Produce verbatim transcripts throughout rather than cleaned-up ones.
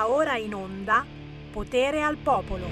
Va ora in onda Potere al Popolo.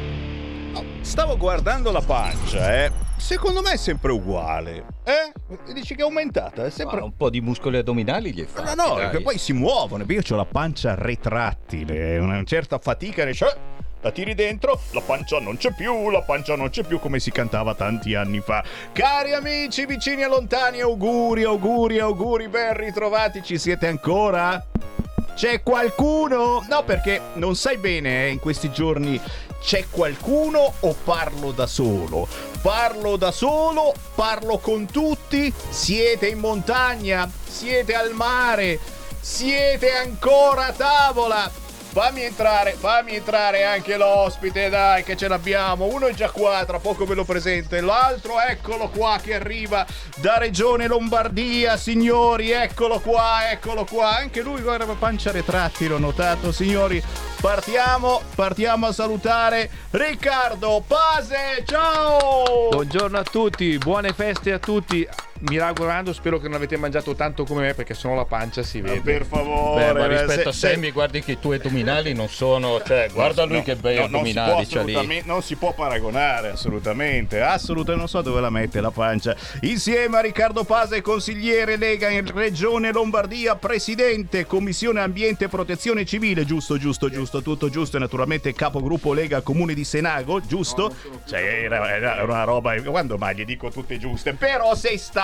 Oh, stavo guardando la pancia, eh. Secondo me è sempre uguale, eh? Dici che è aumentata? È sempre... Ma un po' di muscoli addominali gli è fatto. No, no, perché poi si muovono. Io ho la pancia retrattile, una certa fatica, cioè, la tiri dentro, la pancia non c'è più, la pancia non c'è più, come si cantava tanti anni fa. Cari amici vicini e lontani, auguri, auguri, auguri, ben ritrovati, ci siete ancora? C'è qualcuno? No, perché non sai bene, eh, in questi giorni c'è qualcuno o parlo da solo? Parlo da solo, parlo con tutti, siete in montagna, siete al mare, siete ancora a tavola. Fammi entrare, fammi entrare anche l'ospite, dai, che ce l'abbiamo. Uno è già qua, tra poco ve lo presento. L'altro, eccolo qua, che arriva da Regione Lombardia, signori. Eccolo qua, eccolo qua. Anche lui, guarda, pancia retrattile, l'ho notato, signori. Partiamo, partiamo a salutare Riccardo Pase. Ciao! Buongiorno a tutti, buone feste a tutti. Mi raccomando, spero che non avete mangiato tanto come me, perché sennò la pancia si vede. Ma per favore. Beh, ma rispetto se, a Sammy, se... guardi che i tuoi addominali non sono, cioè, guarda lui no, che bei no, addominali c'ha lì. Non si può paragonare, assolutamente. Assolutamente, non so dove la mette la pancia. Insieme a Riccardo Pase, consigliere Lega in Regione Lombardia, presidente Commissione Ambiente e Protezione Civile, giusto, giusto, giusto, tutto giusto, e naturalmente capogruppo Lega Comune di Senago, giusto? No, cioè, era, era una roba, quando mai gli dico tutte giuste, però sei stato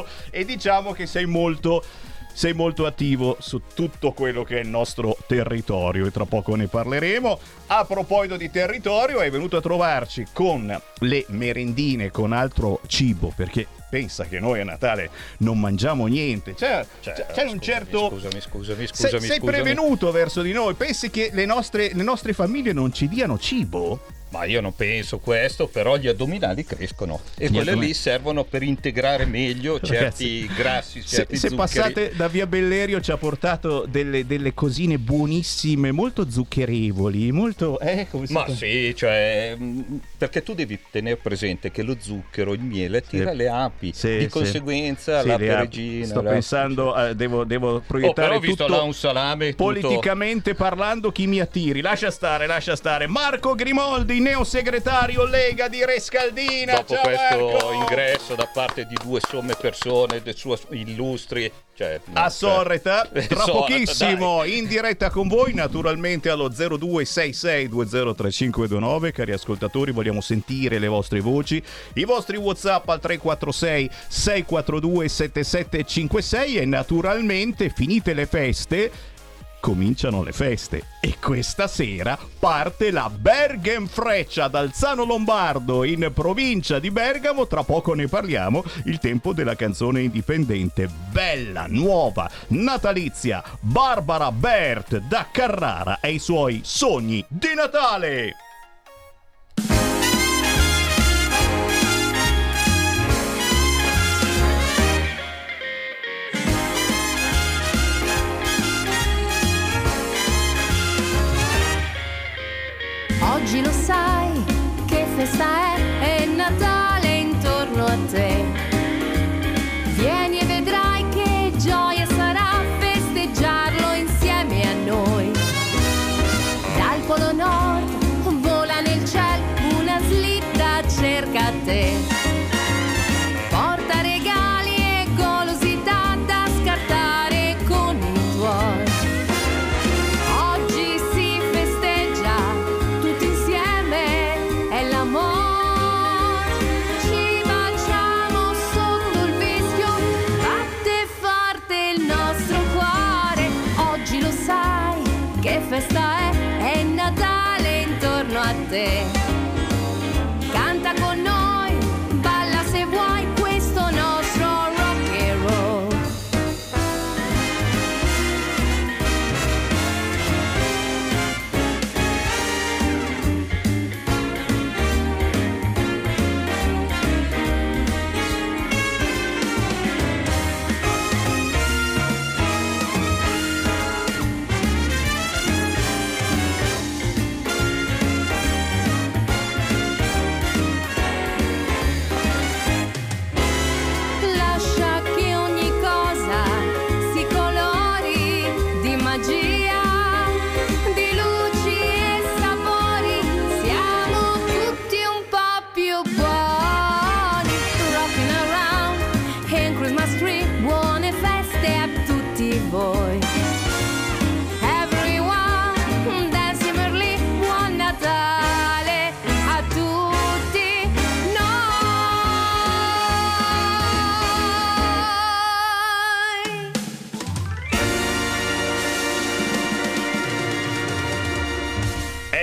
e diciamo che sei molto sei molto attivo su tutto quello che è il nostro territorio e tra poco ne parleremo. A proposito di territorio, è venuto a trovarci con le merendine, con altro cibo, perché pensa che noi a Natale non mangiamo niente, cioè, cioè, c'è scusami, un certo scusami scusami scusami sei, sei scusami. prevenuto verso di noi, pensi che le nostre, le nostre famiglie non ci diano cibo? Ma io non penso questo, però gli addominali crescono e gli quelle addomin- lì servono per integrare meglio certi Ragazzi, grassi, certi se, se zuccheri. passate da via Bellerio ci ha portato delle, delle cosine buonissime, molto zuccherevoli, molto eh, come si Ma fa? sì, cioè, perché tu devi tenere presente che lo zucchero, il miele tira sì. le api, sì, di sì. conseguenza sì, l'ape api. regina. Sto l'ape... pensando, eh, devo, devo proiettare oh, però ho visto tutto là un salame politicamente tutto... parlando, chi mi attiri. Lascia stare, lascia stare. Marco Grimoldi, neosegretario Lega di Rescaldina. Dopo Ciao, questo Marco! Ingresso da parte di due somme persone del suo illustri, cioè, a Sorreta, cioè, tra Sorreta, pochissimo dai. in diretta con voi, naturalmente allo zero due sei sei due zero tre cinque due nove. Cari ascoltatori, vogliamo sentire le vostre voci, i vostri WhatsApp al tre quattro sei sei quattro due sette sette cinque sei e naturalmente, finite le feste, cominciano le feste e questa sera parte la Bergenfreccia ad Alzano Lombardo in provincia di Bergamo. Tra poco ne parliamo. Il tempo della canzone indipendente bella, nuova, natalizia, Barbara Bert da Carrara e i suoi sogni di Natale. Oggi lo sai che festa è, è Natale intorno a te. Vieni e vedrai che gioia sarà festeggiarlo insieme a noi. Dal Polo Nord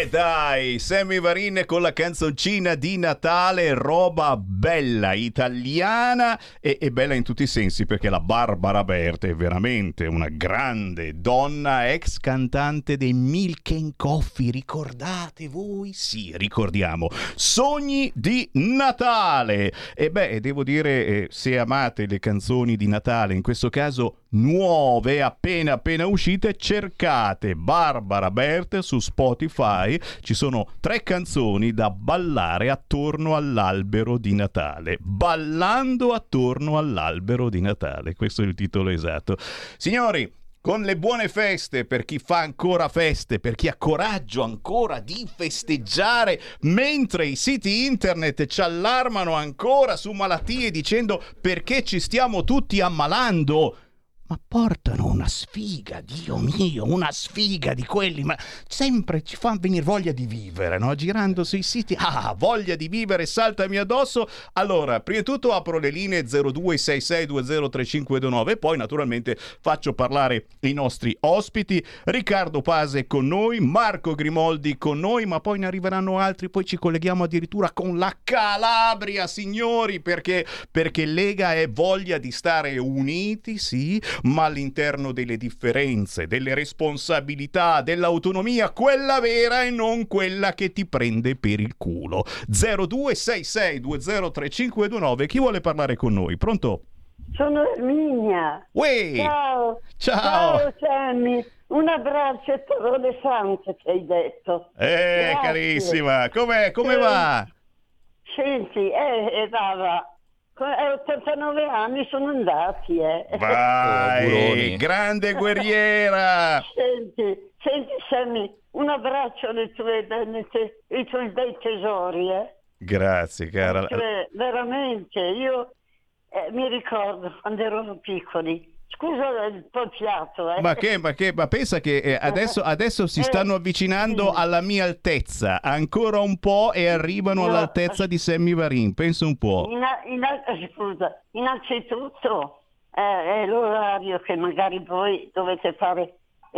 E dai, Sammy Varin con la canzoncina di Natale, roba bella italiana e, e bella in tutti i sensi, perché la Barbara Berta è veramente una grande donna, ex cantante dei Milk and Coffee, ricordate voi? Sì, ricordiamo. Sogni di Natale. E beh, devo dire, eh, se amate le canzoni di Natale, in questo caso nuove, appena appena uscite, cercate Barbara Berta su Spotify. Ci sono tre canzoni da ballare attorno all'albero di Natale. Ballando attorno all'albero di Natale, questo è il titolo esatto. Signori, con le buone feste per chi fa ancora feste, per chi ha coraggio ancora di festeggiare, mentre i siti internet ci allarmano ancora su malattie dicendo perché ci stiamo tutti ammalando, ma portano una sfiga, Dio mio, una sfiga di quelli, ma sempre ci fa venire voglia di vivere, no? Girando sui siti, ah, voglia di vivere, saltami addosso. Allora, prima di tutto apro le linee zero due sei sei due zero tre cinque due nove e poi naturalmente faccio parlare i nostri ospiti. Riccardo Pase con noi, Marco Grimoldi con noi, ma poi ne arriveranno altri, poi ci colleghiamo addirittura con la Calabria, signori, perché, perché Lega è voglia di stare uniti, sì, ma all'interno delle differenze, delle responsabilità, dell'autonomia, quella vera e non quella che ti prende per il culo. zero due sei sei due zero tre cinque due nove. Chi vuole parlare con noi? Pronto? Sono Erminia. Uè. Ciao. Ciao. Ciao Sammy. Un abbraccio e parole sante che hai detto. Eh, Grazie. Carissima, com'è? Come Senti, va? Senti, eh, eh, dava. A ottantanove anni sono andati, eh. Vai, grande guerriera. Senti, senti Sammy, un abbraccio alle tue, ai tuoi bei tesori, eh. Grazie, cara. Cioè, veramente, io eh, mi ricordo quando erano piccoli. Scusa il po' il fiato, eh. Ma che, ma che, ma pensa che eh, adesso, adesso si stanno avvicinando alla mia altezza, ancora un po' e arrivano No. all'altezza di Sammy Varin, pensa un po'. In, in, scusa, innanzitutto eh, è l'orario che magari voi dovete fare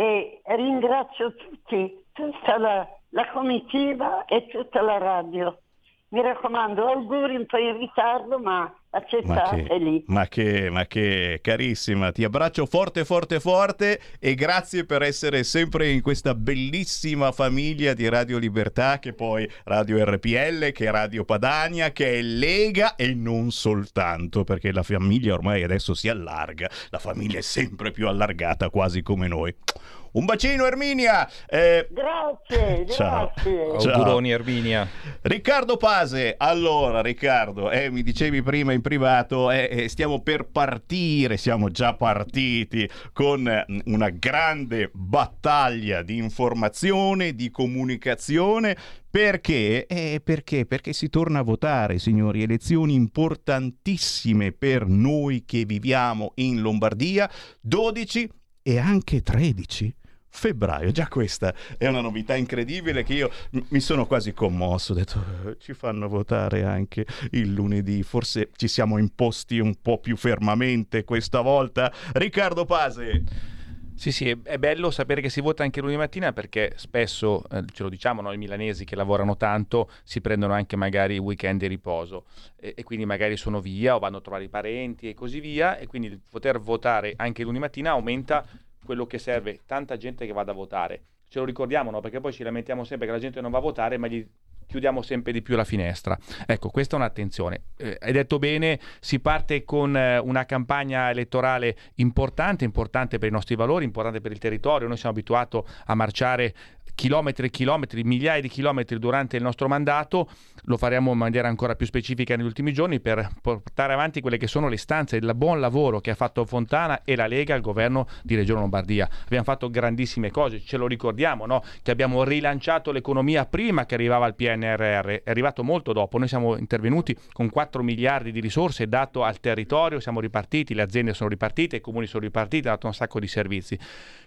e ringrazio tutti, tutta la, la comitiva e tutta la radio. Mi raccomando, auguri un po' in ritardo, ma accettateli. Ma che, ma che, carissima, ti abbraccio forte, forte, forte e grazie per essere sempre in questa bellissima famiglia di Radio Libertà, che poi Radio R P L, che è Radio Padania, che è Lega e non soltanto, perché la famiglia ormai adesso si allarga, la famiglia è sempre più allargata, quasi come noi. Un bacino Erminia. Eh... Grazie, Ciao. grazie. Ciao. Auguroni Erminia. Riccardo Pase, allora Riccardo, eh, mi dicevi prima in privato, eh, eh, stiamo per partire, siamo già partiti con eh, una grande battaglia di informazione, di comunicazione. Perché? Eh, perché? Perché si torna a votare, signori, elezioni importantissime per noi che viviamo in Lombardia, dodici e anche tredici febbraio. Già questa è una novità incredibile che io mi sono quasi commosso, ho detto ci fanno votare anche il lunedì, forse ci siamo imposti un po' più fermamente questa volta. Riccardo Pase. Sì, sì, è bello sapere che si vota anche lunedì mattina, perché spesso, eh, ce lo diciamo noi milanesi che lavorano tanto, si prendono anche magari weekend di riposo e, e quindi magari sono via o vanno a trovare i parenti e così via, e quindi il poter votare anche lunedì mattina aumenta quello che serve, tanta gente che vada a votare. Ce lo ricordiamo, no? Perché poi ci lamentiamo sempre che la gente non va a votare, ma gli chiudiamo sempre di più la finestra. Ecco, questa è un'attenzione. Eh, hai detto bene, si parte con eh, una campagna elettorale importante, importante per i nostri valori, importante per il territorio. Noi siamo abituati a marciare chilometri e chilometri, migliaia di chilometri durante il nostro mandato. Lo faremo in maniera ancora più specifica negli ultimi giorni per portare avanti quelle che sono le istanze del buon lavoro che ha fatto Fontana e la Lega al governo di Regione Lombardia. Abbiamo fatto grandissime cose, ce lo ricordiamo, no? Che abbiamo rilanciato l'economia prima che arrivava il P N R R, è arrivato molto dopo. Noi siamo intervenuti con quattro miliardi di risorse dato al territorio, siamo ripartiti, le aziende sono ripartite, i comuni sono ripartiti, hanno dato un sacco di servizi.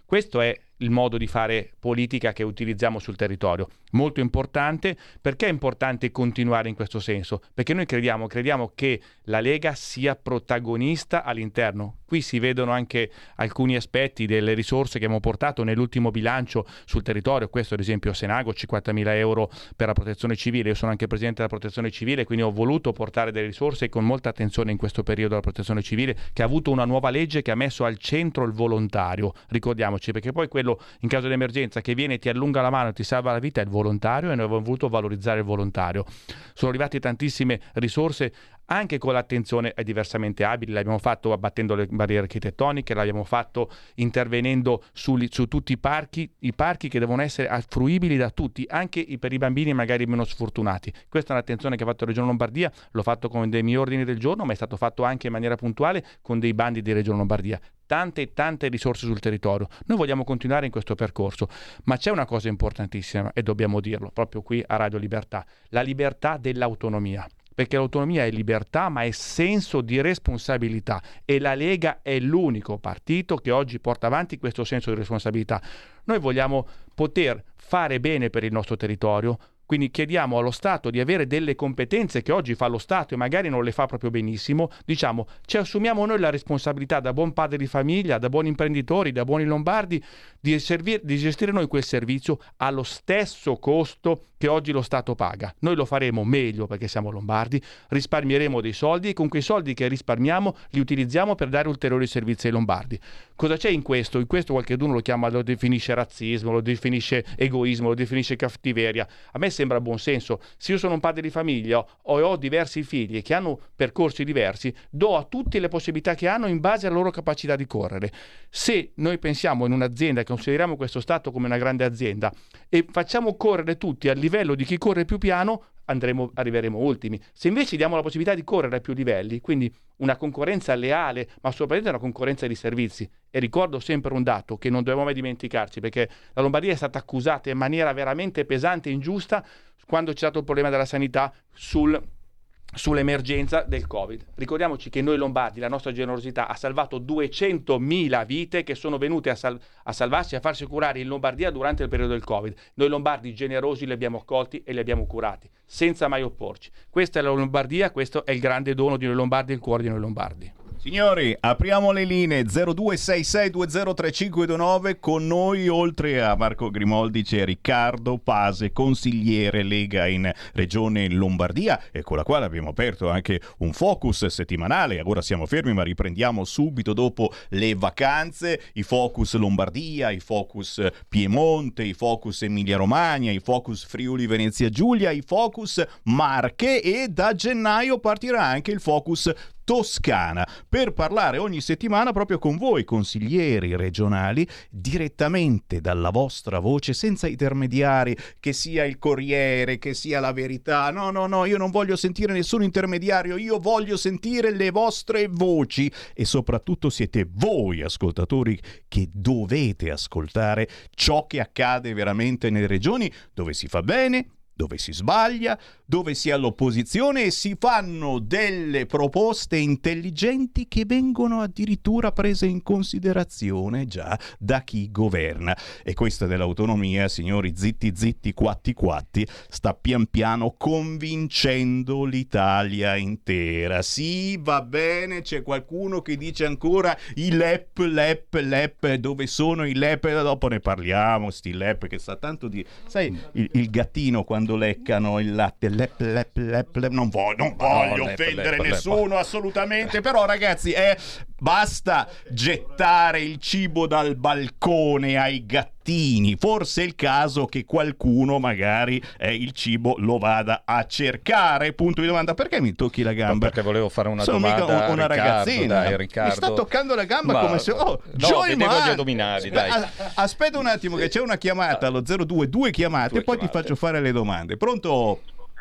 Questo è il modo di fare politica che utilizziamo sul territorio. Molto importante. Perché è importante continuare in questo senso? Perché noi crediamo, crediamo che la Lega sia protagonista all'interno. Qui si vedono anche alcuni aspetti delle risorse che abbiamo portato nell'ultimo bilancio sul territorio. Questo ad esempio Senago, cinquantamila euro per la protezione civile. Io sono anche presidente della protezione civile, quindi ho voluto portare delle risorse con molta attenzione in questo periodo della protezione civile, che ha avuto una nuova legge che ha messo al centro il volontario. Ricordiamoci, perché poi quello in caso di emergenza che viene, ti allunga la mano e ti salva la vita è il volontario, e noi abbiamo voluto valorizzare il volontario. Sono arrivate tantissime risorse anche con l'attenzione ai diversamente abili. L'abbiamo fatto abbattendo le barriere architettoniche, l'abbiamo fatto intervenendo su, su tutti i parchi, i parchi che devono essere fruibili da tutti, anche per i bambini magari meno sfortunati. Questa è un'attenzione che ha fatto la Regione Lombardia, l'ho fatto con dei miei ordini del giorno, ma è stato fatto anche in maniera puntuale con dei bandi di Regione Lombardia. Tante tante risorse sul territorio. Noi vogliamo continuare in questo percorso, ma c'è una cosa importantissima e dobbiamo dirlo proprio qui a Radio Libertà: la libertà dell'autonomia. Perché l'autonomia è libertà, ma è senso di responsabilità, e la Lega è l'unico partito che oggi porta avanti questo senso di responsabilità. Noi vogliamo poter fare bene per il nostro territorio, quindi chiediamo allo Stato di avere delle competenze che oggi fa lo Stato e magari non le fa proprio benissimo. Diciamo, ci assumiamo noi la responsabilità, da buon padre di famiglia, da buoni imprenditori, da buoni lombardi, di, servir- di gestire noi quel servizio allo stesso costo che oggi lo Stato paga. Noi lo faremo meglio perché siamo lombardi, risparmieremo dei soldi, e con quei soldi che risparmiamo li utilizziamo per dare ulteriori servizi ai lombardi. Cosa c'è in questo? In questo qualcuno lo chiama, lo definisce razzismo, lo definisce egoismo, lo definisce cattiveria. A me sembra buon senso. Se io sono un padre di famiglia o ho diversi figli che hanno percorsi diversi, do a tutti le possibilità che hanno in base alla loro capacità di correre. Se noi pensiamo in un'azienda, consideriamo questo Stato come una grande azienda e facciamo correre tutti al livello di chi corre più piano, andremo, arriveremo ultimi. Se invece diamo la possibilità di correre a più livelli, quindi una concorrenza leale, ma soprattutto una concorrenza di servizi. E ricordo sempre un dato che non dobbiamo mai dimenticarci, perché la Lombardia è stata accusata in maniera veramente pesante e ingiusta quando c'è stato il problema della sanità sul sull'emergenza del Covid. Ricordiamoci che noi lombardi, la nostra generosità ha salvato duecentomila vite che sono venute a, sal- a salvarsi, a farsi curare in Lombardia durante il periodo del Covid. Noi lombardi generosi li abbiamo accolti e li abbiamo curati, senza mai opporci. Questa è la Lombardia, questo è il grande dono di noi lombardi, il cuore di noi lombardi. Signori, apriamo le linee zero due sei sei due zero tre cinque due nove. Con noi, oltre a Marco Grimoldi, c'è Riccardo Pase, consigliere Lega in Regione Lombardia, e con la quale abbiamo aperto anche un focus settimanale. Ora siamo fermi, ma riprendiamo subito dopo le vacanze. I focus Lombardia, i focus Piemonte, i focus Emilia Romagna, i focus Friuli Venezia Giulia, i focus Marche, e da gennaio partirà anche il focus Toscana, per parlare ogni settimana proprio con voi consiglieri regionali, direttamente dalla vostra voce, senza intermediari, che sia il Corriere, che sia La Verità. No, no, no, io non voglio sentire nessun intermediario, io voglio sentire le vostre voci, e soprattutto siete voi ascoltatori che dovete ascoltare ciò che accade veramente nelle regioni, dove si fa bene, dove si sbaglia, dove si è all'opposizione e si fanno delle proposte intelligenti che vengono addirittura prese in considerazione già da chi governa. E questa dell'autonomia, signori, zitti zitti quatti quatti, sta pian piano convincendo l'Italia intera. Sì, va bene, c'è qualcuno che dice ancora i L E P, L E P, L E P, dove sono i L E P? Dopo ne parliamo, sti L E P che sa tanto di... Sai, il, il gattino quando leccano il latte, lep, lep, lep, lep. non voglio, non voglio no, offendere lep, lep, nessuno, lep. assolutamente, però ragazzi, eh, basta gettare il cibo dal balcone ai gattini. Forse è il caso che qualcuno magari eh, il cibo lo vada a cercare. Punto di domanda. Perché mi tocchi la gamba? No, perché volevo fare una Sono domanda mica una Riccardo, ragazzina, dai, Riccardo. mi sta toccando la gamba. Ma, come se oh, no, vedevo gli addominali, dai. Aspetta un attimo che c'è una chiamata allo zero due, due chiamate, due e poi chiamate. Ti faccio fare le domande. Pronto?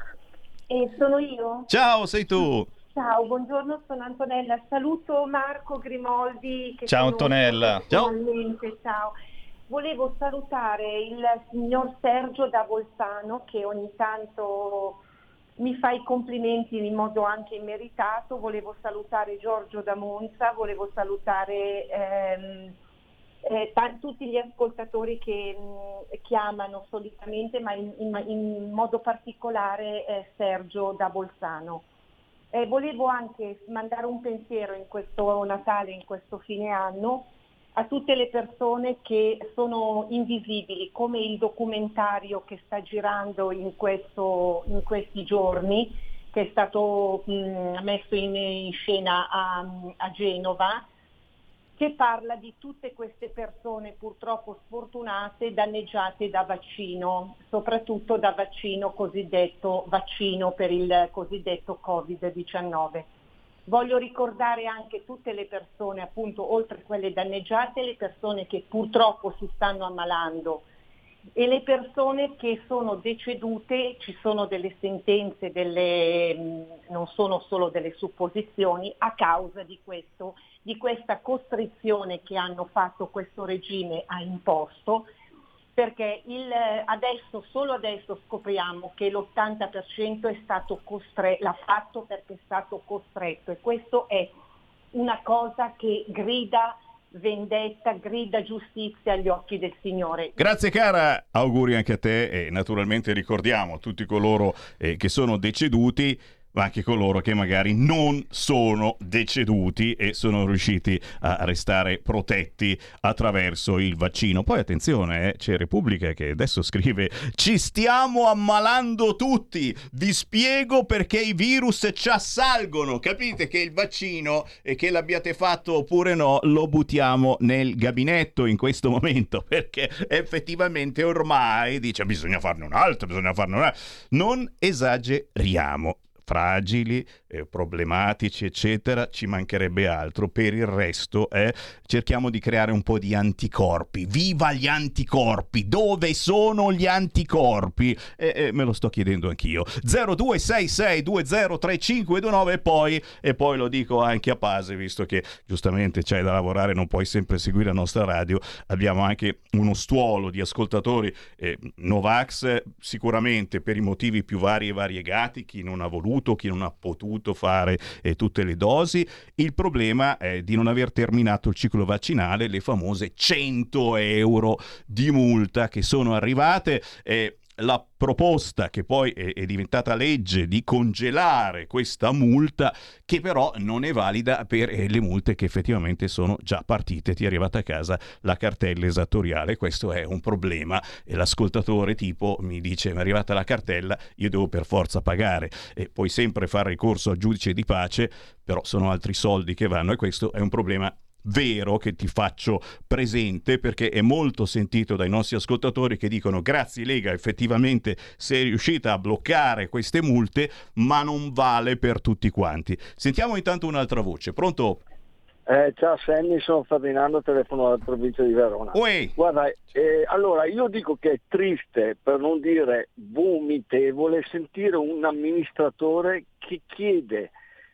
Eh, sono io? Ciao, sei tu. Ciao, buongiorno, sono Antonella. Saluto Marco Grimoldi. Che ciao Antonella. Ciao. Ciao. Volevo salutare il signor Sergio da Bolzano, che ogni tanto mi fa i complimenti in modo anche immeritato. Volevo salutare Giorgio da Monza, volevo salutare ehm, eh, t- tutti gli ascoltatori che mh, chiamano solitamente, ma in, in, in modo particolare eh, Sergio da Bolzano. Eh, volevo anche mandare un pensiero in questo Natale, in questo fine anno, a tutte le persone che sono invisibili, come il documentario che sta girando in, questo, in questi giorni, che è stato mh, messo in, in scena a, a Genova, che parla di tutte queste persone purtroppo sfortunate, danneggiate da vaccino, soprattutto da vaccino cosiddetto vaccino per il cosiddetto covid diciannove. Voglio ricordare anche tutte le persone, appunto, oltre a quelle danneggiate, le persone che purtroppo si stanno ammalando e le persone che sono decedute. Ci sono delle sentenze, delle, non sono solo delle supposizioni, a causa di questo, di questa costrizione che hanno fatto, questo regime ha imposto, perché il, adesso, solo adesso scopriamo che l'ottanta per cento è stato costretto, l'ha fatto perché è stato costretto, e questo è una cosa che grida vendetta, grida giustizia agli occhi del Signore. Grazie cara, auguri anche a te, e naturalmente ricordiamo tutti coloro eh, che sono deceduti, ma anche coloro che magari non sono deceduti e sono riusciti a restare protetti attraverso il vaccino. Poi attenzione, eh, c'è Repubblica che adesso scrive: ci stiamo ammalando tutti, vi spiego perché i virus ci assalgono. Capite che il vaccino, e che l'abbiate fatto oppure no, lo buttiamo nel gabinetto in questo momento, perché effettivamente ormai dice bisogna farne un altro, bisogna farne un altro. Non esageriamo. Fragili, eh, problematici, eccetera, ci mancherebbe altro. Per il resto eh, cerchiamo di creare un po' di anticorpi. Viva gli anticorpi! Dove sono gli anticorpi? Eh, eh, me lo sto chiedendo anch'io. zero due sei sei due zero tre cinque due nove e poi, e poi lo dico anche a Pase, visto che giustamente c'è da lavorare, non puoi sempre seguire la nostra radio. Abbiamo anche uno stuolo di ascoltatori eh, Novax, sicuramente per i motivi più vari e variegati, chi non ha voluto, chi non ha potuto fare eh, tutte le dosi. Il problema è di non aver terminato il ciclo vaccinale, le famose cento euro di multa che sono arrivate. eh, La proposta, che poi è, è diventata legge, di congelare questa multa, che però non è valida per eh, le multe che effettivamente sono già partite. Ti è arrivata a casa la cartella esattoriale. Questo è un problema, e l'ascoltatore tipo mi dice: mi è arrivata la cartella, io devo per forza pagare. E puoi sempre fare ricorso al giudice di pace, però sono altri soldi che vanno, e questo è un problema vero che ti faccio presente, perché è molto sentito dai nostri ascoltatori che dicono: grazie Lega, effettivamente sei riuscita a bloccare queste multe, ma non vale per tutti quanti. Sentiamo intanto un'altra voce. Pronto? Eh, ciao Sammy, sono Ferdinando, telefono dalla provincia di Verona. Uè. Guarda, eh, allora io dico che è triste, per non dire vomitevole, sentire un amministratore che chiede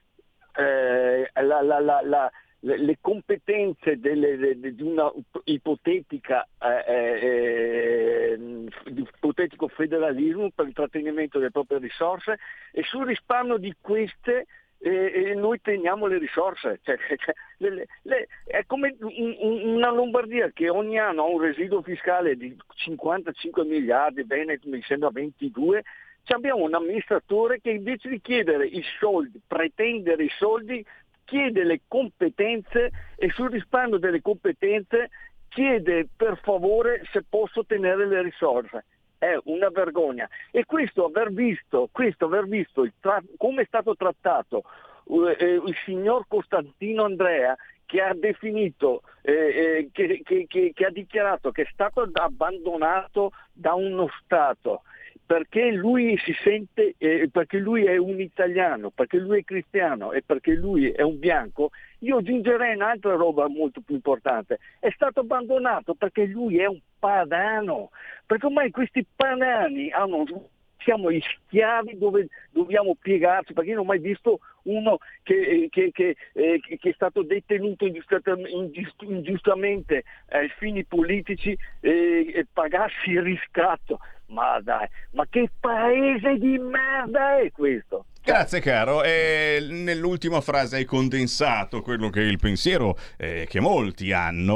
eh, la, la, la, la le competenze delle, de, di una ipotetica eh, eh, di ipotetico federalismo per il trattenimento delle proprie risorse, e sul risparmio di queste eh, noi teniamo le risorse. Cioè, cioè, le, le, è come un, un, una Lombardia che ogni anno ha un residuo fiscale di cinquantacinque miliardi, Veneto mi sembra ventidue. Cioè, abbiamo un amministratore che invece di chiedere i soldi, pretendere i soldi, chiede le competenze, e sul risparmio delle competenze chiede per favore se posso tenere le risorse. È una vergogna. E questo aver visto, questo aver visto il tra- come è stato trattato eh, il signor Costantino Andrea, che ha definito, eh, eh, che, che, che, che ha dichiarato che è stato abbandonato da uno Stato, perché lui si sente, eh, perché lui è un italiano, perché lui è cristiano e perché lui è un bianco. Io aggiungerei un'altra roba molto più importante: è stato abbandonato perché lui è un padano, perché ormai questi padani hanno, siamo gli schiavi dove dobbiamo piegarci, perché io non ho mai visto uno che, che, che, eh, che è stato detenuto ingiust- ingiustamente ai fini politici eh, e pagassi il riscatto. Ma dai, ma che paese di merda è questo? Grazie caro, e nell'ultima frase hai condensato quello che è il pensiero eh, che molti hanno.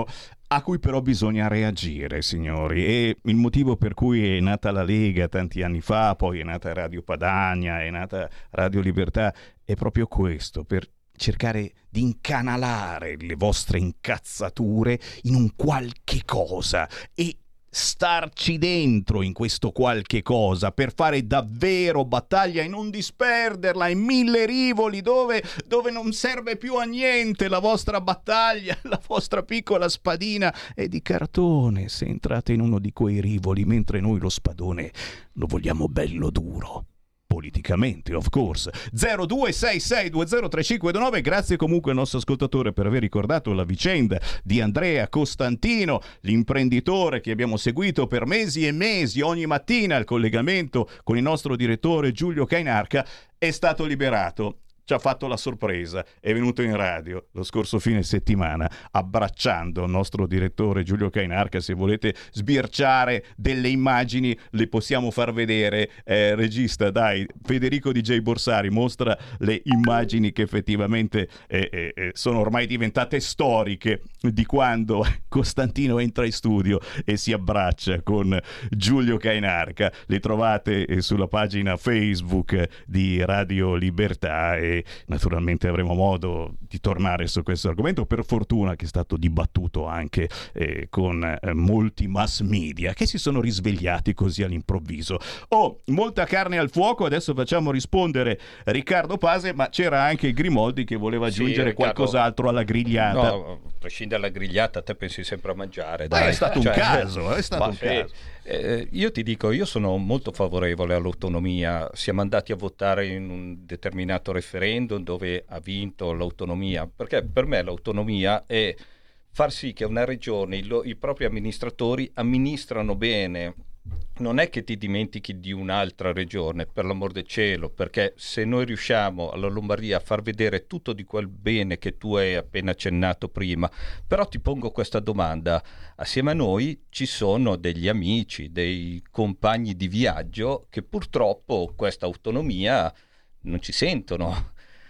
a cui però bisogna reagire, signori, e il motivo per cui è nata la Lega tanti anni fa, poi è nata Radio Padania, è nata Radio Libertà, è proprio questo, per cercare di incanalare le vostre incazzature in un qualche cosa e starci dentro in questo qualche cosa per fare davvero battaglia e non disperderla in mille rivoli dove, dove non serve più a niente la vostra battaglia, la vostra piccola spadina è di cartone se entrate in uno di quei rivoli, mentre noi lo spadone lo vogliamo bello duro. Politicamente, of course. zero due sei sei due zero tre cinque due nove. Grazie comunque al nostro ascoltatore per aver ricordato la vicenda di Andrea Costantino, l'imprenditore che abbiamo seguito per mesi e mesi ogni mattina al collegamento con il nostro direttore Giulio Cainarca. È stato liberato. Ci ha fatto la sorpresa, è venuto in radio lo scorso fine settimana abbracciando il nostro direttore Giulio Cainarca. Se volete sbirciare delle immagini le possiamo far vedere. Eh, regista, dai, Federico D J Borsari mostra le immagini che effettivamente eh, eh, sono ormai diventate storiche di quando Costantino entra in studio e si abbraccia con Giulio Cainarca. Le trovate eh, sulla pagina Facebook di Radio Libertà e naturalmente avremo modo di tornare su questo argomento, per fortuna che è stato dibattuto anche eh, con eh, molti mass media che si sono risvegliati così all'improvviso. Oh, molta carne al fuoco, adesso facciamo rispondere Riccardo Pase, ma c'era anche Grimoldi che voleva aggiungere sì, qualcos'altro alla grigliata. No, a prescindere dalla grigliata, te pensi sempre a mangiare, dai. Beh, è stato cioè, un caso, è stato un sì. caso. Eh, io ti dico, io sono molto favorevole all'autonomia. Siamo andati a votare in un determinato referendum dove ha vinto l'autonomia, perché per me l'autonomia è far sì che una regione, i, lo, i propri amministratori amministrano bene. Non è che ti dimentichi di un'altra regione, per l'amor del cielo, perché se noi riusciamo alla Lombardia a far vedere tutto di quel bene che tu hai appena accennato prima. Però ti pongo questa domanda: assieme a noi ci sono degli amici, dei compagni di viaggio che purtroppo questa autonomia non ci sentono.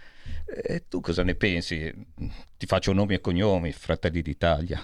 E tu cosa ne pensi? Ti faccio nomi e cognomi: Fratelli d'Italia.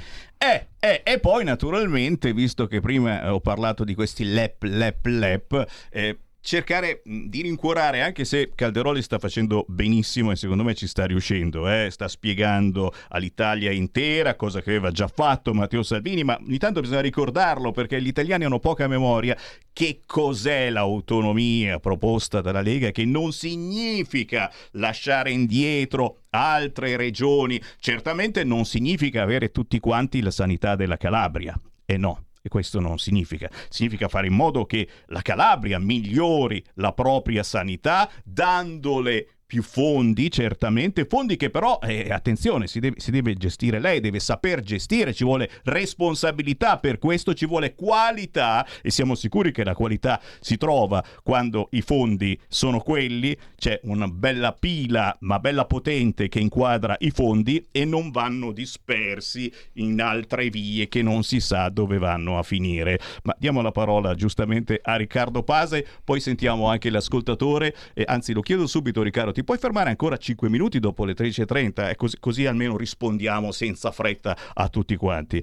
Eh, eh, e poi naturalmente, visto che prima ho parlato di questi lep, lep, lep, eh, cercare di rincuorare, anche se Calderoli sta facendo benissimo e secondo me ci sta riuscendo, eh? sta spiegando all'Italia intera, cosa che aveva già fatto Matteo Salvini, ma ogni tanto bisogna ricordarlo perché gli italiani hanno poca memoria. Che cos'è l'autonomia proposta dalla Lega? Che non significa lasciare indietro altre regioni, certamente non significa avere tutti quanti la sanità della Calabria, e no. E questo non significa, significa fare in modo che la Calabria migliori la propria sanità, dandole più fondi, certamente, fondi che però, eh, attenzione, si deve, si deve gestire lei, deve saper gestire, ci vuole responsabilità, per questo ci vuole qualità e siamo sicuri che la qualità si trova quando i fondi sono quelli, c'è una bella pila ma bella potente che inquadra i fondi e non vanno dispersi in altre vie che non si sa dove vanno a finire. Ma diamo la parola giustamente a Riccardo Pase, poi sentiamo anche l'ascoltatore, e anzi lo chiedo subito, Riccardo, ti puoi fermare ancora cinque minuti dopo le tredici e trenta? Eh, così, così almeno rispondiamo senza fretta a tutti quanti.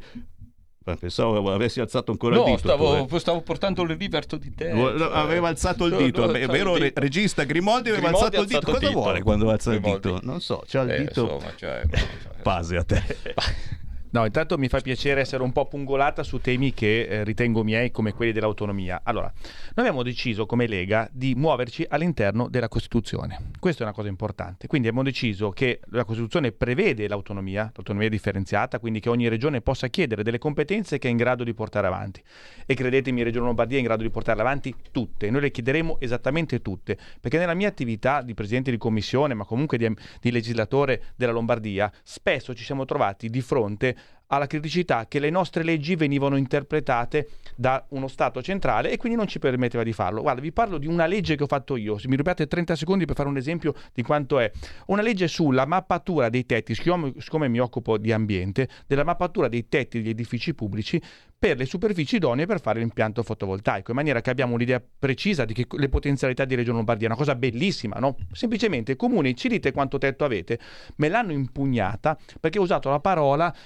Pensavo avessi alzato ancora no, il dito. Stavo, stavo portando le lì verso di te. Cioè... Aveva alzato il dito. È vero, il regista Grimoldi aveva Grimoldi alzato il dito. Cosa dito. vuole quando alza Grimoldi. il dito? Non so, c'ha il eh, dito. Insomma, cioè... Pase a te. No, intanto mi fa piacere essere un po' pungolata su temi che eh, ritengo miei, come quelli dell'autonomia. Allora, noi abbiamo deciso come Lega di muoverci all'interno della Costituzione. Questa è una cosa importante. Quindi abbiamo deciso che la Costituzione prevede l'autonomia, l'autonomia differenziata, quindi che ogni regione possa chiedere delle competenze che è in grado di portare avanti. E credetemi, Regione Lombardia è in grado di portarle avanti tutte. Noi le chiederemo esattamente tutte, perché nella mia attività di presidente di commissione, ma comunque di, di legislatore della Lombardia, spesso ci siamo trovati di fronte alla criticità che le nostre leggi venivano interpretate da uno Stato centrale e quindi non ci permetteva di farlo. Guarda, vi parlo di una legge che ho fatto io, se mi rubate trenta secondi per fare un esempio di quanto è. Una legge sulla mappatura dei tetti, siccome, siccome mi occupo di ambiente, della mappatura dei tetti degli edifici pubblici per le superfici idonee per fare l'impianto fotovoltaico, in maniera che abbiamo un'idea precisa di che le potenzialità di Regione Lombardia. È una cosa bellissima, no? Semplicemente, comuni, ci dite quanto tetto avete? Me l'hanno impugnata perché ho usato la parola di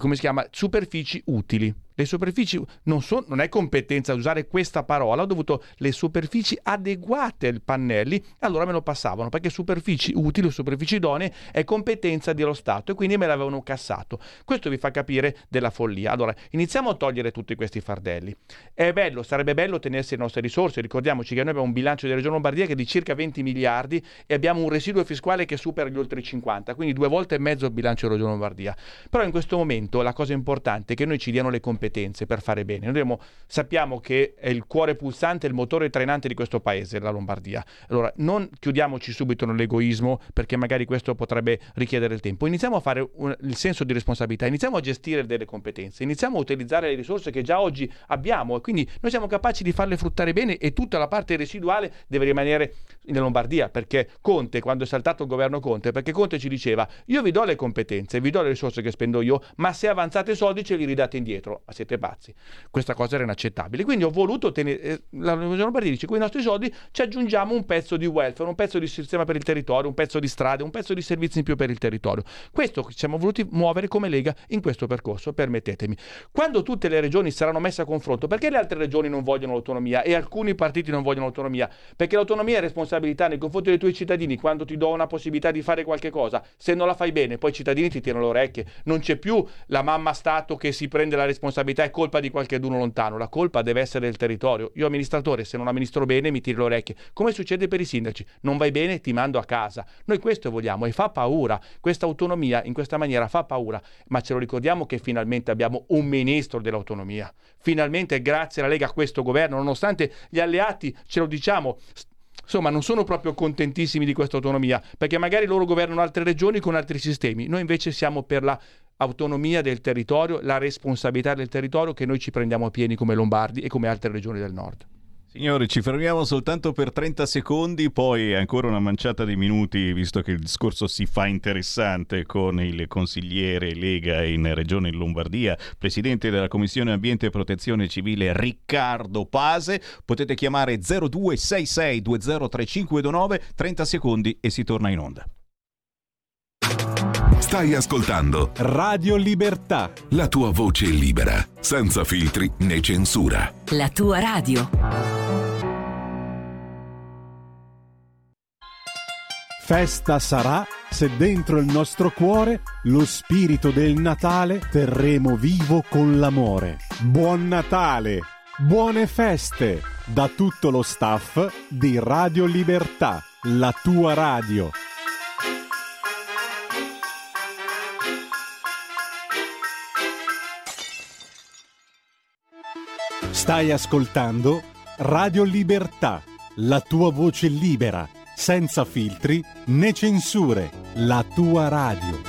come si chiama, superfici utili. Le superfici non, so, non è competenza usare questa parola, ho dovuto le superfici adeguate ai pannelli, allora me lo passavano, perché superfici utili o superfici idonee è competenza dello Stato e quindi me l'avevano cassato. Questo vi fa capire della follia. Allora, iniziamo a togliere tutti questi fardelli. È bello, sarebbe bello tenersi le nostre risorse, ricordiamoci che noi abbiamo un bilancio della Regione Lombardia che è di circa venti miliardi e abbiamo un residuo fiscale che supera gli oltre cinquanta, quindi due volte e mezzo il bilancio della Regione Lombardia. Però in questo momento la cosa importante è che noi ci diano le competenze per fare bene. Noi dobbiamo, sappiamo che è il cuore pulsante, il motore trainante di questo paese, la Lombardia. Allora, non chiudiamoci subito nell'egoismo, perché magari questo potrebbe richiedere il tempo. Iniziamo a fare un, il senso di responsabilità, iniziamo a gestire delle competenze, iniziamo a utilizzare le risorse che già oggi abbiamo e quindi noi siamo capaci di farle fruttare bene e tutta la parte residuale deve rimanere in Lombardia, perché Conte, quando è saltato il governo Conte, perché Conte ci diceva: io vi do le competenze, vi do le risorse che spendo io, ma se avanzate soldi ce li ridate indietro. Ma siete pazzi? Questa cosa era inaccettabile. Quindi ho voluto tenere, eh, la Regione Lombardia dice: con i nostri soldi ci aggiungiamo un pezzo di welfare, un pezzo di sistema per il territorio, un pezzo di strade, un pezzo di servizi in più per il territorio. Questo ci siamo voluti muovere come Lega in questo percorso, permettetemi. Quando tutte le regioni saranno messe a confronto, perché le altre regioni non vogliono l'autonomia e alcuni partiti non vogliono l'autonomia? Perché l'autonomia è responsabilità nei confronti dei tuoi cittadini. Quando ti do una possibilità di fare qualche cosa, se non la fai bene, poi i cittadini ti tirano le orecchie. Non c'è più la mamma Stato che si prende la responsabilità, è colpa di qualcheduno lontano, la colpa deve essere del territorio. Io amministratore, se non amministro bene mi tiro le orecchie, come succede per i sindaci: non vai bene, ti mando a casa. Noi questo vogliamo e fa paura, questa autonomia in questa maniera fa paura, ma ce lo ricordiamo che finalmente abbiamo un ministro dell'autonomia, finalmente grazie alla Lega a questo governo, nonostante gli alleati, ce lo diciamo, insomma non sono proprio contentissimi di questa autonomia, perché magari loro governano altre regioni con altri sistemi, noi invece siamo per la autonomia del territorio, la responsabilità del territorio che noi ci prendiamo a pieni come Lombardi e come altre regioni del nord. Signori, ci fermiamo soltanto per trenta secondi, poi ancora una manciata di minuti, visto che il discorso si fa interessante con il consigliere Lega in Regione Lombardia, presidente della Commissione Ambiente e Protezione Civile Riccardo Pase. Potete chiamare zero due sei sei due zero tre cinque due nove, trenta secondi e si torna in onda. Stai ascoltando Radio Libertà, la tua voce libera, senza filtri né censura. La tua radio. Festa sarà se dentro il nostro cuore lo spirito del Natale terremo vivo con l'amore. Buon Natale, buone feste da tutto lo staff di Radio Libertà, la tua radio. Stai ascoltando Radio Libertà, la tua voce libera, senza filtri né censure, la tua radio.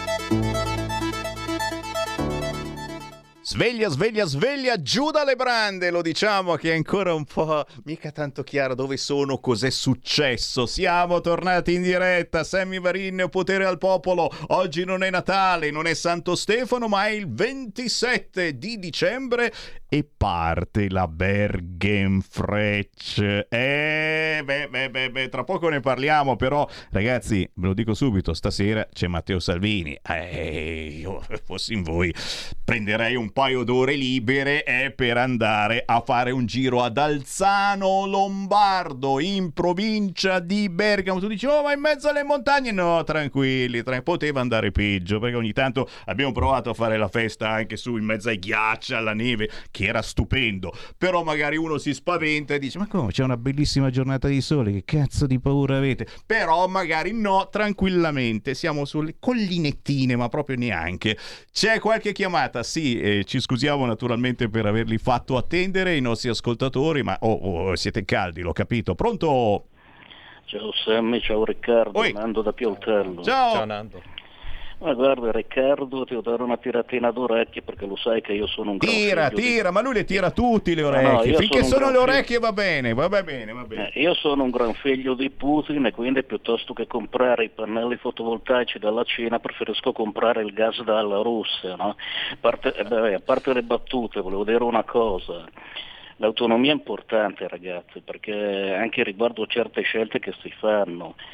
Sveglia, sveglia, sveglia, giù dalle brande, lo diciamo che è ancora un po' mica tanto chiaro dove sono, cos'è successo. Siamo tornati in diretta, Sammy Varin, Potere al Popolo. Oggi non è Natale, non è Santo Stefano, ma è il ventisette di dicembre e parte la Bergenfrecce. Eh, beh, beh, beh, beh, tra poco ne parliamo, però ragazzi, ve lo dico subito, stasera c'è Matteo Salvini. Eh, io fossi in voi prenderei un paio d'ore libere eh, per andare a fare un giro ad Alzano Lombardo, in provincia di Bergamo. Tu dici, oh, ma in mezzo alle montagne? No, tranquilli, tra... poteva andare peggio, perché ogni tanto abbiamo provato a fare la festa anche su in mezzo ai ghiacci, alla neve, che era stupendo, però magari uno si spaventa e dice, ma come, c'è una bellissima giornata di sole, che cazzo di paura avete? Però magari no, tranquillamente, siamo sulle collinettine, ma proprio neanche. C'è qualche chiamata? Sì, eh, ci scusiamo naturalmente per averli fatto attendere i nostri ascoltatori, ma oh, oh, siete caldi, l'ho capito. Pronto? Ciao Sammy, ciao Riccardo, Oi. Nando da Pioltello. Ciao. Ciao Nando. Ma guarda Riccardo, ti devo dare una tiratina d'orecchie perché lo sai che io sono un gran Tira, tira, di... ma lui le tira tutti le orecchie, no, finché sono, sono le orecchie figlio... va bene, va bene, va bene. Eh, io sono un gran figlio di Putin e quindi piuttosto che comprare i pannelli fotovoltaici dalla Cina preferisco comprare il gas dalla Russia, no? A parte, eh, beh, a parte le battute, volevo dire una cosa. L'autonomia è importante ragazzi, perché anche riguardo certe scelte che si fanno,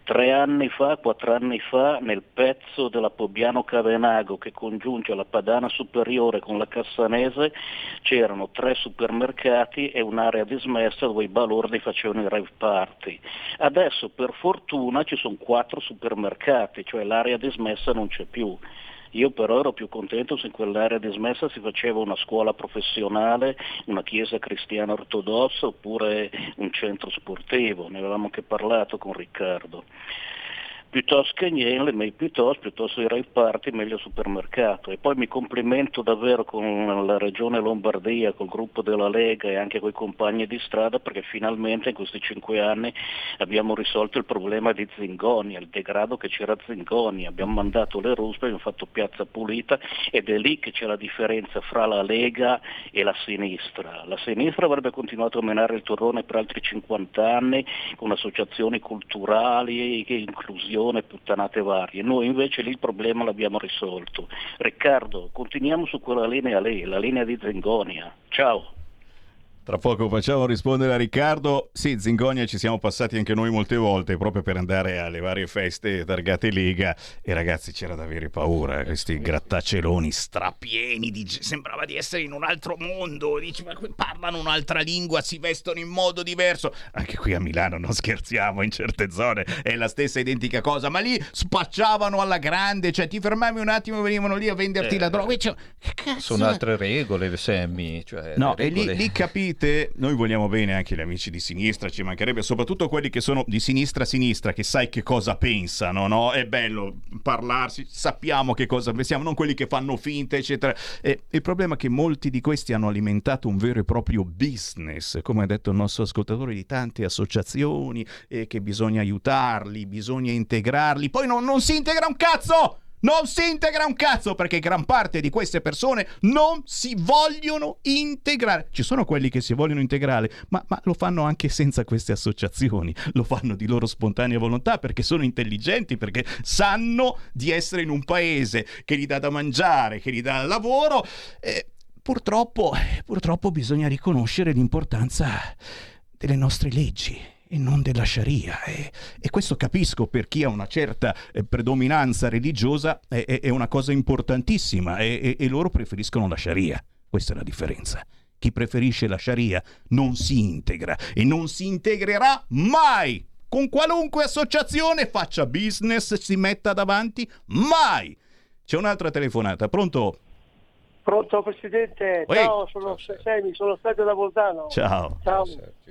Tre anni fa, quattro anni fa, nel pezzo della Pobbiano Cavenago che congiunge la Padana Superiore con la Cassanese c'erano tre supermercati e un'area dismessa dove i balordi facevano i rave party. Adesso per fortuna ci sono quattro supermercati, cioè l'area dismessa non c'è più. Io però ero più contento se in quell'area dismessa si faceva una scuola professionale, una chiesa cristiana ortodossa oppure un centro sportivo, ne avevamo anche parlato con Riccardo. Piuttosto che niente, ma piuttosto, piuttosto i rave party, meglio il supermercato. E poi mi complimento davvero con la regione Lombardia, col gruppo della Lega e anche con i compagni di strada, perché finalmente in questi cinque anni abbiamo risolto il problema di Zingonia, il degrado che c'era a Zingonia. Abbiamo mandato le ruspe, abbiamo fatto piazza pulita ed è lì che c'è la differenza fra la Lega e la sinistra. La sinistra avrebbe continuato a menare il torrone per altri cinquanta anni con associazioni culturali e inclusione, puttanate varie. Noi invece lì il problema l'abbiamo risolto. Riccardo, continuiamo su quella linea lì, la linea di Zingonia. Ciao. Tra poco facciamo rispondere a Riccardo. Sì, Zingonia ci siamo passati anche noi molte volte proprio per andare alle varie feste targate Lega e ragazzi c'era da avere paura, questi grattacieloni strapieni di... sembrava di essere in un altro mondo, dici ma parlano un'altra lingua, si vestono in modo diverso. Anche qui a Milano non scherziamo, in certe zone è la stessa identica cosa, ma lì spacciavano alla grande, cioè ti fermavi un attimo e venivano lì a venderti eh, la droga. Cioè, che cazzo? Sono altre regole, Sammy, cioè no, regole... e lì, lì capite. Noi vogliamo bene anche gli amici di sinistra, ci mancherebbe, soprattutto quelli che sono di sinistra a sinistra, che sai che cosa pensano, no? È bello parlarsi, sappiamo che cosa pensiamo, non quelli che fanno finta, eccetera. E il problema è che molti di questi hanno alimentato un vero e proprio business, come ha detto il nostro ascoltatore, di tante associazioni, e che bisogna aiutarli, bisogna integrarli. Poi non, non si integra un cazzo! Non si integra un cazzo perché gran parte di queste persone non si vogliono integrare. Ci sono quelli che si vogliono integrare, ma, ma lo fanno anche senza queste associazioni, lo fanno di loro spontanea volontà perché sono intelligenti, perché sanno di essere in un paese che gli dà da mangiare, che gli dà lavoro. E purtroppo, purtroppo bisogna riconoscere l'importanza delle nostre leggi e non della Sharia, e, e questo capisco per chi ha una certa eh, predominanza religiosa è, è, è una cosa importantissima e, e, e loro preferiscono la Sharia. Questa è la differenza. Chi preferisce la Sharia non si integra e non si integrerà mai con qualunque associazione faccia business, si metta davanti, mai. C'è un'altra telefonata, pronto? Pronto Presidente, Oi. ciao, sono Semi, sono Sergio da Bolzano. Ciao. Ciao.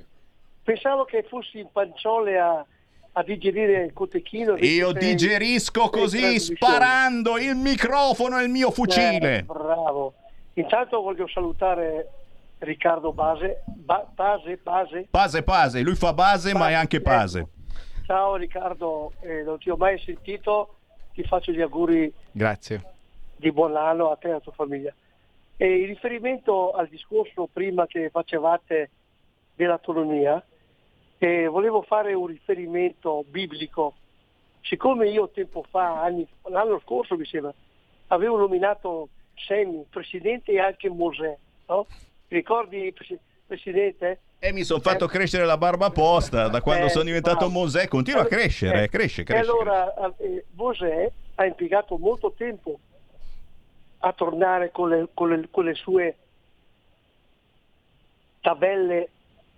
Pensavo che fossi in panciole a, a digerire il cotechino. Io digerisco così, sparando il microfono e il mio fucile. Eh, bravo. Intanto voglio salutare Riccardo Base. Ba- base, Base. Pase, Pase, lui fa base, base ma è anche Pase. Ecco. Ciao Riccardo, eh, non ti ho mai sentito, ti faccio gli auguri. Grazie. Di buon anno a te e alla tua famiglia. E in riferimento al discorso prima che facevate dell'autonomia, eh, volevo fare un riferimento biblico. Siccome io tempo fa, anni, l'anno scorso mi sembra, avevo nominato Sammy presidente e anche Mosè, no? Ricordi Presidente? E mi sono fatto eh, crescere la barba apposta da quando eh, sono diventato bravo. Mosè, continua a crescere, eh, cresce, cresce. E allora eh, Mosè ha impiegato molto tempo a tornare con le, con le, con le sue tabelle,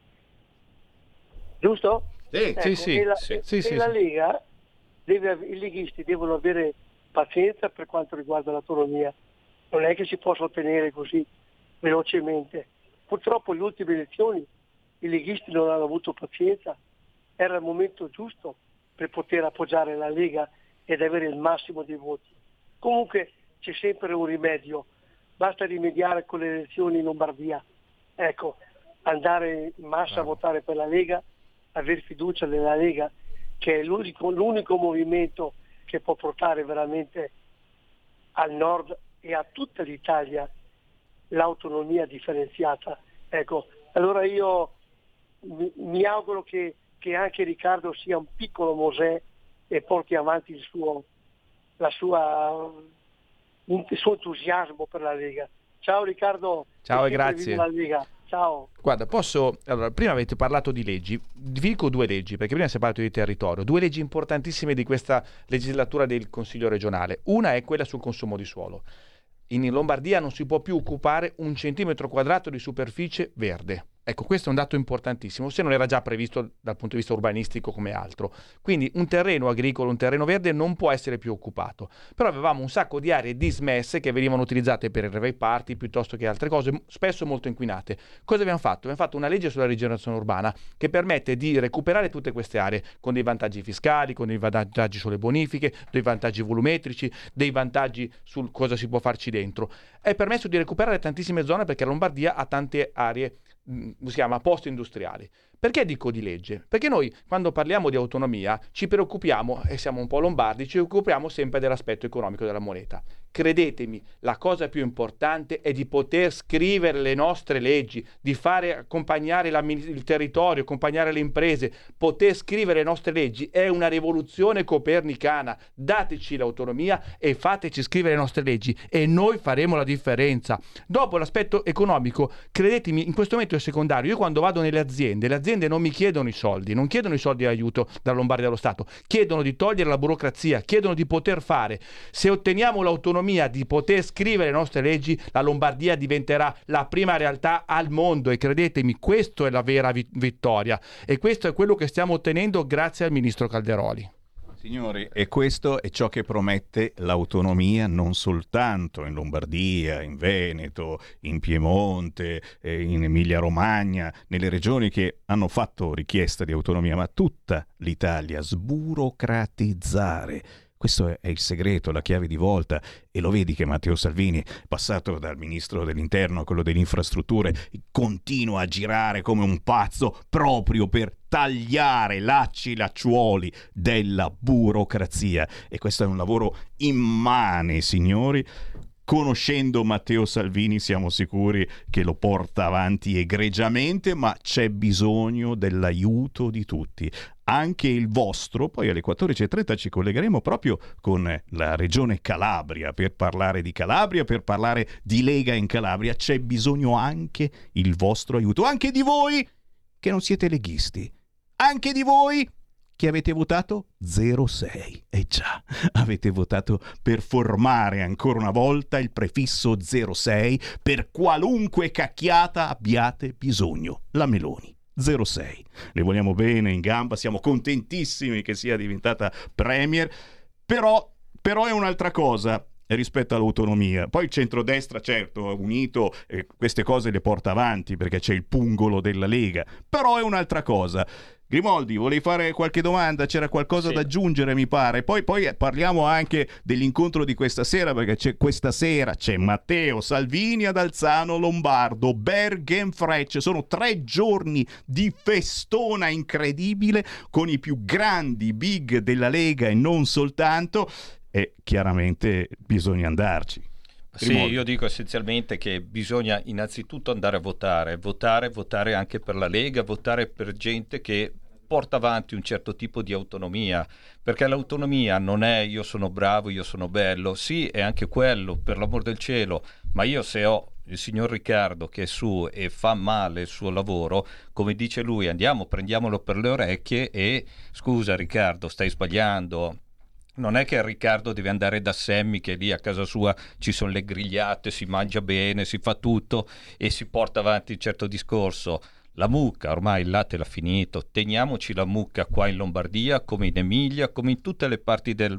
giusto? Sì, ecco, sì, sì, e la, sì, e, sì, e sì, la sì. Lega, deve, i leghisti devono avere pazienza per quanto riguarda l'autonomia, non è che si possa ottenere così velocemente. Purtroppo le ultime elezioni i leghisti non hanno avuto pazienza, era il momento giusto per poter appoggiare la Lega ed avere il massimo dei voti. Comunque c'è sempre un rimedio, basta rimediare con le elezioni in Lombardia, ecco, andare in massa a votare per la Lega, avere fiducia nella Lega, che è l'unico, l'unico movimento che può portare veramente al nord e a tutta l'Italia l'autonomia differenziata. Ecco, allora io mi, mi auguro che, che anche Riccardo sia un piccolo Mosè e porti avanti il suo, la sua, il suo entusiasmo per la Lega. Ciao Riccardo. Ciao e grazie. La Lega. Ciao. Guarda, posso... Allora, prima avete parlato di leggi, vi dico due leggi, perché prima si è parlato di territorio, due leggi importantissime di questa legislatura del Consiglio regionale. Una è quella sul consumo di suolo. In Lombardia non si può più occupare un centimetro quadrato di superficie verde. Ecco, questo è un dato importantissimo, se non era già previsto dal punto di vista urbanistico come altro. Quindi un terreno agricolo, un terreno verde non può essere più occupato. Però avevamo un sacco di aree dismesse che venivano utilizzate per i rave party piuttosto che altre cose, spesso molto inquinate. Cosa abbiamo fatto? Abbiamo fatto una legge sulla rigenerazione urbana che permette di recuperare tutte queste aree con dei vantaggi fiscali, con dei vantaggi sulle bonifiche, dei vantaggi volumetrici, dei vantaggi sul cosa si può farci dentro. È permesso di recuperare tantissime zone perché la Lombardia ha tante aree, si chiama post-industriali. Perché dico di legge? Perché noi quando parliamo di autonomia ci preoccupiamo, e siamo un po' lombardi, ci occupiamo sempre dell'aspetto economico della moneta. Credetemi, la cosa più importante è di poter scrivere le nostre leggi, di fare accompagnare il territorio, accompagnare le imprese. Poter scrivere le nostre leggi è una rivoluzione copernicana. Dateci l'autonomia e fateci scrivere le nostre leggi e noi faremo la differenza. Dopo l'aspetto economico, credetemi, in questo momento è secondario. Io quando vado nelle aziende, le aziende non mi chiedono i soldi, non chiedono i soldi di aiuto dalla Lombardia dallo Stato, chiedono di togliere la burocrazia, chiedono di poter fare. Se otteniamo l'autonomia di poter scrivere le nostre leggi, la Lombardia diventerà la prima realtà al mondo e credetemi, questo è la vera vi- vittoria e questo è quello che stiamo ottenendo grazie al ministro Calderoli. Signori, e questo è ciò che promette l'autonomia non soltanto in Lombardia, in Veneto, in Piemonte, eh, in Emilia-Romagna, nelle regioni che hanno fatto richiesta di autonomia, ma tutta l'Italia, sburocratizzare. Questo è il segreto, la chiave di volta, e lo vedi che Matteo Salvini, passato dal ministro dell'interno a quello delle infrastrutture, continua a girare come un pazzo proprio per tagliare lacci lacciuoli della burocrazia. E questo è un lavoro immane, signori. Conoscendo Matteo Salvini siamo sicuri che lo porta avanti egregiamente, ma c'è bisogno dell'aiuto di tutti, anche il vostro. Poi alle quattordici e trenta ci collegheremo proprio con la regione Calabria per parlare di Calabria, per parlare di Lega in Calabria. C'è bisogno anche il vostro aiuto, anche di voi che non siete leghisti, anche di voi che avete votato zero sei. E eh già, avete votato per formare ancora una volta il prefisso zero sei per qualunque cacchiata abbiate bisogno. La Meloni. zero sei. Le vogliamo bene in gamba, siamo contentissimi che sia diventata premier, però, però è un'altra cosa rispetto all'autonomia. Poi il centrodestra, certo, unito, eh, queste cose le porta avanti perché c'è il pungolo della Lega, però è un'altra cosa. Grimoldi, volevi fare qualche domanda? C'era qualcosa sì da aggiungere, mi pare. Poi, poi parliamo anche dell'incontro di questa sera, perché c'è, questa sera c'è Matteo Salvini ad Alzano Lombardo, Bergenfrecce. Sono tre giorni di festona incredibile con i più grandi big della Lega e non soltanto, e chiaramente bisogna andarci. Sì, io dico essenzialmente che bisogna innanzitutto andare a votare, votare, votare anche per la Lega, votare per gente che porta avanti un certo tipo di autonomia, perché l'autonomia non è io sono bravo, io sono bello, sì, è anche quello, per l'amor del cielo, ma io se ho il signor Riccardo che è su e fa male il suo lavoro, come dice lui, andiamo, prendiamolo per le orecchie e scusa Riccardo, stai sbagliando. Non è che Riccardo deve andare da Semmi che lì a casa sua ci sono le grigliate, si mangia bene, si fa tutto e si porta avanti un certo discorso. La mucca, ormai il latte l'ha finito, teniamoci la mucca qua in Lombardia come in Emilia, come in tutte le parti del,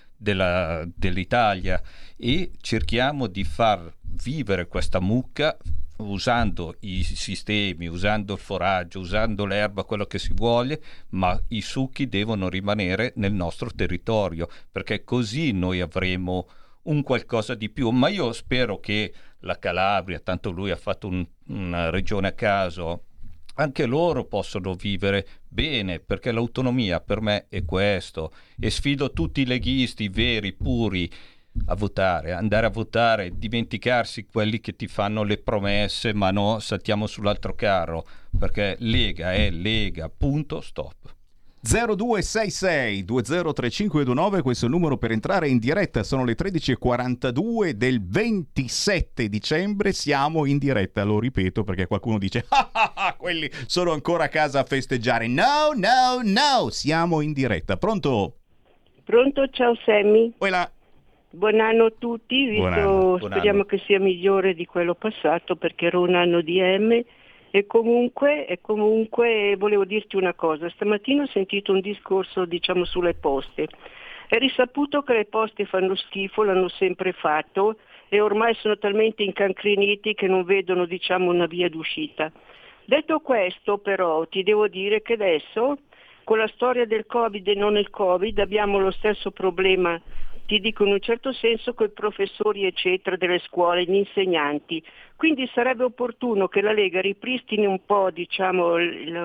della, dell'Italia e cerchiamo di far vivere questa mucca usando i sistemi, usando il foraggio, usando l'erba, quello che si vuole, ma i succhi devono rimanere nel nostro territorio, perché così noi avremo un qualcosa di più. Ma io spero che la Calabria, tanto lui ha fatto un, una regione a caso, anche loro possono vivere bene, perché l'autonomia per me è questo, e sfido tutti i leghisti veri, puri, a votare, andare a votare, dimenticarsi quelli che ti fanno le promesse, ma no, saltiamo sull'altro carro, perché Lega è Lega, punto, stop. zero due sei sei due zero tre cinque due nove, questo è il numero per entrare in diretta. Sono le tredici e quarantadue del ventisette dicembre, siamo in diretta, lo ripeto perché qualcuno dice ah, ah, ah, quelli sono ancora a casa a festeggiare. No, no, no, siamo in diretta. Pronto? Pronto, ciao Sammy. Quella. Buon anno a tutti, visto, Buon anno, buon speriamo anno. che sia migliore di quello passato perché era un anno di M. E comunque, e comunque volevo dirti una cosa, stamattina ho sentito un discorso diciamo sulle poste. È risaputo che le poste fanno schifo, l'hanno sempre fatto e ormai sono talmente incancreniti che non vedono diciamo una via d'uscita. Detto questo però ti devo dire che adesso con la storia del Covid e non il Covid abbiamo lo stesso problema, ti dico in un certo senso, con i professori eccetera delle scuole, gli insegnanti. Quindi sarebbe opportuno che la Lega ripristini un po' diciamo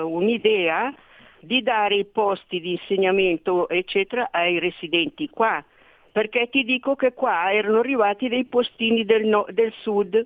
un'idea di dare i posti di insegnamento eccetera ai residenti qua, perché ti dico che qua erano arrivati dei postini del, no, del sud,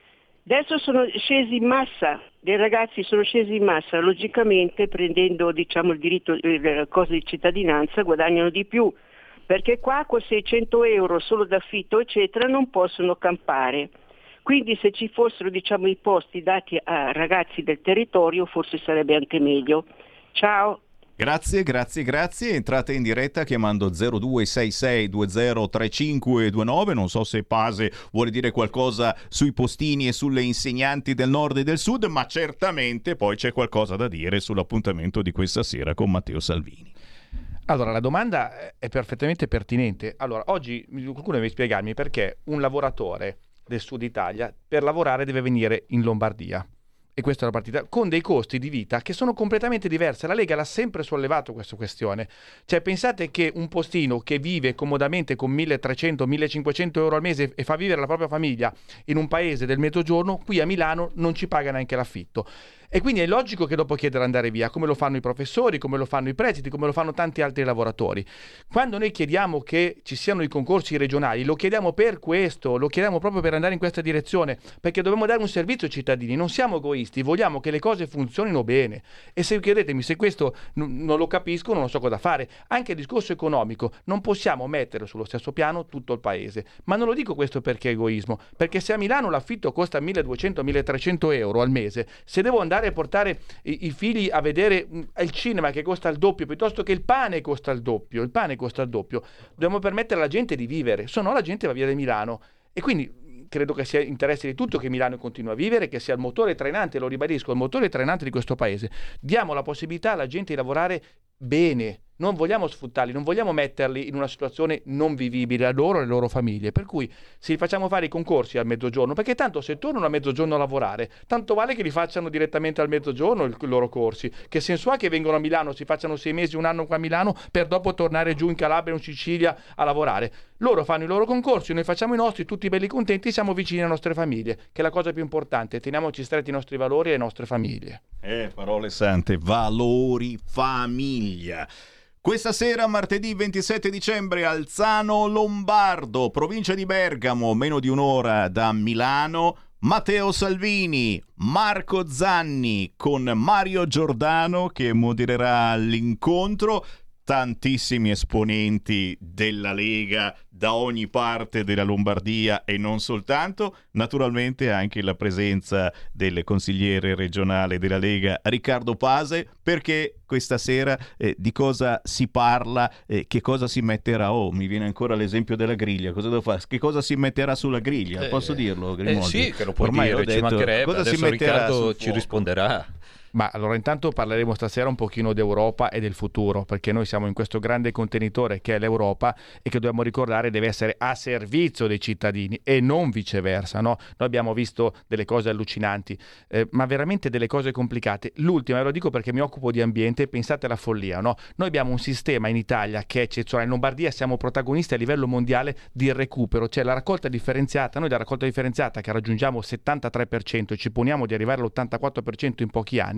adesso sono scesi in massa, dei ragazzi sono scesi in massa, logicamente prendendo diciamo il diritto, le cose di cittadinanza guadagnano di più, perché qua con seicento euro solo d'affitto eccetera non possono campare. Quindi se ci fossero diciamo i posti dati a ragazzi del territorio forse sarebbe anche meglio. Ciao. Grazie, grazie, grazie. Entrate in diretta chiamando zero due sei sei due zero tre cinque due nove. Non so se Pase vuole dire qualcosa sui postini e sulle insegnanti del nord e del sud, ma certamente poi c'è qualcosa da dire sull'appuntamento di questa sera con Matteo Salvini. Allora, la domanda è perfettamente pertinente. Allora, oggi qualcuno deve spiegarmi perché un lavoratore del sud Italia per lavorare deve venire in Lombardia. E questa è la partita, con dei costi di vita che sono completamente diversi. La Lega l'ha sempre sollevato questa questione. Cioè, pensate che un postino che vive comodamente con milletrecento millecinquecento euro al mese e fa vivere la propria famiglia in un paese del mezzogiorno, qui a Milano non ci paga neanche l'affitto. E quindi è logico che dopo chiedere di andare via, come lo fanno i professori, come lo fanno i presidi, come lo fanno tanti altri lavoratori. Quando noi chiediamo che ci siano i concorsi regionali, lo chiediamo per questo, lo chiediamo proprio per andare in questa direzione, perché dobbiamo dare un servizio ai cittadini, non siamo egoisti, vogliamo che le cose funzionino bene. E se chiedetemi se questo n- non lo capisco, non lo so cosa fare. Anche il discorso economico, non possiamo mettere sullo stesso piano tutto il paese. Ma non lo dico questo perché è egoismo, perché se a Milano l'affitto costa milleduecento milletrecento euro al mese, se devo andare a portare i, i figli a vedere il cinema che costa il doppio piuttosto che il pane costa il doppio il pane costa il doppio, dobbiamo permettere alla gente di vivere, se no la gente va via da Milano. E quindi credo che sia interesse di tutto che Milano continui a vivere, che sia il motore trainante, lo ribadisco, il motore trainante di questo paese. Diamo la possibilità alla gente di lavorare bene, non vogliamo sfruttarli, non vogliamo metterli in una situazione non vivibile a loro e alle loro famiglie, per cui se li facciamo fare i concorsi al mezzogiorno, perché tanto se tornano a mezzogiorno a lavorare, tanto vale che li facciano direttamente al mezzogiorno i loro corsi. Che senso ha che vengono a Milano, si facciano sei mesi, un anno qua a Milano per dopo tornare giù in Calabria o in Sicilia a lavorare? Loro fanno i loro concorsi, noi facciamo i nostri, tutti belli contenti, siamo vicini alle nostre famiglie, che è la cosa più importante. Teniamoci stretti i nostri valori e le nostre famiglie. Eh, parole sante, valori, famiglia. Questa sera, martedì ventisette dicembre, Alzano Lombardo, provincia di Bergamo, meno di un'ora da Milano. Matteo Salvini, Marco Zanni con Mario Giordano che modererà l'incontro. Tantissimi esponenti della Lega da ogni parte della Lombardia e non soltanto, naturalmente anche la presenza del consigliere regionale della Lega Riccardo Pase, perché questa sera eh, di cosa si parla, eh, che cosa si metterà, oh mi viene ancora l'esempio della griglia, cosa devo fare? Che cosa si metterà sulla griglia? Posso dirlo Grimaldi? Eh, sì, che lo puoi Ormai dire, detto, ci mancherebbe, cosa adesso si metterà Riccardo ci fuoco? risponderà. Ma allora intanto parleremo stasera un pochino d'Europa e del futuro, perché noi siamo in questo grande contenitore che è l'Europa e che dobbiamo ricordare deve essere a servizio dei cittadini e non viceversa, no? Noi abbiamo visto delle cose allucinanti, eh, ma veramente delle cose complicate. L'ultima, ve lo dico perché mi occupo di ambiente, pensate alla follia, no? Noi abbiamo un sistema in Italia che è eccezionale, in Lombardia siamo protagonisti a livello mondiale di recupero, cioè la raccolta differenziata, noi la raccolta differenziata che raggiungiamo il settantatré per cento e ci poniamo di arrivare all'ottantaquattro per cento in pochi anni,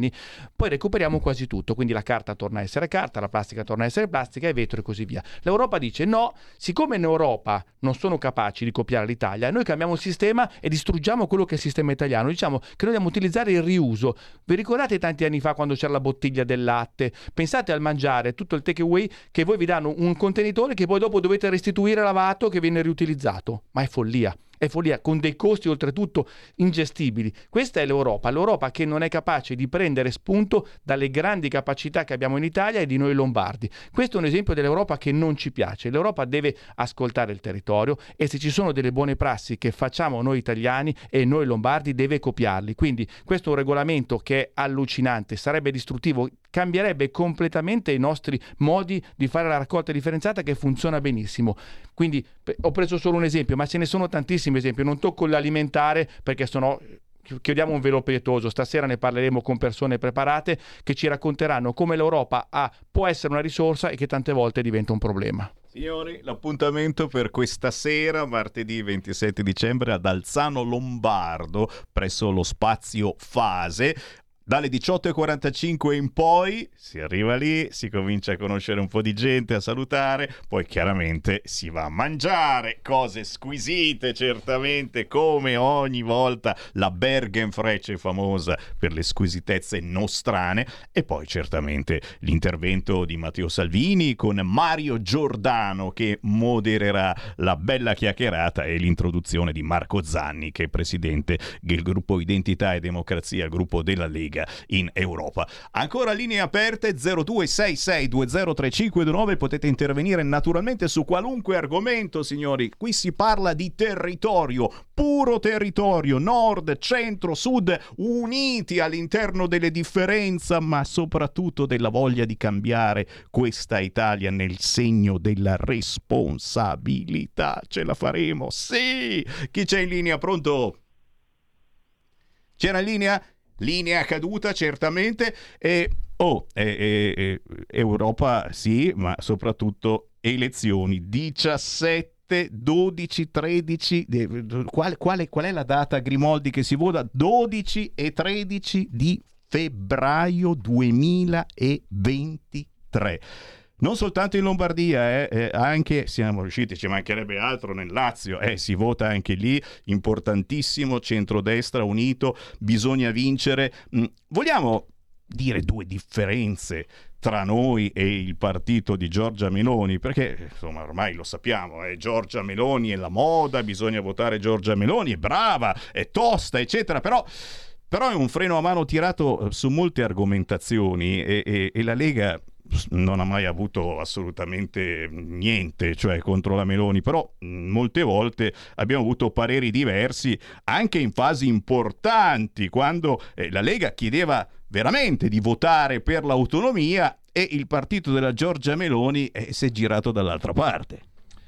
anni, poi recuperiamo quasi tutto, quindi la carta torna a essere carta, la plastica torna a essere plastica e vetro e così via. L'Europa dice no, siccome in Europa non sono capaci di copiare l'Italia, noi cambiamo il sistema e distruggiamo quello che è il sistema italiano, diciamo che noi dobbiamo utilizzare il riuso. Vi ricordate tanti anni fa quando c'era la bottiglia del latte? Pensate al mangiare tutto il take away che voi vi danno un contenitore che poi dopo dovete restituire lavato che viene riutilizzato, ma è follia. È follia, con dei costi oltretutto ingestibili. Questa è l'Europa, l'Europa che non è capace di prendere spunto dalle grandi capacità che abbiamo in Italia e di noi lombardi. Questo è un esempio dell'Europa che non ci piace. L'Europa deve ascoltare il territorio e se ci sono delle buone prassi che facciamo noi italiani e noi lombardi deve copiarli. Quindi questo è un regolamento che è allucinante, sarebbe distruttivo, cambierebbe completamente i nostri modi di fare la raccolta differenziata che funziona benissimo. Quindi ho preso solo un esempio, ma ce ne sono tantissimi esempi. Non tocco l'alimentare perché sennò chiudiamo un velo pietoso. Stasera ne parleremo con persone preparate che ci racconteranno come l'Europa ha, può essere una risorsa e che tante volte diventa un problema. Signori, l'appuntamento per questa sera, martedì ventisette dicembre, ad Alzano Lombardo, presso lo Spazio Fase. Dalle diciotto e quarantacinque in poi si arriva lì, si comincia a conoscere un po' di gente, a salutare, poi chiaramente si va a mangiare cose squisite, certamente, come ogni volta la Bergenfrecce famosa per le squisitezze nostrane, e poi certamente l'intervento di Matteo Salvini con Mario Giordano che modererà la bella chiacchierata e l'introduzione di Marco Zanni, che è presidente del gruppo Identità e Democrazia, il gruppo della Lega in Europa. Ancora linee aperte zero due sei sei due zero tre cinque due nove, potete intervenire naturalmente su qualunque argomento, signori. Qui si parla di territorio, puro territorio, nord, centro, sud, uniti all'interno delle differenze, ma soprattutto della voglia di cambiare questa Italia nel segno della responsabilità. Ce la faremo, sì! Chi c'è in linea? Pronto? C'era in linea? Linea caduta certamente. E oh, eh, eh, Europa sì, ma soprattutto elezioni diciassette, dodici, tredici, qual, qual, è, qual è la data, Grimoldi, che si vota? dodici e tredici di febbraio duemilaventitré. Non soltanto in Lombardia, eh, eh, anche siamo riusciti, ci mancherebbe altro, nel Lazio, eh, si vota anche lì, importantissimo, centrodestra unito, bisogna vincere. Mm, vogliamo dire due differenze tra noi e il partito di Giorgia Meloni, perché insomma ormai lo sappiamo, eh, Giorgia Meloni è la moda, bisogna votare Giorgia Meloni, è brava, è tosta, eccetera, però... però è un freno a mano tirato su molte argomentazioni e, e, e la Lega non ha mai avuto assolutamente niente, cioè contro la Meloni, però molte volte abbiamo avuto pareri diversi anche in fasi importanti, quando eh, la Lega chiedeva veramente di votare per l'autonomia e il partito della Giorgia Meloni eh, si è girato dall'altra parte.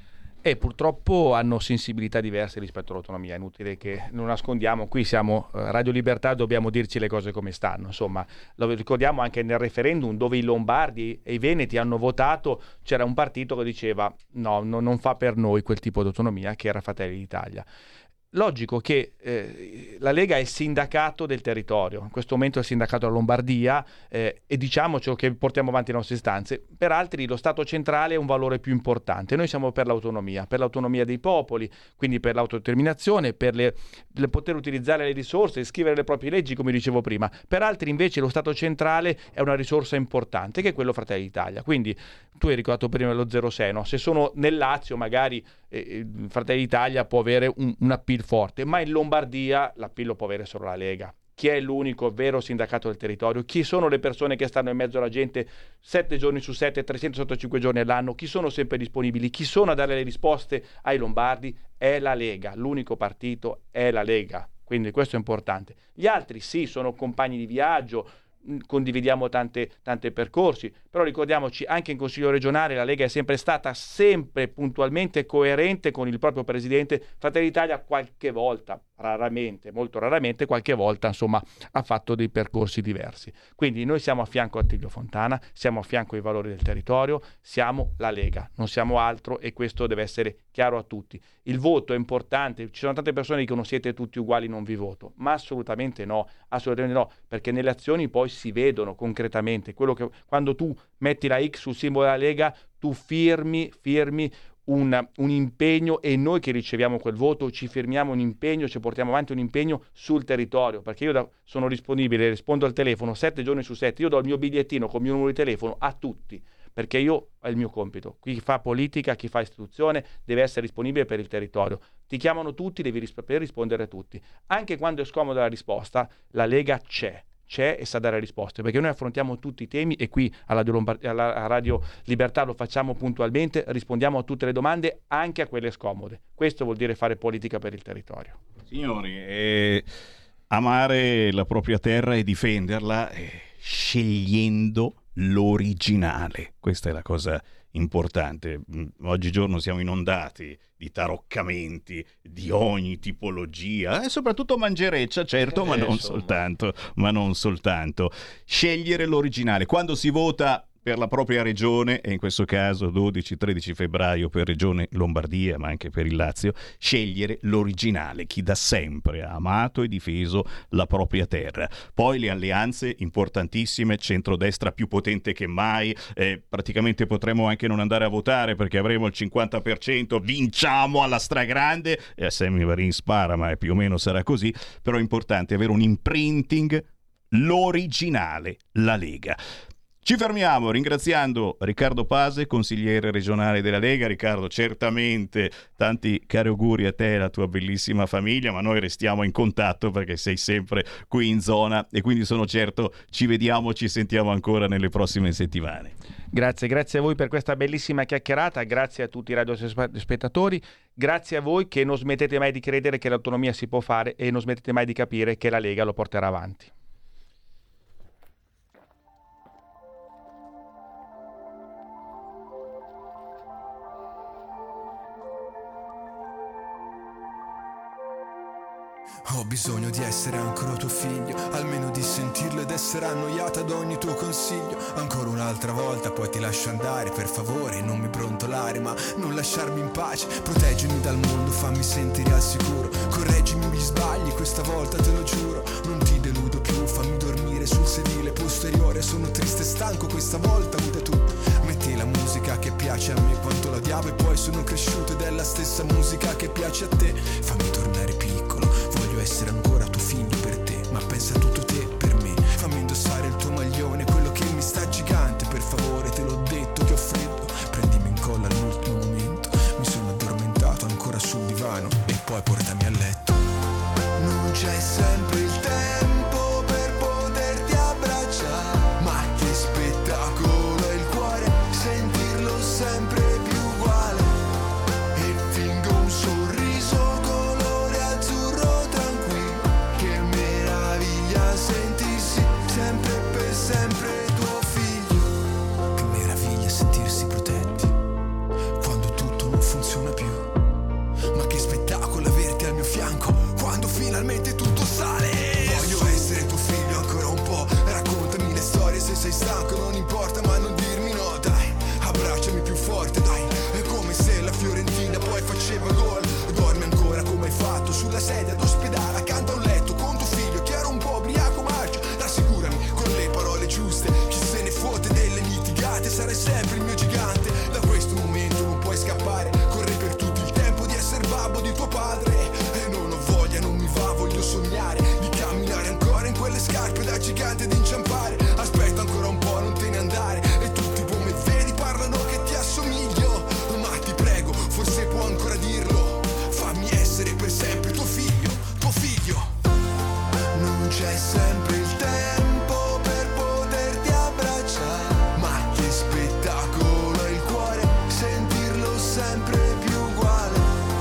E purtroppo hanno sensibilità diverse rispetto all'autonomia, è inutile che non nascondiamo, qui siamo Radio Libertà, dobbiamo dirci le cose come stanno, insomma, lo ricordiamo anche nel referendum dove i lombardi e i veneti hanno votato, c'era un partito che diceva no, no non fa per noi quel tipo di autonomia, che era Fratelli d'Italia. Logico che eh, la Lega è il sindacato del territorio, in questo momento è il sindacato della Lombardia eh, e diciamocelo che portiamo avanti le nostre istanze. Per altri lo Stato centrale è un valore più importante, noi siamo per l'autonomia, per l'autonomia dei popoli, quindi per l'autodeterminazione, per le, le poter utilizzare le risorse, scrivere le proprie leggi come dicevo prima. Per altri invece lo Stato centrale è una risorsa importante che è quello Fratelli d'Italia, quindi tu hai ricordato prima lo zero sei, no? Se sono nel Lazio magari eh, Fratelli d'Italia può avere un, un appeal forte, ma in Lombardia l'appello può avere solo la Lega. Chi è l'unico vero sindacato del territorio? Chi sono le persone che stanno in mezzo alla gente sette giorni su sette, trecentosessantacinque giorni all'anno? Chi sono sempre disponibili? Chi sono a dare le risposte ai lombardi? È la Lega, l'unico partito è la Lega, quindi questo è importante. Gli altri sì, sono compagni di viaggio, condividiamo tante, tante percorsi, però ricordiamoci anche in Consiglio regionale la Lega è sempre stata sempre puntualmente coerente con il proprio presidente. Fratelli d'Italia qualche volta raramente, molto raramente, qualche volta insomma ha fatto dei percorsi diversi. Quindi noi siamo a fianco a Attilio Fontana, siamo a fianco ai valori del territorio, siamo la Lega, non siamo altro, e questo deve essere chiaro a tutti. Il voto è importante, ci sono tante persone che dicono siete tutti uguali, non vi voto, ma assolutamente no, assolutamente no, perché nelle azioni poi si vedono concretamente quello che quando tu metti la X sul simbolo della Lega, tu firmi, firmi Un, un impegno, e noi che riceviamo quel voto ci firmiamo un impegno, ci portiamo avanti un impegno sul territorio, perché io da, sono disponibile, rispondo al telefono sette giorni su sette, io do il mio bigliettino con il mio numero di telefono a tutti, perché io è il mio compito. Chi fa politica, chi fa istituzione deve essere disponibile per il territorio. Ti chiamano tutti, devi ris- per rispondere a tutti. Anche quando è scomoda la risposta, la Lega c'è. c'è e sa dare risposte, perché noi affrontiamo tutti i temi, e qui alla Radio, Lombard- alla Radio Libertà lo facciamo puntualmente, rispondiamo a tutte le domande, anche a quelle scomode. Questo vuol dire fare politica per il territorio. Signori, eh, amare la propria terra e difenderla eh, scegliendo l'originale, questa è la cosa importante. Oggigiorno siamo inondati di taroccamenti di ogni tipologia e soprattutto mangereccia, certo, eh, ma non insomma. soltanto, ma non soltanto. Scegliere l'originale. Quando si vota per la propria regione, e in questo caso dodici tredici febbraio per regione Lombardia, ma anche per il Lazio, scegliere l'originale, chi da sempre ha amato e difeso la propria terra. Poi le alleanze importantissime, centrodestra più potente che mai, eh, praticamente potremmo anche non andare a votare perché avremo il cinquanta per cento, vinciamo alla stragrande, e a Sammy Varin spara, ma più o meno sarà così, però è importante avere un imprinting, l'originale, la Lega. Ci fermiamo ringraziando Riccardo Pase, consigliere regionale della Lega. Riccardo, certamente tanti cari auguri a te e alla tua bellissima famiglia, ma noi restiamo in contatto perché sei sempre qui in zona e quindi sono certo ci vediamo, ci sentiamo ancora nelle prossime settimane. Grazie, grazie a voi per questa bellissima chiacchierata, grazie a tutti i radiospettatori, grazie a voi che non smettete mai di credere che l'autonomia si può fare e non smettete mai di capire che la Lega lo porterà avanti. Ho bisogno di essere ancora tuo figlio, almeno di sentirlo ed essere annoiata ad ogni tuo consiglio. Ancora un'altra volta poi ti lascio andare, per favore non mi brontolare ma non lasciarmi in pace. Proteggimi dal mondo, fammi sentire al sicuro, correggimi gli sbagli, questa volta te lo giuro. Non ti deludo più, fammi dormire sul sedile posteriore. Sono triste e stanco, questa volta guida tu. Metti la musica che piace a me quanto la odiavo, e poi sono cresciuto ed è la stessa musica che piace a te. Fammi tornare piccolo, voglio essere ancora tuo figlio per te, ma pensa a tutto te per me. Fammi indossare il tuo maglione, quello che mi sta gigante, per favore te l'ho detto che ho freddo. Prendimi in colla all'ultimo momento, mi sono addormentato ancora sul divano, e poi portami a letto. Non c'è sempre il tempo per poterti abbracciare, ma che spettacolo è il cuore, sentirlo sempre più uguale. E fingo un sorriso colore azzurro tranquillo, che meraviglia sentirsi sempre per sempre tuo figlio. Che meraviglia sentirsi protetti quando tutto non funziona più, ma che spettacolo averti al mio fianco quando finalmente tutto sale. Voglio essere tuo figlio ancora un po', raccontami le storie se sei stanco, non importa ma non dirmi no, dai. Abbracciami più forte, dai, è come se la Fiorentina poi faceva gol. Dormi ancora come hai fatto, sulla sedia d'ospedale accanto a un letto con tuo figlio che era un po' ubriaco marcio. Rassicurami con le parole giuste, chi se ne fotte delle litigate, sarai sempre il mio gigante. Da questo momento non puoi scappare, corri per tutto il tempo di essere babbo di tuo padre. E non ho voglia, non mi va, voglio sognare di camminare ancora in quelle scarpe da gigante, di inciampare. Aspetta ancora un po', non te ne andare, e tutti come vedi parlano che ti assomiglio, ma ti prego, forse può ancora dirlo, fammi essere per sempre tuo figlio, tuo figlio. Non c'è sempre il tempo per poterti abbracciare, ma che spettacolo è il cuore, sentirlo sempre più uguale.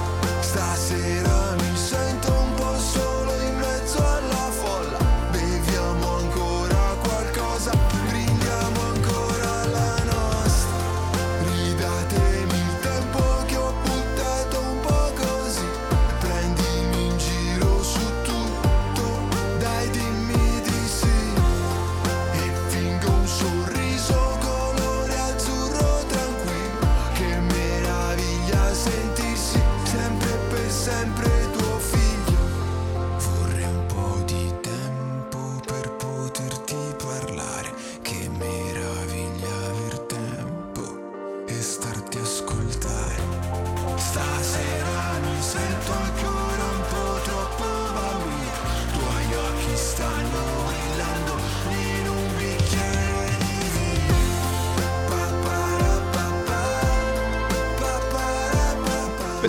Stasera mi sento un po' solo in mezzo alla folla, beviamo ancora qualcosa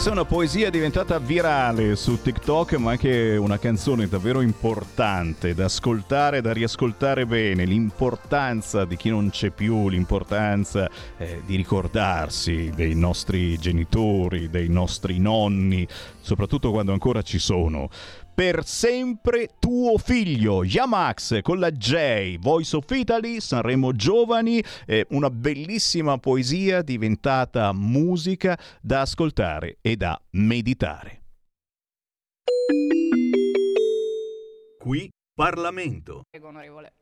Questa è una poesia diventata virale su TikTok, ma anche una canzone davvero importante da ascoltare, da riascoltare bene. L'importanza di chi non c'è più, l'importanza eh, di ricordarsi dei nostri genitori, dei nostri nonni, soprattutto quando ancora ci sono. Per sempre tuo figlio, Yamax con la J, Voice of Italy, Sanremo Giovani, eh, una bellissima poesia diventata musica da ascoltare e da meditare. Qui Parlamento. Prego, onorevole.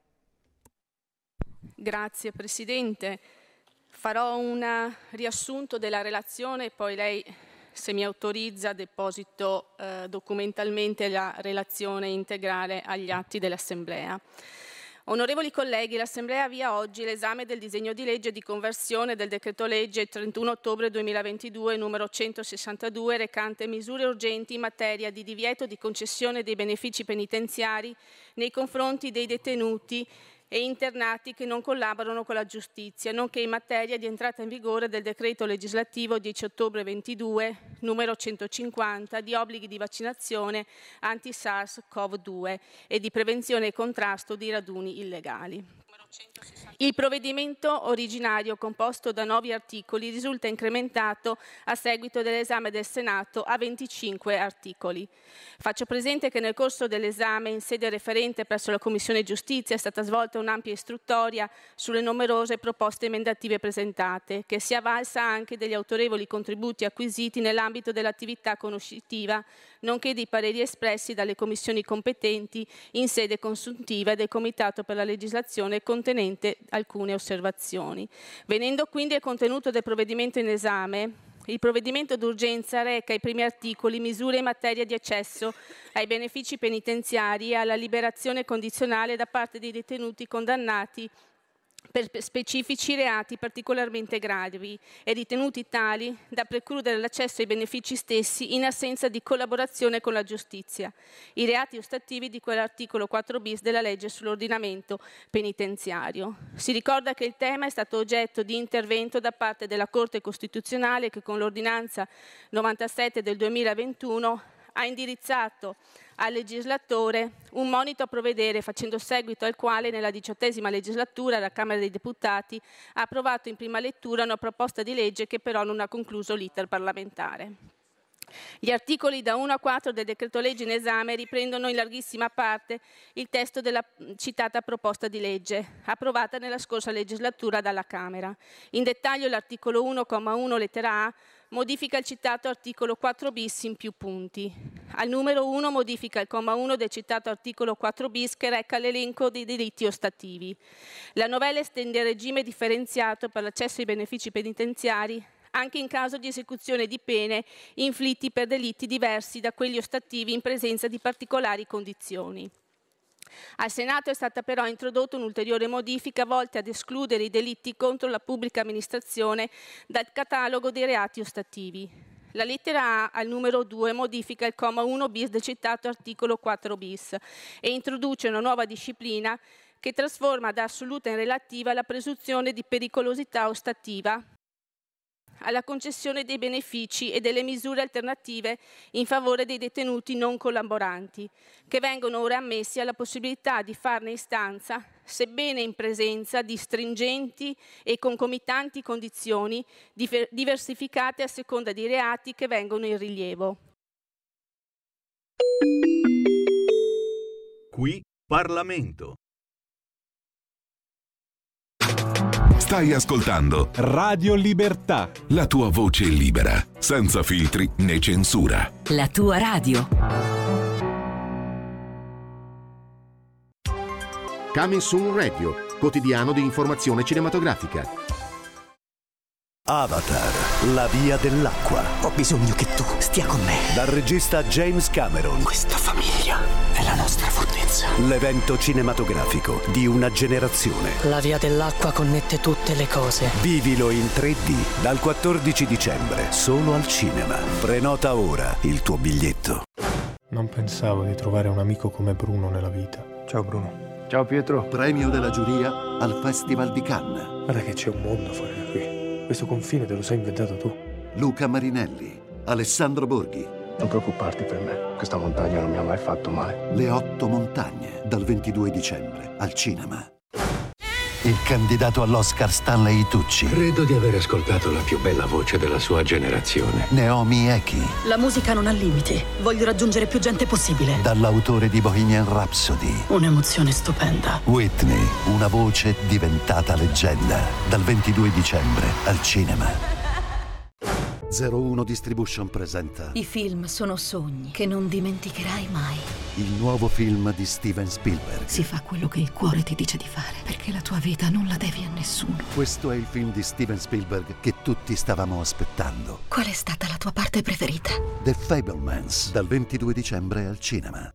Grazie Presidente. Farò un riassunto della relazione e poi lei, se mi autorizza, deposito eh, documentalmente la relazione integrale agli atti dell'Assemblea. Onorevoli colleghi, l'Assemblea avvia oggi l'esame del disegno di legge di conversione del decreto-legge trentuno ottobre duemilaventidue numero centosessantadue recante misure urgenti in materia di divieto di concessione dei benefici penitenziari nei confronti dei detenuti e internati che non collaborano con la giustizia, nonché in materia di entrata in vigore del decreto legislativo dieci ottobre ventidue, numero centocinquanta, di obblighi di vaccinazione anti-SARS-CoV due e di prevenzione e contrasto di raduni illegali. Il provvedimento originario, composto da nove articoli, risulta incrementato a seguito dell'esame del Senato a venticinque articoli. Faccio presente che nel corso dell'esame in sede referente presso la Commissione Giustizia è stata svolta un'ampia istruttoria sulle numerose proposte emendative presentate, che si è avvalsa anche degli autorevoli contributi acquisiti nell'ambito dell'attività conoscitiva, nonché dei pareri espressi dalle commissioni competenti in sede consultiva e del Comitato per la legislazione contenente alcune osservazioni. Venendo quindi al contenuto del provvedimento in esame, il provvedimento d'urgenza reca i primi articoli misure in materia di accesso ai benefici penitenziari e alla liberazione condizionale da parte dei detenuti condannati per specifici reati particolarmente gravi e ritenuti tali da precludere l'accesso ai benefici stessi in assenza di collaborazione con la giustizia, i reati ostativi di quell'articolo quattro bis della legge sull'ordinamento penitenziario. Si ricorda che il tema è stato oggetto di intervento da parte della Corte Costituzionale che con l'ordinanza novantasette del duemilaventuno ha indirizzato al legislatore un monito a provvedere, facendo seguito al quale nella diciottesima legislatura la Camera dei Deputati ha approvato in prima lettura una proposta di legge che però non ha concluso l'iter parlamentare. Gli articoli da uno a quattro del decreto legge in esame riprendono in larghissima parte il testo della citata proposta di legge, approvata nella scorsa legislatura dalla Camera. In dettaglio l'articolo uno, comma uno, lettera A, modifica il citato articolo quattro bis in più punti. Al numero uno modifica il comma uno del citato articolo quattro bis che reca l'elenco dei delitti ostativi. La novella estende il regime differenziato per l'accesso ai benefici penitenziari anche in caso di esecuzione di pene inflitti per delitti diversi da quelli ostativi in presenza di particolari condizioni. Al Senato è stata però introdotta un'ulteriore modifica volta ad escludere i delitti contro la pubblica amministrazione dal catalogo dei reati ostativi. La lettera A al numero due modifica il comma uno bis del citato articolo quattro bis e introduce una nuova disciplina che trasforma da assoluta in relativa la presunzione di pericolosità ostativa alla concessione dei benefici e delle misure alternative in favore dei detenuti non collaboranti, che vengono ora ammessi alla possibilità di farne istanza, sebbene in presenza di stringenti e concomitanti condizioni diversificate a seconda dei reati che vengono in rilievo. Qui Parlamento. Stai ascoltando Radio Libertà. La tua voce libera, senza filtri né censura. La tua radio. Coming Soon Radio, quotidiano di informazione cinematografica. Avatar, la via dell'acqua. Ho bisogno che tu stia con me. Dal regista James Cameron. Questa famiglia è la nostra fortezza. L'evento cinematografico di una generazione. La via dell'acqua connette tutte le cose. Vivilo in tre D dal quattordici dicembre, solo al cinema. Prenota ora il tuo biglietto. Non pensavo di trovare un amico come Bruno nella vita. Ciao Bruno. Ciao Pietro. Premio della giuria al Festival di Cannes. Guarda che c'è un mondo fuori da qui. Questo confine te lo sei inventato tu. Luca Marinelli, Alessandro Borghi. Non preoccuparti per me, questa montagna non mi ha mai fatto male. Le otto montagne, dal ventidue dicembre, al cinema. Il candidato all'Oscar Stanley Tucci. Credo di aver ascoltato la più bella voce della sua generazione. Naomi Eki. La musica non ha limiti. Voglio raggiungere più gente possibile. Dall'autore di Bohemian Rhapsody. Un'emozione stupenda. Whitney, una voce diventata leggenda. Dal ventidue dicembre, al cinema. zero uno Distribution presenta I film sono sogni che non dimenticherai mai. il nuovo film di Steven Spielberg. Si fa quello che il cuore ti dice di fare, perché la tua vita non la devi a nessuno. Questo è il film di Steven Spielberg che tutti stavamo aspettando. Qual è stata la tua parte preferita? The Fabelmans, dal ventidue dicembre al cinema.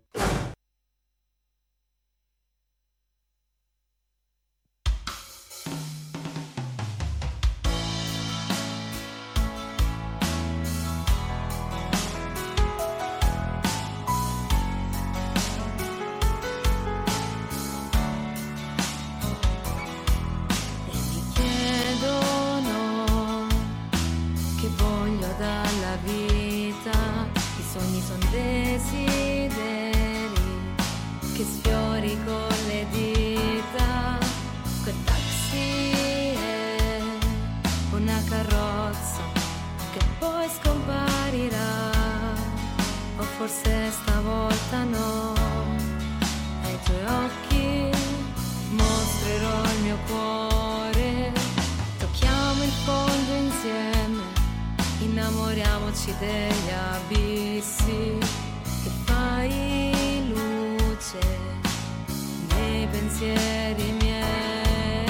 Forse stavolta no, ai tuoi occhi mostrerò il mio cuore, tocchiamo il fondo insieme, innamoriamoci degli abissi, che fai luce nei pensieri miei.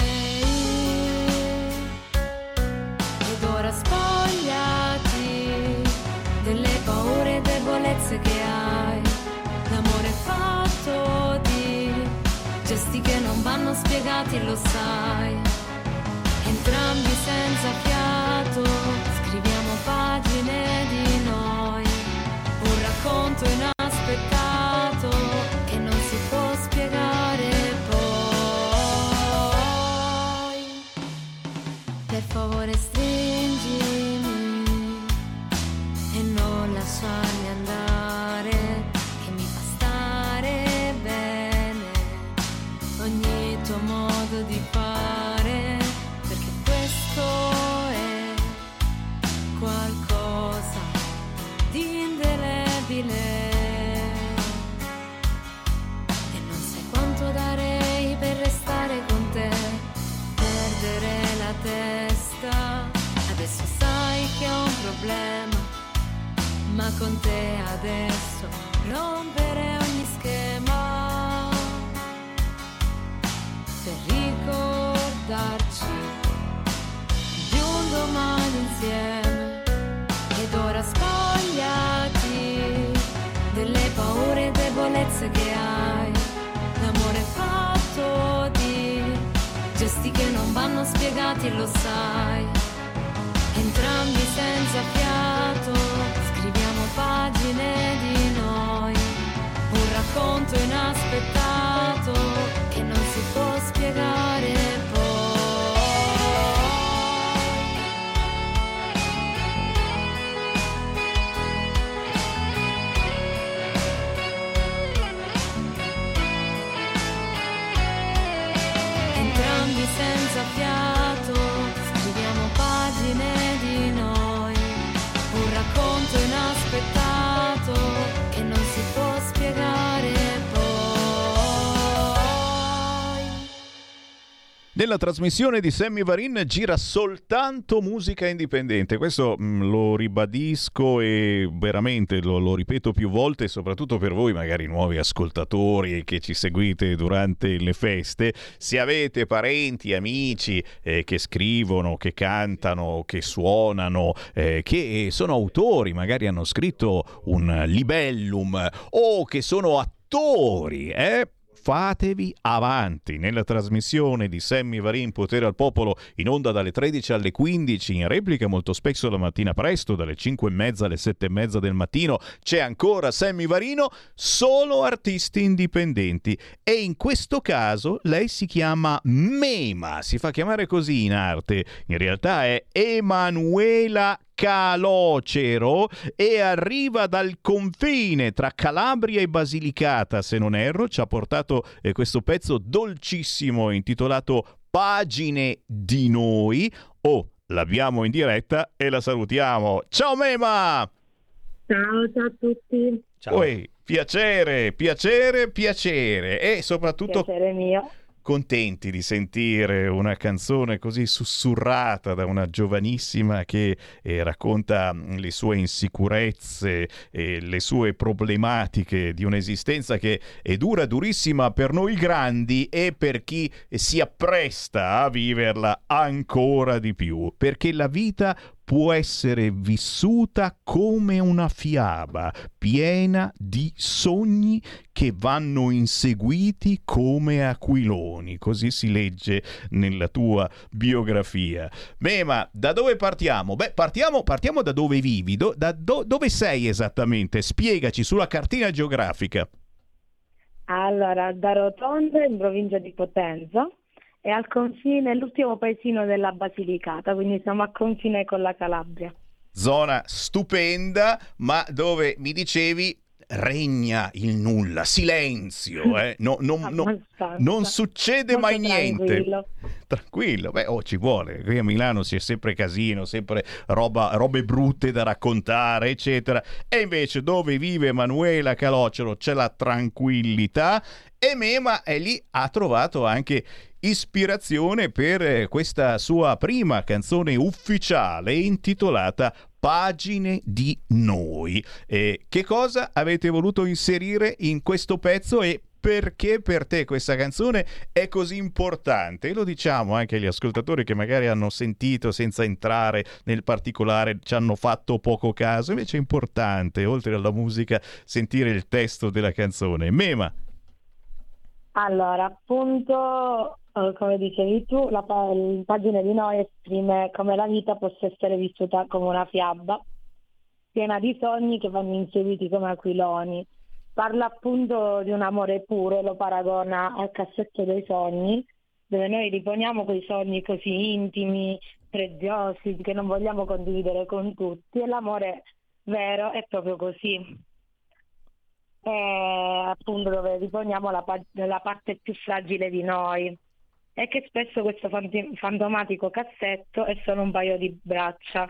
Ed ora spogliati delle paure e debolezze che hai, l'amore è fatto di gesti che non vanno spiegati, lo sai, entrambi senza fiato, scriviamo pagine di noi, un racconto inaspettato che non si può spiegare poi. Per favore stringimi e non lasciarmi andare, che mi fa stare bene ogni tuo modo di fare, perché questo è qualcosa di indelebile e non sai quanto darei per restare con te, perdere la testa. Adesso sai che ho un problema, ma con te adesso rompere ogni schema per ricordarci di un domani insieme. Ed ora spogliati delle paure e debolezze che hai, l'amore è fatto di gesti che non vanno spiegati, lo sai, entrambi senza fiato, scriviamo pagine di noi, un racconto inaspettato che non si può spiegare poi. Entrambi senza fiato, scriviamo pagine di noi, un racconto inaspettato che non si può spiegare poi. Nella trasmissione di Sammy Varin gira soltanto musica indipendente, questo mh, lo ribadisco e veramente lo, lo ripeto più volte, soprattutto per voi magari nuovi ascoltatori che ci seguite durante le feste. Se avete parenti, amici eh, che scrivono, che cantano, che suonano, eh, che sono autori, magari hanno scritto un libellum o che sono attori, eh? Fatevi avanti nella trasmissione di Sammy Varin Potere al Popolo, in onda dalle tredici alle quindici, in replica molto spesso la mattina presto dalle cinque e mezza alle sette e mezza del mattino. C'è ancora Sammy Varino, solo artisti indipendenti, e in questo caso lei si chiama Mema, si fa chiamare così in arte, in realtà è Emanuela Calocero e arriva dal confine tra Calabria e Basilicata, se non erro. Ci ha portato eh, questo pezzo dolcissimo intitolato Pagine di noi. Oh, l'abbiamo in diretta e la salutiamo. Ciao Mema! Ciao, ciao a tutti. Ciao. Oi, piacere, piacere, piacere e soprattutto piacere mio. Contenti di sentire una canzone così sussurrata da una giovanissima che eh, racconta le sue insicurezze e le sue problematiche di un'esistenza che è dura, durissima per noi grandi e per chi si appresta a viverla ancora di più, perché la vita può essere vissuta come una fiaba piena di sogni che vanno inseguiti come aquiloni, così si legge nella tua biografia. Mema, da dove partiamo? Beh, partiamo, partiamo da dove vivi, do, da do, dove sei esattamente? Spiegaci sulla cartina geografica. Allora, da Rotonde, in provincia di Potenza, e al confine, l'ultimo paesino della Basilicata, quindi siamo a confine con la Calabria. Zona stupenda, ma dove mi dicevi regna il nulla, silenzio, eh? no, non, no, non succede Molto mai niente. Tranquillo. Tranquillo, beh, oh, ci vuole. Qui a Milano c'è sempre casino, sempre roba, robe brutte da raccontare, eccetera. E invece dove vive Emanuela Calocero c'è la tranquillità e Mema è lì, ha trovato anche ispirazione per questa sua prima canzone ufficiale intitolata Pagine di noi. E che cosa avete voluto inserire in questo pezzo e perché per te questa canzone è così importante? E lo diciamo anche agli ascoltatori che magari hanno sentito senza entrare nel particolare, ci hanno fatto poco caso, invece è importante, oltre alla musica, sentire il testo della canzone. Mema. Allora, appunto, come dicevi tu, la pagina di noi esprime come la vita possa essere vissuta come una fiaba, piena di sogni che vanno inseguiti come aquiloni. Parla appunto di un amore puro, lo paragona al cassetto dei sogni, dove noi riponiamo quei sogni così intimi, preziosi, che non vogliamo condividere con tutti, e l'amore vero è proprio così. È appunto dove riponiamo la, la parte più fragile di noi, e che spesso questo fantomatico cassetto è solo un paio di braccia.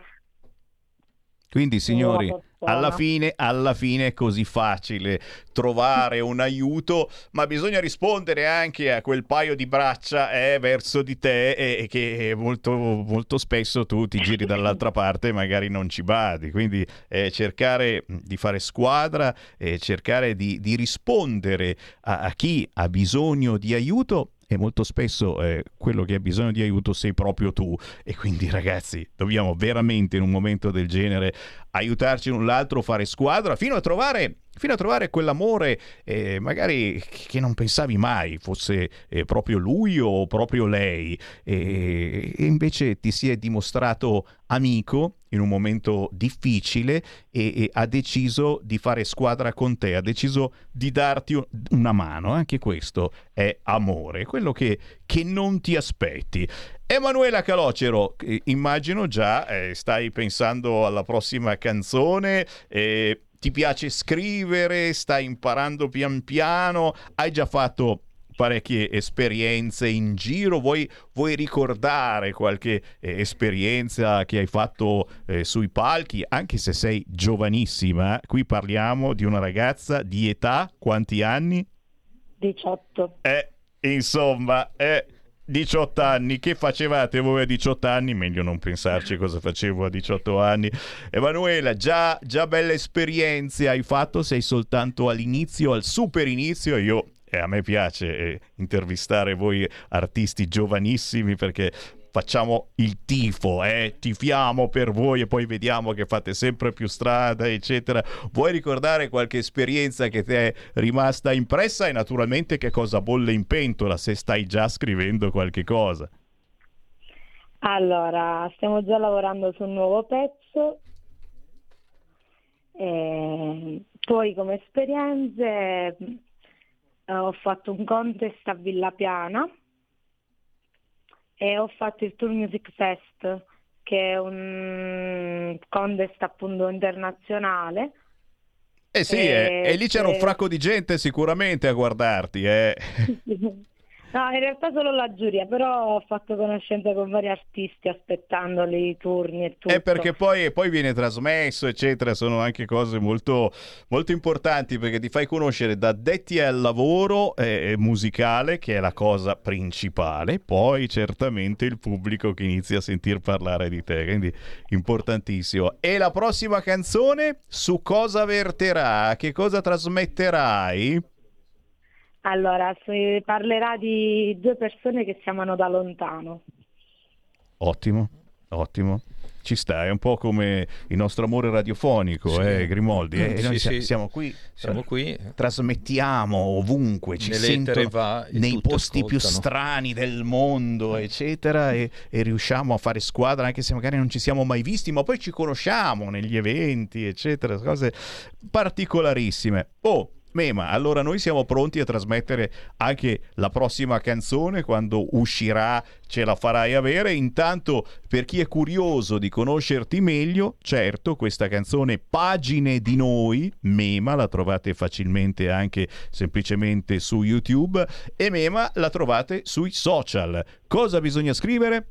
Quindi signori, alla fine, alla fine è così facile trovare un aiuto, ma bisogna rispondere anche a quel paio di braccia eh, verso di te e, e che molto, molto spesso tu ti giri dall'altra parte e magari non ci badi. Quindi eh, cercare di fare squadra e cercare di, di rispondere a, a chi ha bisogno di aiuto. E molto spesso eh, quello che ha bisogno di aiuto sei proprio tu, e quindi ragazzi dobbiamo veramente in un momento del genere aiutarci l'un l'altro, fare squadra fino a trovare fino a trovare quell'amore eh, magari che non pensavi mai fosse eh, proprio lui o proprio lei, e, e invece ti si è dimostrato amico in un momento difficile e, e ha deciso di fare squadra con te, ha deciso di darti una mano. Anche questo è amore, quello che, che non ti aspetti. Emanuela Calocero, immagino già eh, stai pensando alla prossima canzone, eh, ti piace scrivere, stai imparando pian piano, hai già fatto parecchie esperienze in giro, vuoi, vuoi ricordare qualche eh, esperienza che hai fatto eh, sui palchi, anche se sei giovanissima? Qui parliamo di una ragazza di età, quanti anni? diciotto. Eh, insomma, eh, diciotto anni, che facevate voi a diciotto anni? Meglio non pensarci cosa facevo a diciotto anni. Emanuela, già, già belle esperienze hai fatto, sei soltanto all'inizio, al super inizio. Io E a me piace eh, intervistare voi artisti giovanissimi perché facciamo il tifo, eh? tifiamo per voi e poi vediamo che fate sempre più strada, eccetera. Vuoi ricordare qualche esperienza che ti è rimasta impressa e naturalmente che cosa bolle in pentola, se stai già scrivendo qualche cosa? Allora, stiamo già lavorando su un nuovo pezzo. E poi come esperienze ho fatto un contest a Villa Piana e ho fatto il Tour Music Fest che è un contest appunto internazionale. Eh sì, e, e lì c'era un fracco di gente sicuramente a guardarti, eh. No, in realtà solo la giuria, però ho fatto conoscenza con vari artisti aspettandoli i turni e tutto. È perché poi, poi viene trasmesso, eccetera, sono anche cose molto, molto importanti, perché ti fai conoscere da addetti al lavoro eh, musicale, che è la cosa principale, poi certamente il pubblico che inizia a sentir parlare di te, quindi importantissimo. E la prossima canzone su cosa verterà? Che cosa trasmetterai? Allora, si parlerà di due persone che si amano da lontano. Ottimo, ottimo. Ci sta, è un po' come il nostro amore radiofonico, sì. eh, Grimoldi. Eh? Sì, Noi sì, siamo, sì. siamo qui, Siamo qui. Trasmettiamo ovunque, ci sentono va, nei posti ascoltano. più strani del mondo, eccetera, e, e riusciamo a fare squadra anche se magari non ci siamo mai visti, ma poi ci conosciamo negli eventi, eccetera, cose particolarissime. Oh, Mema, allora noi siamo pronti a trasmettere anche la prossima canzone, quando uscirà ce la farai avere. Intanto, per chi è curioso di conoscerti meglio, certo, questa canzone Pagine di Noi, Mema, la trovate facilmente anche semplicemente su YouTube, e Mema la trovate sui social. Cosa bisogna scrivere?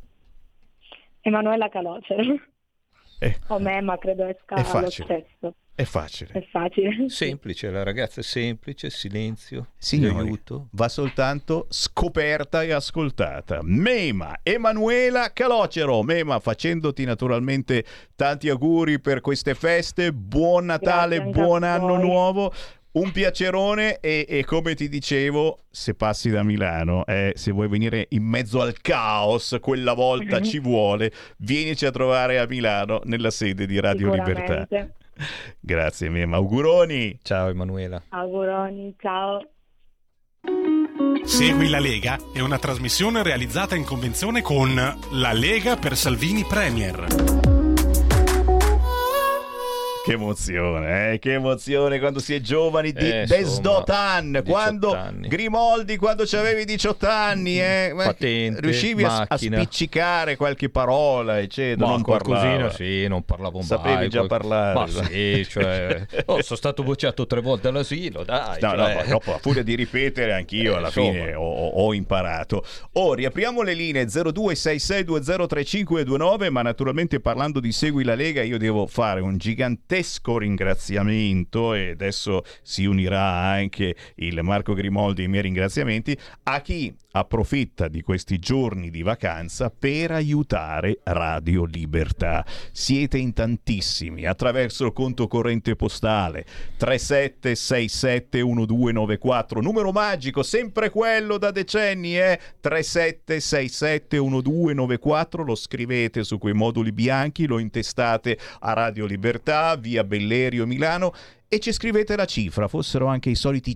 Emanuela Calocero. Eh, o Mema, credo esca è lo facile. stesso. È facile. È facile. Semplice, la ragazza è semplice, silenzio, Signori, aiuto. va soltanto scoperta e ascoltata. Mema, Emanuela Calocero. Mema, facendoti naturalmente tanti auguri per queste feste, buon Natale, Grazie anche a buon anno voi. nuovo. Un piacerone e, e come ti dicevo, se passi da Milano, eh, se vuoi venire in mezzo al caos, quella volta ci vuole, vienici a trovare a Milano nella sede di Radio Libertà. Sicuramente. Grazie Mema, auguroni. Ciao Emanuela. Auguroni, ciao. Segui la Lega è una trasmissione realizzata in convenzione con La Lega per Salvini Premier. Che emozione, eh? Che emozione quando si è giovani di Eh, Desdotan, insomma, quando diciotto anni. Grimoldi, quando c'avevi diciotto anni, eh? Ma Patente, riuscivi a, a macchina. spiccicare qualche parola, eccetera, Ma non qualcosina parlava. sì, non parlavo mai. Sapevi già qual- parlare. Ma sì, cioè, oh, sono stato bocciato tre volte all'asilo, dai. No, no, cioè. ma dopo a furia di ripetere anch'io Eh, alla insomma. fine ho, ho- ho imparato. Oh, riapriamo le linee zero due sei sei due zero tre cinque due nove, ma naturalmente parlando di Segui la Lega io devo fare un gigantesco ringraziamento e adesso si unirà anche il Marco Grimoldi ai miei ringraziamenti a chi approfitta di questi giorni di vacanza per aiutare Radio Libertà. Siete in tantissimi attraverso il conto corrente postale tre sette sei sette uno due nove quattro, numero magico, sempre quello da decenni, eh? tre sette sei sette uno due nove quattro, lo scrivete su quei moduli bianchi, lo intestate a Radio Libertà, via Bellerio Milano, e ci scrivete la cifra, fossero anche i soliti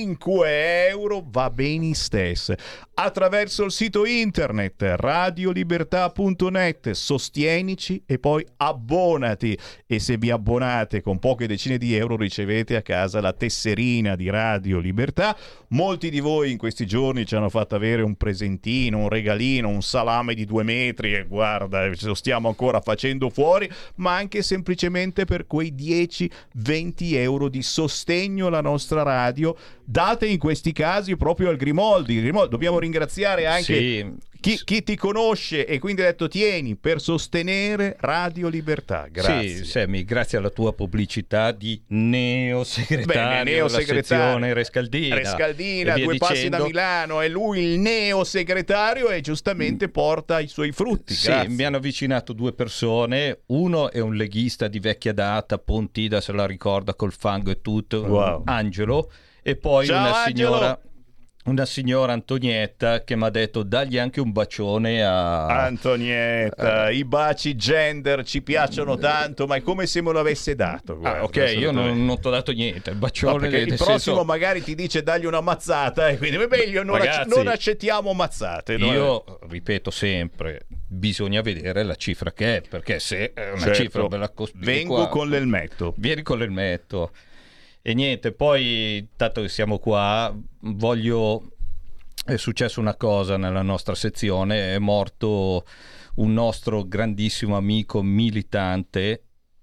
cinque euro, va bene stesse. Attraverso il sito internet radiolibertà punto net, sostienici e poi abbonati, e se vi abbonate con poche decine di euro ricevete a casa la tesserina di Radio Libertà. Molti di voi in questi giorni ci hanno fatto avere un presentino, un regalino, un salame di due metri, e guarda, ce lo stiamo ancora facendo fuori, ma anche semplicemente per quei dieci venti euro di sostegno alla nostra radio, date in questi casi proprio al Grimoldi. Grimoldi, dobbiamo ringraziare anche Sì. chi, chi ti conosce e quindi ha detto tieni per sostenere Radio Libertà. Grazie. Sì, Sammy, grazie alla tua pubblicità di neosegretario, Bene, neosegretario. la sezione Rescaldina. Rescaldina, E via due passi dicendo. da Milano, è lui il neosegretario e giustamente porta i suoi frutti. Sì, Grazie. mi hanno avvicinato due persone, uno è un leghista di vecchia data, Pontida se la ricorda col fango e tutto, Wow. Angelo, e poi Ciao, una Angelo. signora una signora Antonietta che mi ha detto dagli anche un bacione a Antonietta, i baci gender ci piacciono tanto, ma è come se me lo avesse dato. Guarda, Ah, ok, io assolutamente. non, non ti ho dato niente, il No, bacione perché nel il senso- prossimo magari ti dice dagli una mazzata e quindi è meglio non, Ragazzi, acc- non accettiamo mazzate. no? Io ripeto sempre, bisogna vedere la cifra che è, perché se è una Certo. cifra bella costosa, Vengo con l'elmetto. Vieni con l'elmetto. E niente, poi tanto che siamo qua, voglio è successa una cosa nella nostra sezione, è morto un nostro grandissimo amico militante,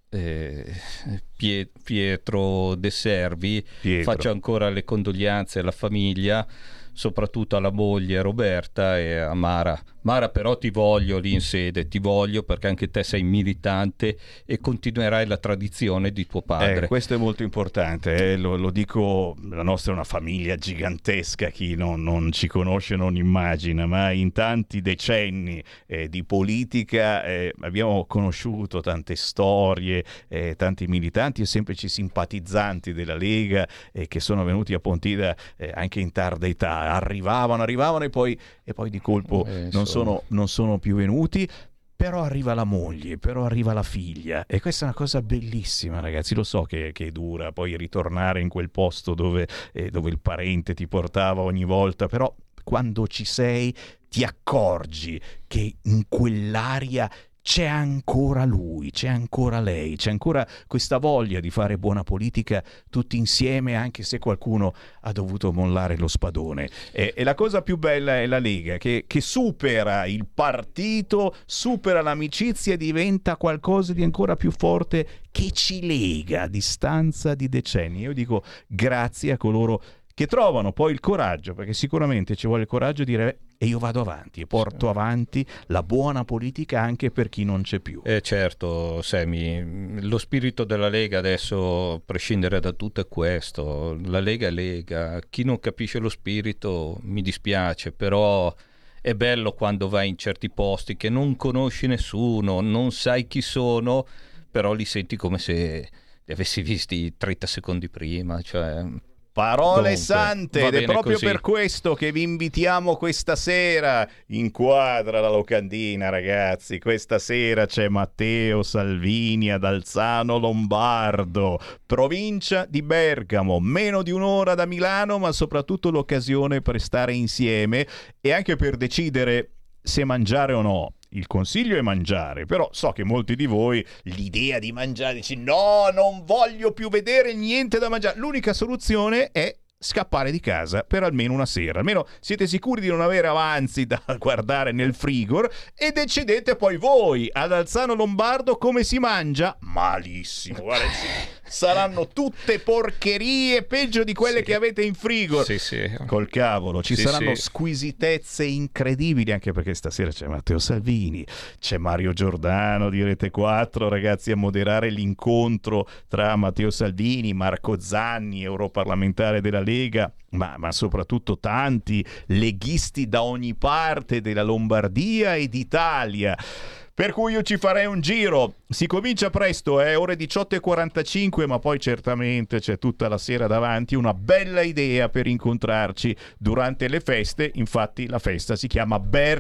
eh, Pie- Pietro De Servi. Pietro. Faccio ancora le condoglianze alla famiglia, soprattutto alla moglie Roberta e a Mara. Mara, però ti voglio lì in sede, ti voglio perché anche te sei militante e continuerai la tradizione di tuo padre. Eh, questo è molto importante, eh, lo, lo dico, la nostra è una famiglia gigantesca, chi non, non ci conosce non immagina, ma in tanti decenni eh, di politica eh, abbiamo conosciuto tante storie, eh, tanti militanti e semplici simpatizzanti della Lega eh, che sono venuti a Pontida eh, anche in tarda età, arrivavano, arrivavano e poi, e poi di colpo Eh, non sono, non sono più venuti. Però arriva la moglie, però arriva la figlia e questa è una cosa bellissima, ragazzi. Lo so che, che è dura poi ritornare in quel posto dove, eh, dove il parente ti portava ogni volta, però quando ci sei ti accorgi che in quell'aria c'è ancora lui, c'è ancora lei, c'è ancora questa voglia di fare buona politica tutti insieme, anche se qualcuno ha dovuto mollare lo spadone. E, e la cosa più bella è la Lega, che, che supera il partito, supera l'amicizia e diventa qualcosa di ancora più forte che ci lega a distanza di decenni. Io dico grazie a coloro che trovano poi il coraggio, perché sicuramente ci vuole il coraggio di dire e io vado avanti e porto avanti la buona politica anche per chi non c'è più. Eh certo, Semi, lo spirito della Lega adesso, a prescindere da tutto, è questo. La Lega è Lega, chi non capisce lo spirito mi dispiace, però è bello quando vai in certi posti che non conosci nessuno, non sai chi sono, però li senti come se li avessi visti trenta secondi prima, cioè... Parole Comunque, sante, va ed è bene proprio così. per questo che vi invitiamo questa sera in Quadra la Locandina, ragazzi. Questa sera c'è Matteo Salvini ad Alzano Lombardo, provincia di Bergamo, meno di un'ora da Milano, ma soprattutto l'occasione per stare insieme e anche per decidere se mangiare o no. Il consiglio è mangiare, però so che molti di voi l'idea di mangiare dici no, non voglio più vedere niente da mangiare. L'unica soluzione è scappare di casa per almeno una sera, almeno siete sicuri di non avere avanzi da guardare nel frigo e decidete poi voi ad Alzano Lombardo come si mangia malissimo. Guarda, saranno tutte porcherie peggio di quelle sì. che avete in frigo. Sì, sì. Col cavolo, ci Sì, saranno sì. squisitezze incredibili, anche perché stasera c'è Matteo Salvini, c'è Mario Giordano di Rete quattro, ragazzi, a moderare l'incontro tra Matteo Salvini, Marco Zanni, europarlamentare della Lega, ma, ma soprattutto tanti leghisti da ogni parte della Lombardia e d'Italia. Per cui io ci farei un giro. Si comincia presto, è eh, ore diciotto e quarantacinque, ma poi certamente c'è tutta la sera davanti. Una bella idea per incontrarci durante le feste. Infatti la festa si chiama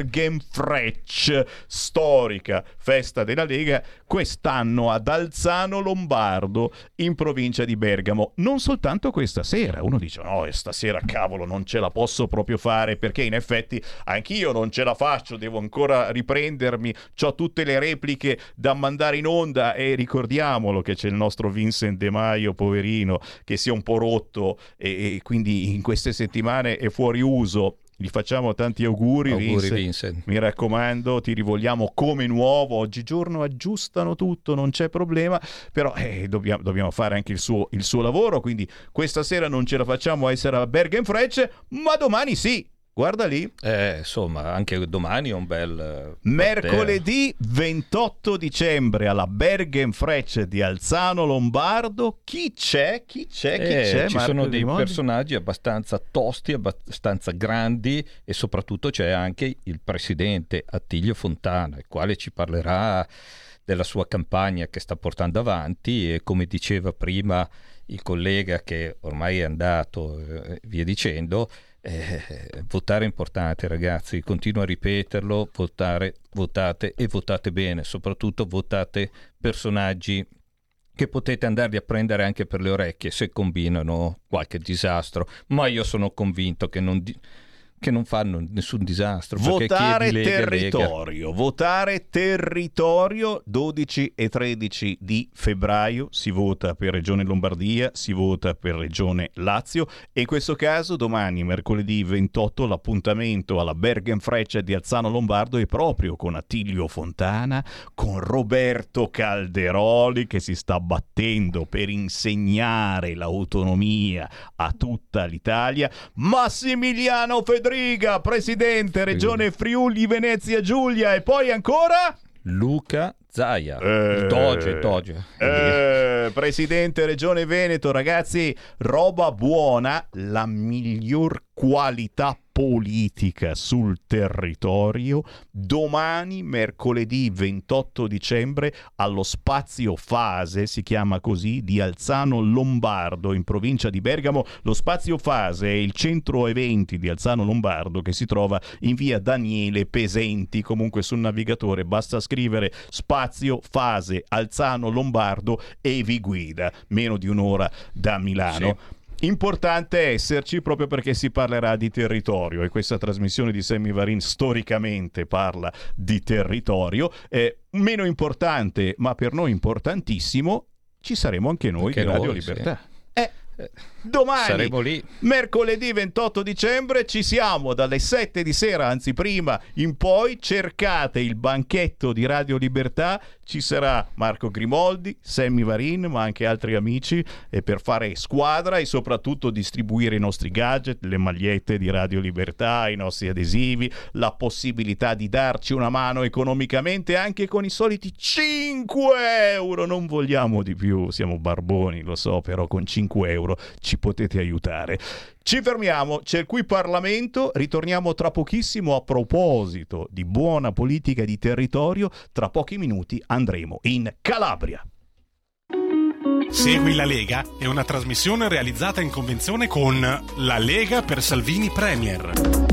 Bergenfrecce, storica festa della Lega, quest'anno ad Alzano Lombardo in provincia di Bergamo. Non soltanto questa sera. Uno dice no, stasera cavolo non ce la posso proprio fare, perché in effetti anch'io non ce la faccio, devo ancora riprendermi, c'ho tutte le repliche da mandare in onda e ricordiamolo che c'è il nostro Vincent De Maio, poverino, che si è un po' rotto e, e quindi in queste settimane è fuori uso. Gli facciamo tanti auguri, Auguri, Vincent. Vincent. Mi raccomando, ti rivogliamo come nuovo. Oggigiorno aggiustano tutto, non c'è problema, però eh, dobbiamo, dobbiamo fare anche il suo, il suo lavoro, quindi questa sera non ce la facciamo a essere a Bergenfrecce, ma domani sì. Guarda lì. Eh, insomma, anche domani è un bel... Mercoledì ventotto dicembre alla Bergenfrecce di Alzano Lombardo. Chi c'è? Chi c'è? Chi Eh, c'è? ci Marco sono dei Grimaldi? personaggi abbastanza tosti, abbastanza grandi e soprattutto c'è anche il presidente Attilio Fontana, il quale ci parlerà della sua campagna che sta portando avanti e, come diceva prima il collega che ormai è andato e eh, via dicendo, Eh, votare è importante, ragazzi, continuo a ripeterlo, votare, votate e votate bene, soprattutto votate personaggi che potete andarli a prendere anche per le orecchie se combinano qualche disastro, ma io sono convinto che non di- che non fanno nessun disastro. Votare Lega, territorio, Lega. votare territorio, dodici e tredici di febbraio si vota per Regione Lombardia, si vota per Regione Lazio e in questo caso domani, mercoledì ventotto, l'appuntamento alla Bergenfreccia di Alzano Lombardo è proprio con Attilio Fontana, con Roberto Calderoli che si sta battendo per insegnare l'autonomia a tutta l'Italia, Massimiliano Federico Riga, presidente Regione Friuli Venezia Giulia e poi ancora Luca Zaia, eh, il Doge, Doge. Eh, presidente Regione Veneto. Ragazzi, roba buona, la miglior qualità politica sul territorio domani mercoledì ventotto dicembre allo Spazio Fase, si chiama così, di Alzano Lombardo in provincia di Bergamo. Lo Spazio Fase è il centro eventi di Alzano Lombardo che si trova in via Daniele Pesenti. Comunque sul navigatore basta scrivere Spazio Fase Alzano Lombardo e vi guida, meno di un'ora da Milano. Sì. Importante esserci proprio perché si parlerà di territorio e questa trasmissione di Sammy Varin storicamente parla di territorio. Eh, meno importante, ma per noi importantissimo, ci saremo anche noi anche di Radio noi, Libertà. Sì. Eh, domani, saremo lì. Mercoledì ventotto dicembre, ci siamo dalle sette di sera, anzi prima in poi. Cercate il banchetto di Radio Libertà, ci sarà Marco Grimoldi, Sammy Varin, ma anche altri amici, e per fare squadra e soprattutto distribuire i nostri gadget, le magliette di Radio Libertà, i nostri adesivi, la possibilità di darci una mano economicamente anche con i soliti cinque euro. Non vogliamo di più, siamo barboni, lo so, però con cinque euro ci potete aiutare. Ci fermiamo, c'è qui Parlamento, ritorniamo tra pochissimo. A proposito di buona politica di territorio, tra pochi minuti andremo in Calabria. Segui la Lega è una trasmissione realizzata in convenzione con La Lega per Salvini Premier.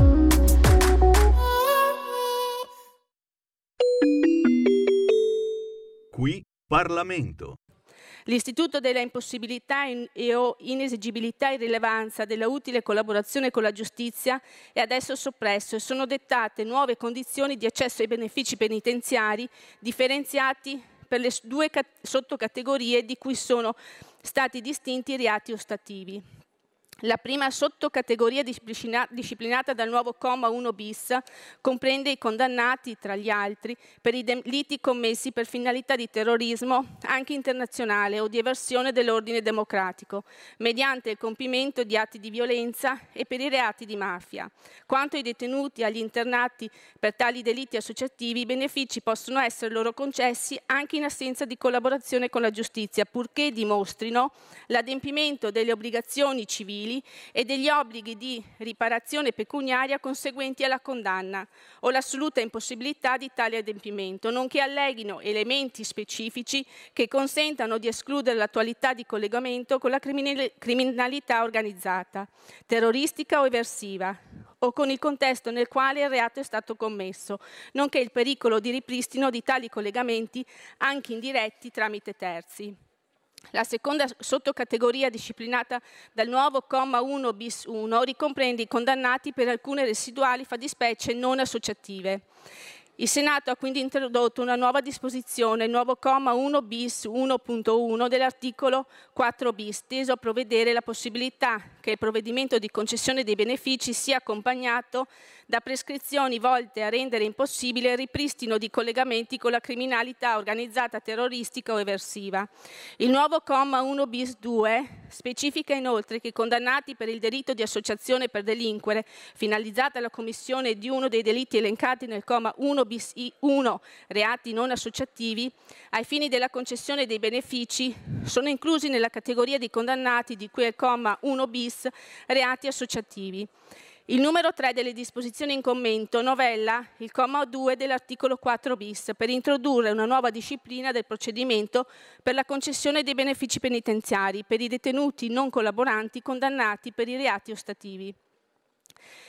Qui Parlamento. L'istituto della impossibilità e o inesigibilità e irrilevanza della utile collaborazione con la giustizia è adesso soppresso e sono dettate nuove condizioni di accesso ai benefici penitenziari differenziati per le due cat- sottocategorie di cui sono stati distinti i reati ostativi. La prima sottocategoria disciplina- disciplinata dal nuovo comma uno bis comprende i condannati, tra gli altri, per i delitti commessi per finalità di terrorismo anche internazionale o di eversione dell'ordine democratico, mediante il compimento di atti di violenza e per i reati di mafia. Quanto ai detenuti e agli internati per tali delitti associativi, i benefici possono essere loro concessi anche in assenza di collaborazione con la giustizia, purché dimostrino l'adempimento delle obbligazioni civili e degli obblighi di riparazione pecuniaria conseguenti alla condanna o l'assoluta impossibilità di tale adempimento, nonché alleghino elementi specifici che consentano di escludere l'attualità di collegamento con la criminalità organizzata, terroristica o eversiva, o con il contesto nel quale il reato è stato commesso, nonché il pericolo di ripristino di tali collegamenti anche indiretti tramite terzi. La seconda sottocategoria disciplinata dal nuovo comma uno bis uno ricomprende i condannati per alcune residuali fattispecie non associative. Il Senato ha quindi introdotto una nuova disposizione, il nuovo comma uno bis uno punto uno dell'articolo quattro bis, teso a provvedere la possibilità che il provvedimento di concessione dei benefici sia accompagnato da prescrizioni volte a rendere impossibile il ripristino di collegamenti con la criminalità organizzata terroristica o eversiva. Il nuovo comma uno bis due specifica inoltre che i condannati per il delitto di associazione per delinquere finalizzata alla commissione di uno dei delitti elencati nel comma uno bis uno, reati non associativi, ai fini della concessione dei benefici sono inclusi nella categoria di condannati di cui è il comma uno bis, reati associativi. Il numero tre delle disposizioni in commento novella il comma due dell'articolo quattro bis per introdurre una nuova disciplina del procedimento per la concessione dei benefici penitenziari per i detenuti non collaboranti condannati per i reati ostativi.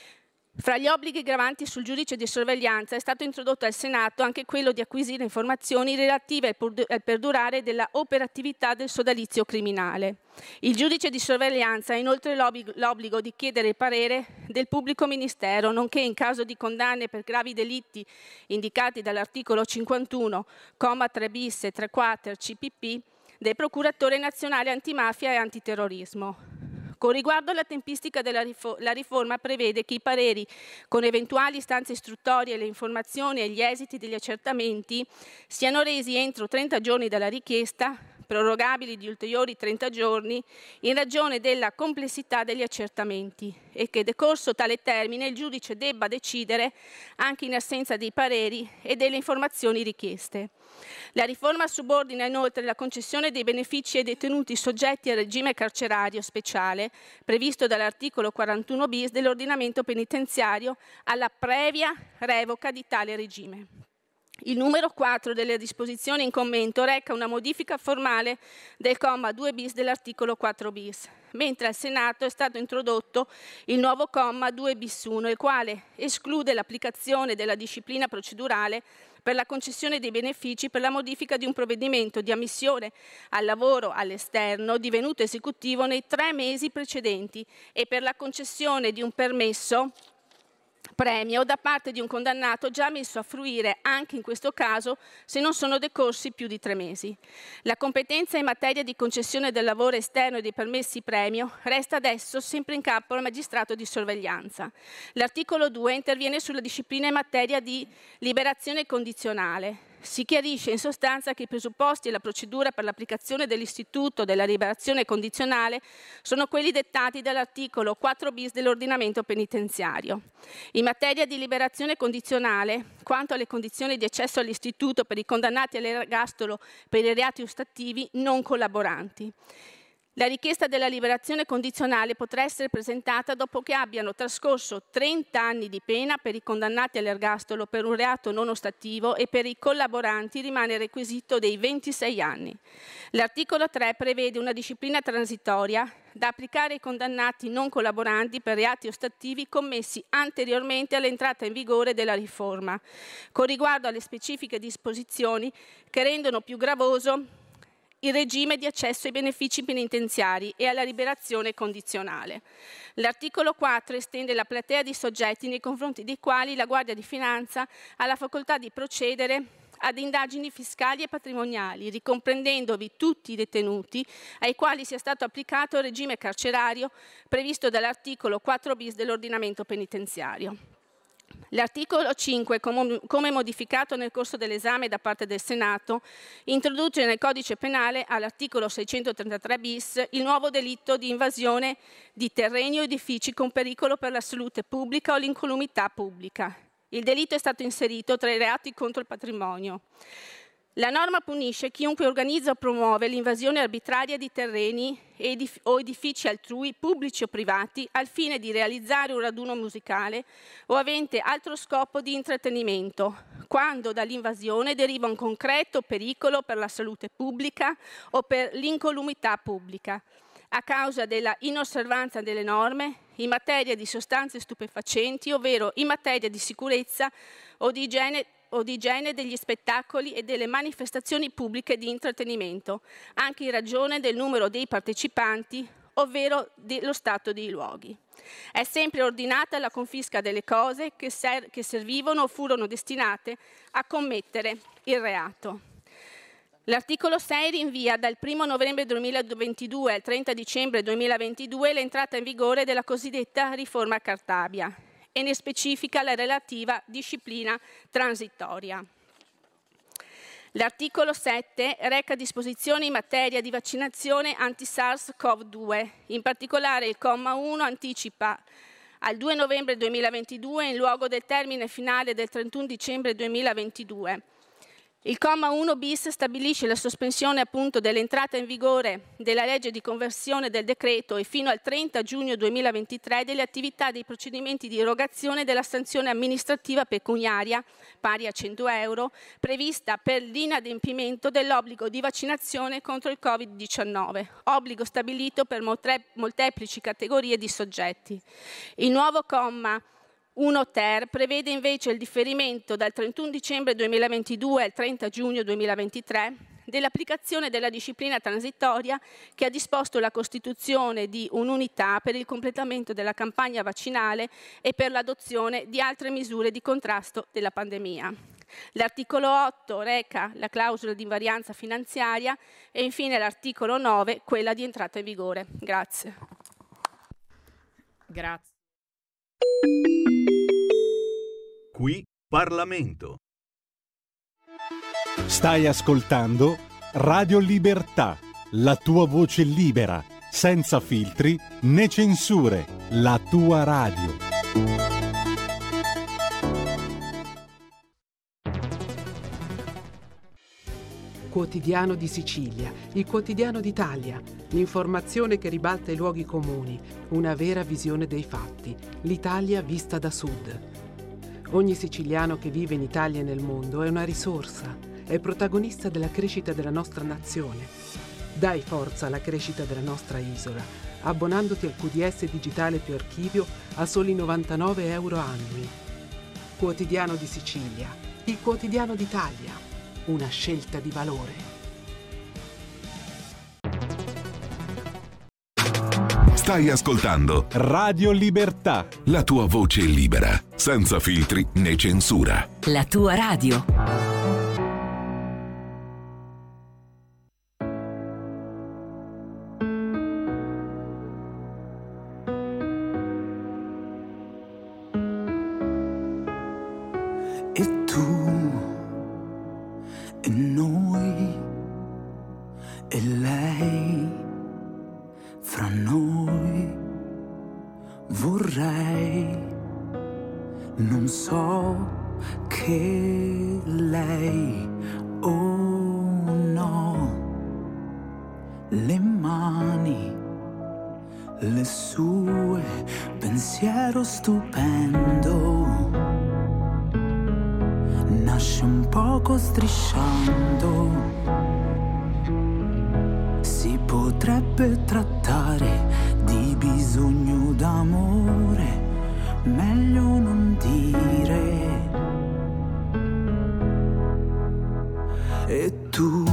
Fra gli obblighi gravanti sul giudice di sorveglianza è stato introdotto al Senato anche quello di acquisire informazioni relative al perdurare della operatività del sodalizio criminale. Il giudice di sorveglianza ha inoltre l'obbligo di chiedere il parere del pubblico ministero, nonché in caso di condanne per gravi delitti indicati dall'articolo cinquantuno, comma tre bis e tre quater C P P del procuratore nazionale antimafia e antiterrorismo. Con riguardo alla tempistica della riforma, la riforma prevede che i pareri con eventuali istanze istruttorie, le informazioni e gli esiti degli accertamenti siano resi entro trenta giorni dalla richiesta, prorogabili di ulteriori trenta giorni, in ragione della complessità degli accertamenti, e che decorso tale termine il giudice debba decidere anche in assenza dei pareri e delle informazioni richieste. La riforma subordina inoltre la concessione dei benefici ai detenuti soggetti al regime carcerario speciale, previsto dall'articolo quarantuno bis dell'ordinamento penitenziario, alla previa revoca di tale regime. Il numero quattro delle disposizioni in commento reca una modifica formale del comma due bis dell'articolo quattro bis, mentre al Senato è stato introdotto il nuovo comma due bis uno, il quale esclude l'applicazione della disciplina procedurale per la concessione dei benefici per la modifica di un provvedimento di ammissione al lavoro all'esterno divenuto esecutivo nei tre mesi precedenti e per la concessione di un permesso premio da parte di un condannato già messo a fruire anche in questo caso se non sono decorsi più di tre mesi. La competenza in materia di concessione del lavoro esterno e dei permessi premio resta adesso sempre in capo al magistrato di sorveglianza. L'articolo due interviene sulla disciplina in materia di liberazione condizionale. Si chiarisce in sostanza che i presupposti e la procedura per l'applicazione dell'istituto della liberazione condizionale sono quelli dettati dall'articolo quattro bis dell'ordinamento penitenziario. In materia di liberazione condizionale, quanto alle condizioni di accesso all'istituto per i condannati all'ergastolo per i reati ostativi non collaboranti. La richiesta della liberazione condizionale potrà essere presentata dopo che abbiano trascorso trenta anni di pena per i condannati all'ergastolo per un reato non ostativo e per i collaboranti rimane il requisito dei ventisei anni. L'articolo tre prevede una disciplina transitoria da applicare ai condannati non collaboranti per reati ostativi commessi anteriormente all'entrata in vigore della riforma, con riguardo alle specifiche disposizioni che rendono più gravoso il regime di accesso ai benefici penitenziari e alla liberazione condizionale. L'articolo quattro estende la platea di soggetti nei confronti dei quali la Guardia di Finanza ha la facoltà di procedere ad indagini fiscali e patrimoniali, ricomprendendovi tutti i detenuti ai quali sia stato applicato il regime carcerario previsto dall'articolo quattro bis dell'ordinamento penitenziario. L'articolo cinque, come modificato nel corso dell'esame da parte del Senato, introduce nel codice penale all'articolo seicentotrentatré bis il nuovo delitto di invasione di terreni o edifici con pericolo per la salute pubblica o l'incolumità pubblica. Il delitto è stato inserito tra i reati contro il patrimonio. La norma punisce chiunque organizza o promuove l'invasione arbitraria di terreni o edifici altrui, pubblici o privati, al fine di realizzare un raduno musicale o avente altro scopo di intrattenimento, quando dall'invasione deriva un concreto pericolo per la salute pubblica o per l'incolumità pubblica, a causa della inosservanza delle norme in materia di sostanze stupefacenti, ovvero in materia di sicurezza o di igiene o di igiene degli spettacoli e delle manifestazioni pubbliche di intrattenimento, anche in ragione del numero dei partecipanti, ovvero dello stato dei luoghi. È sempre ordinata la confisca delle cose che, ser- che servivano o furono destinate a commettere il reato. L'articolo sei rinvia dal primo novembre duemilaventidue al trenta dicembre duemilaventidue l'entrata in vigore della cosiddetta riforma Cartabia e ne specifica la relativa disciplina transitoria. L'articolo sette reca disposizioni in materia di vaccinazione anti-SARS-CoV due. In particolare il comma uno anticipa al due novembre duemilaventidue in luogo del termine finale del trentuno dicembre duemilaventidue. Il comma uno bis stabilisce la sospensione appunto dell'entrata in vigore della legge di conversione del decreto e fino al trenta giugno duemilaventitré delle attività dei procedimenti di erogazione della sanzione amministrativa pecuniaria pari a cento euro prevista per l'inadempimento dell'obbligo di vaccinazione contro il covid diciannove, obbligo stabilito per molteplici categorie di soggetti. Il nuovo comma uno ter prevede invece il differimento dal trentuno dicembre duemilaventidue al trenta giugno duemilaventitré dell'applicazione della disciplina transitoria che ha disposto la costituzione di un'unità per il completamento della campagna vaccinale e per l'adozione di altre misure di contrasto della pandemia. L'articolo otto reca la clausola di invarianza finanziaria e infine l'articolo nove quella di entrata in vigore. Grazie. Grazie. Qui Parlamento. Stai ascoltando Radio Libertà, la tua voce libera, senza filtri né censure, la tua radio. Quotidiano di Sicilia, il quotidiano d'Italia, l'informazione che ribalta i luoghi comuni, una vera visione dei fatti, l'Italia vista da sud. Ogni siciliano che vive in Italia e nel mondo è una risorsa, è protagonista della crescita della nostra nazione. Dai forza alla crescita della nostra isola, abbonandoti al Q D S digitale più archivio a soli novantanove euro annui. Quotidiano di Sicilia, il quotidiano d'Italia. Una scelta di valore. Stai ascoltando Radio Libertà, la tua voce libera, senza filtri né censura. La tua radio. E tu e noi e lei, fra noi vorrei, non so che lei o oh no, le mani, le sue, pensiero stupendo. Nasce un poco strisciando, si potrebbe trattare di bisogno d'amore, meglio non dire. E tu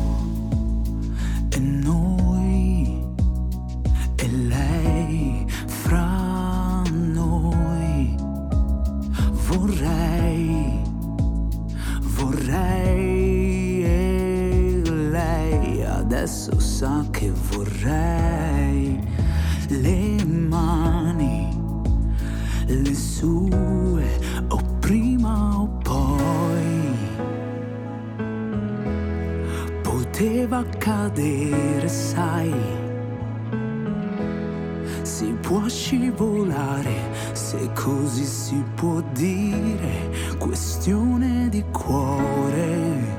e noi e lei, fra noi vorrei. Vorrei e lei adesso sa che vorrei. Le mani, le sue, o prima o poi. Poteva accadere, sai. Si può scivolare, se così si può dire, questione di cuore,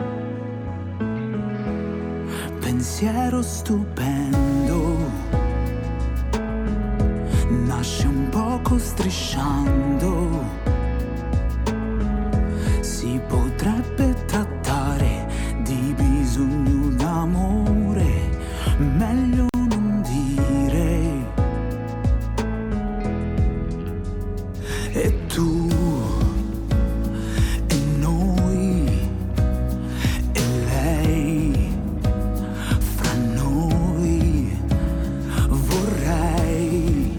pensiero stupendo, nasce un poco strisciando, si potrebbe trattare di bisogno d'amore, meglio non dire. E tu e noi e lei, fra noi vorrei,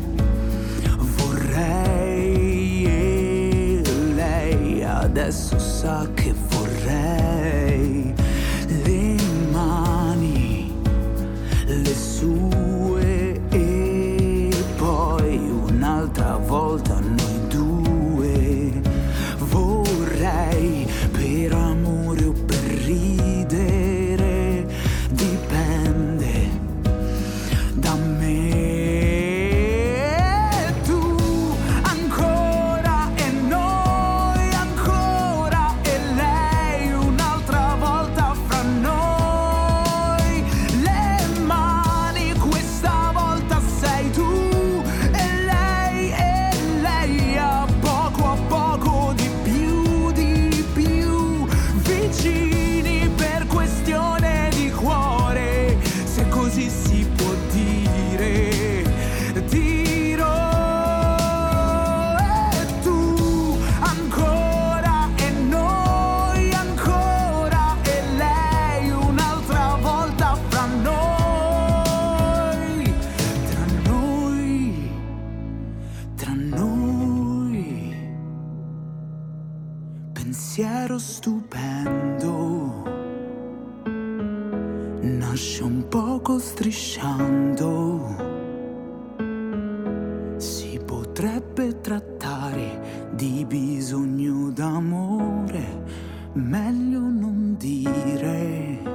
vorrei e lei adesso sa che vorrei. Le mani, le sue e poi un'altra volta per amore o per ridere, dipende da me. Tu ancora e noi ancora e lei un'altra volta pensiero stupendo nasce un poco strisciando. Si potrebbe trattare di bisogno d'amore, meglio non dire.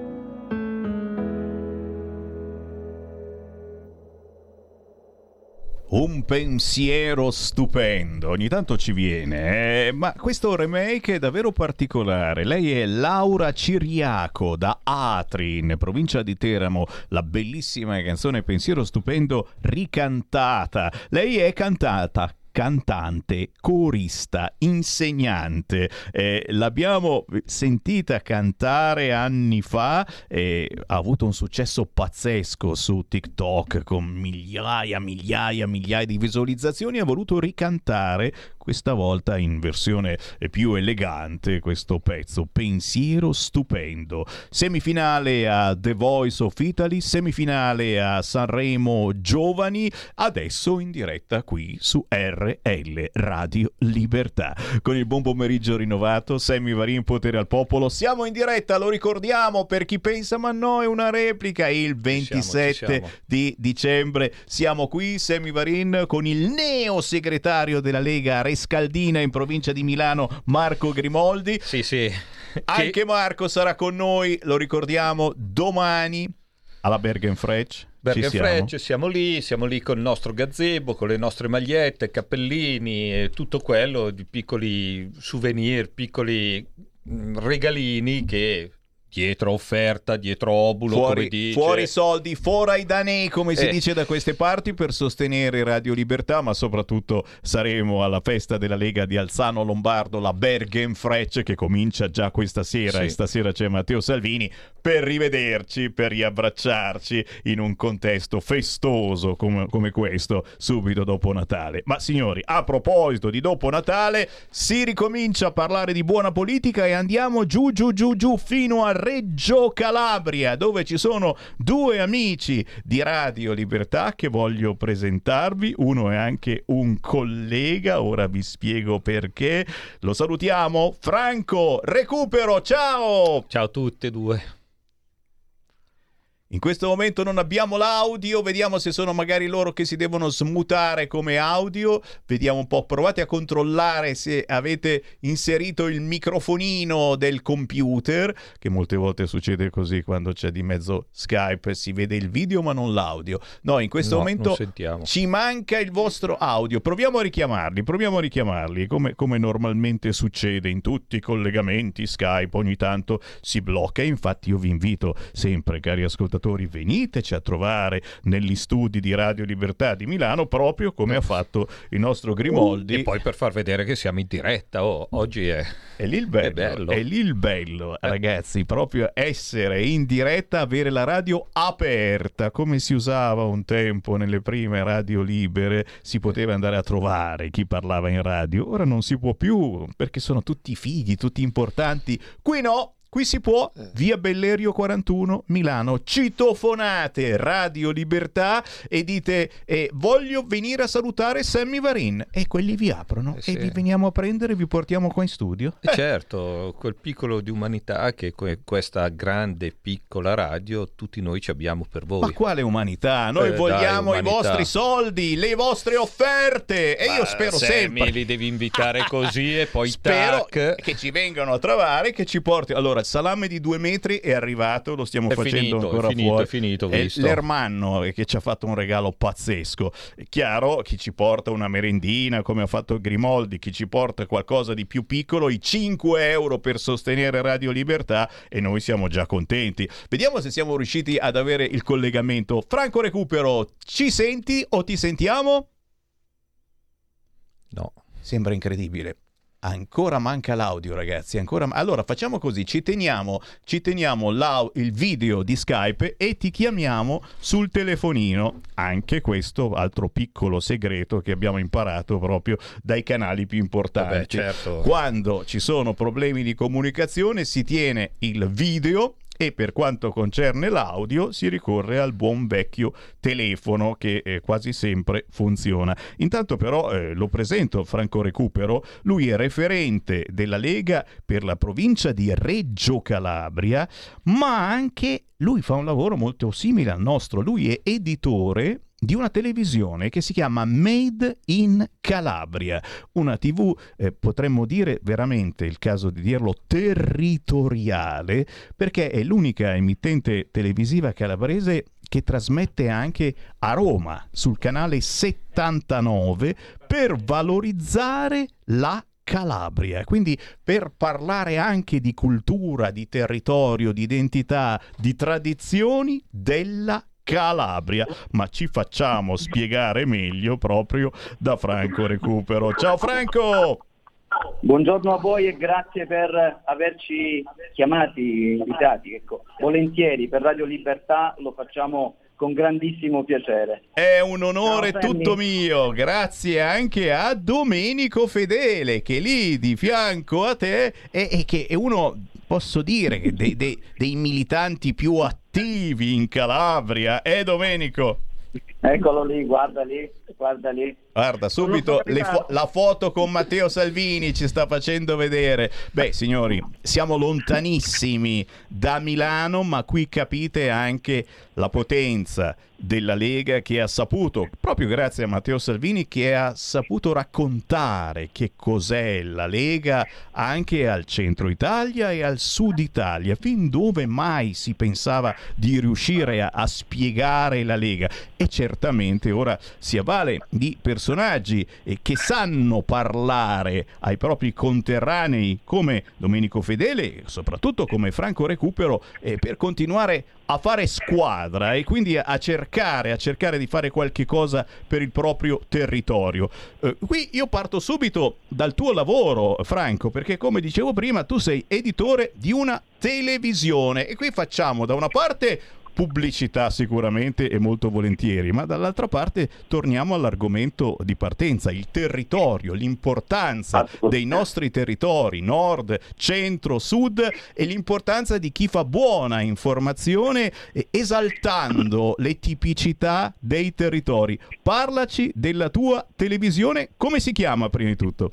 Un pensiero stupendo, ogni tanto ci viene, eh? Ma questo remake è davvero particolare. Lei è Laura Ciriaco da Atri, in provincia di Teramo, la bellissima canzone Pensiero stupendo ricantata. Lei è cantata cantante, corista, insegnante. Eh, l'abbiamo sentita cantare anni fa e ha avuto un successo pazzesco su TikTok con migliaia, migliaia, migliaia di visualizzazioni. Ha voluto ricantare questa volta in versione più elegante questo pezzo Pensiero stupendo. Semifinale a The Voice of Italy, semifinale a Sanremo Giovani, adesso in diretta qui su R L Radio Libertà. Con il buon pomeriggio rinnovato, Sammy Varin, Potere al Popolo. Siamo in diretta, lo ricordiamo per chi pensa ma no, è una replica. Il ventisette ci siamo, ci siamo. di dicembre siamo qui, Sammy Varin, con il neo segretario della Lega Rescaldina in provincia di Milano, Marco Grimoldi. Sì, sì. Anche che... Marco sarà con noi, lo ricordiamo, domani alla Bergenfrecce. Bergenfrecce, siamo lì, siamo lì con il nostro gazebo, con le nostre magliette, cappellini e tutto quello di piccoli souvenir, piccoli regalini che dietro offerta, dietro obulo, fuori, come dice. Fuori soldi, fuori danè, come si Eh. dice da queste parti, per sostenere Radio Libertà, ma soprattutto saremo alla festa della Lega di Alzano Lombardo, la Bergenfrecce, che comincia già questa sera, Sì. e stasera c'è Matteo Salvini, per rivederci, per riabbracciarci in un contesto festoso come, come questo, subito dopo Natale. Ma signori, a proposito di dopo Natale, si ricomincia a parlare di buona politica e andiamo giù, giù, giù, giù, fino a Reggio Calabria, dove ci sono due amici di Radio Libertà che voglio presentarvi. Uno è anche un collega, ora vi spiego perché. Lo salutiamo, Franco Recupero, ciao! Ciao a tutte e due. In questo momento non abbiamo l'audio, vediamo se sono magari loro che si devono smutare come audio, vediamo un po', provate a controllare se avete inserito il microfonino del computer, che molte volte succede così quando c'è di mezzo Skype, si vede il video ma non l'audio. No, in questo No, momento non sentiamo. ci manca il vostro audio, proviamo a richiamarli, proviamo a richiamarli, come, come normalmente succede in tutti i collegamenti Skype, ogni tanto si blocca, e infatti io vi invito sempre, cari ascoltatori, veniteci a trovare negli studi di Radio Libertà di Milano, proprio come ha fatto il nostro Grimoldi. E poi per far vedere che siamo in diretta, oh, oggi è... È lì il bello, è bello. è lì il bello, ragazzi, proprio essere in diretta, avere la radio aperta, come si usava un tempo nelle prime radio libere, si poteva andare a trovare chi parlava in radio, ora non si può più, perché sono tutti fighi, tutti importanti, qui no. Qui si può, via Bellerio quarantuno, Milano, citofonate Radio Libertà e dite eh, voglio venire a salutare Sammy Varin, e quelli vi aprono Eh sì. e vi veniamo a prendere e vi portiamo qua in studio. E certo, quel piccolo di umanità che que- questa grande piccola radio tutti noi ci abbiamo per voi. Ma quale umanità? Noi Eh, vogliamo dai, i umanità. vostri soldi, le vostre offerte, e Ma io spero Sammy, sempre li devi invitare così e poi spero tac. che ci vengano a trovare, che ci porti. Allora, il salame di due metri è arrivato, lo stiamo È facendo finito, ancora è finito, fuori. è finito, ho È visto. l'Ermanno che ci ha fatto un regalo pazzesco. È chiaro, chi ci porta una merendina come ha fatto Grimoldi, chi ci porta qualcosa di più piccolo, i cinque euro per sostenere Radio Libertà, e noi siamo già contenti. Vediamo se siamo riusciti ad avere il collegamento. Franco Recupero, ci senti o ti sentiamo? No. Sembra incredibile. Ancora manca l'audio, ragazzi. Ancora... Allora facciamo così: ci teniamo, ci teniamo l'au- il video di Skype e ti chiamiamo sul telefonino. Anche questo altro piccolo segreto che abbiamo imparato proprio dai canali più importanti. Vabbè, certo. Quando ci sono problemi di comunicazione si tiene il video e per quanto concerne l'audio si ricorre al buon vecchio telefono che eh, quasi sempre funziona. Intanto però eh, lo presento Franco Recupero, lui è referente della Lega per la provincia di Reggio Calabria, ma anche lui fa un lavoro molto simile al nostro, lui è editore di una televisione che si chiama Made in Calabria, una tivù, eh, potremmo dire veramente, il caso di dirlo, territoriale, perché è l'unica emittente televisiva calabrese che trasmette anche a Roma sul canale settantanove per valorizzare la Calabria, quindi per parlare anche di cultura, di territorio, di identità, di tradizioni della Calabria, ma ci facciamo spiegare meglio proprio da Franco Recupero. Ciao Franco! Buongiorno a voi e grazie per averci chiamati, invitati, ecco, volentieri per Radio Libertà, lo facciamo con grandissimo piacere. È un onore Ciao, tutto mio, grazie anche a Domenico Fedele che lì di fianco a te è, è che è uno, posso dire, che dei, dei, dei militanti più attivi in Calabria, eh Domenico? Eccolo lì, guarda lì, guarda lì. Guarda, subito le fo- la foto con Matteo Salvini ci sta facendo vedere. Beh, signori, siamo lontanissimi da Milano, ma qui capite anche la potenza della Lega che ha saputo, proprio grazie a Matteo Salvini, che ha saputo raccontare che cos'è la Lega anche al centro Italia e al sud Italia, fin dove mai si pensava di riuscire a, a spiegare la Lega. E certamente ora si avvale di personaggi eh, che sanno parlare ai propri conterranei come Domenico Fedele e soprattutto come Franco Recupero eh, per continuare a fare squadra e quindi a cercare, a cercare di fare qualche cosa per il proprio territorio. Eh, qui io parto subito dal tuo lavoro, Franco, perché come dicevo prima tu sei editore di una televisione e qui facciamo da una parte pubblicità sicuramente e molto volentieri, ma dall'altra parte torniamo all'argomento di partenza, il territorio, l'importanza dei nostri territori, nord, centro, sud e l'importanza di chi fa buona informazione eh, esaltando le tipicità dei territori. Parlaci della tua televisione, come si chiama prima di tutto?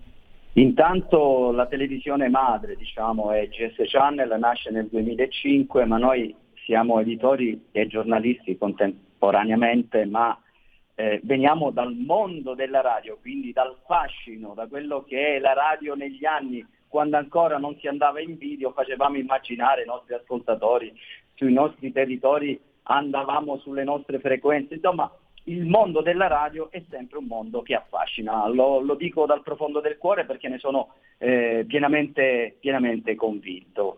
Intanto la televisione madre, diciamo, è G S Channel, nasce nel duemilacinque, ma noi siamo editori e giornalisti contemporaneamente, ma eh, veniamo dal mondo della radio, quindi dal fascino, da quello che è la radio negli anni, quando ancora non si andava in video, facevamo immaginare i nostri ascoltatori sui nostri territori, andavamo sulle nostre frequenze, insomma il mondo della radio è sempre un mondo che affascina, lo, lo dico dal profondo del cuore perché ne sono eh, pienamente, pienamente convinto.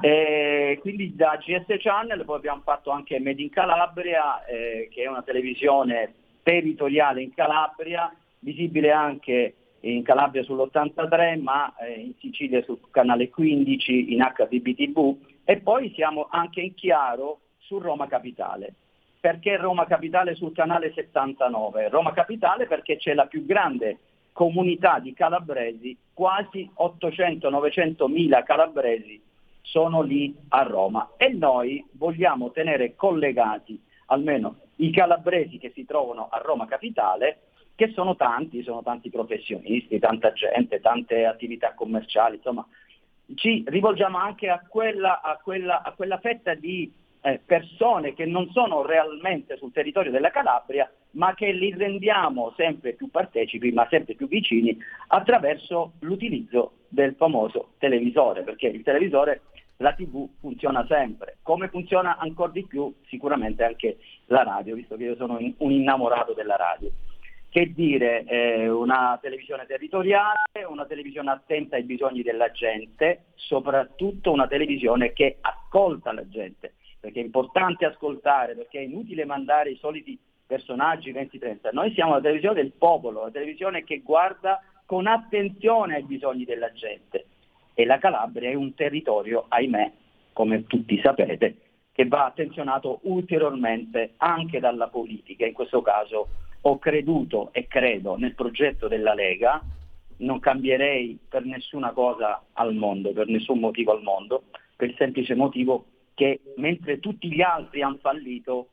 E quindi da G S Channel poi abbiamo fatto anche Made in Calabria, eh, che è una televisione territoriale in Calabria, visibile anche in Calabria sull'ottantatré, ma eh, in Sicilia sul canale quindici, in H D B T V, e poi siamo anche in chiaro su Roma Capitale. Perché Roma Capitale sul canale settantanove? Roma Capitale perché c'è la più grande comunità di calabresi, quasi ottocento novecento mila calabresi sono lì a Roma e noi vogliamo tenere collegati almeno i calabresi che si trovano a Roma Capitale, che sono tanti, sono tanti professionisti, tanta gente, tante attività commerciali, insomma ci rivolgiamo anche a quella, a quella, a quella fetta di eh, persone che non sono realmente sul territorio della Calabria, ma che li rendiamo sempre più partecipi, ma sempre più vicini attraverso l'utilizzo del famoso televisore, perché il televisore, la tivù funziona sempre, come funziona ancora di più sicuramente anche la radio, visto che io sono un innamorato della radio. Che dire, eh, una televisione territoriale, una televisione attenta ai bisogni della gente, soprattutto una televisione che ascolta la gente, perché è importante ascoltare, perché è inutile mandare i soliti personaggi venti trenta. Noi siamo la televisione del popolo, la televisione che guarda con attenzione ai bisogni della gente. E la Calabria è un territorio, ahimè, come tutti sapete, che va attenzionato ulteriormente anche dalla politica. In questo caso ho creduto e credo nel progetto della Lega, non cambierei per nessuna cosa al mondo, per nessun motivo al mondo, per il semplice motivo che mentre tutti gli altri hanno fallito,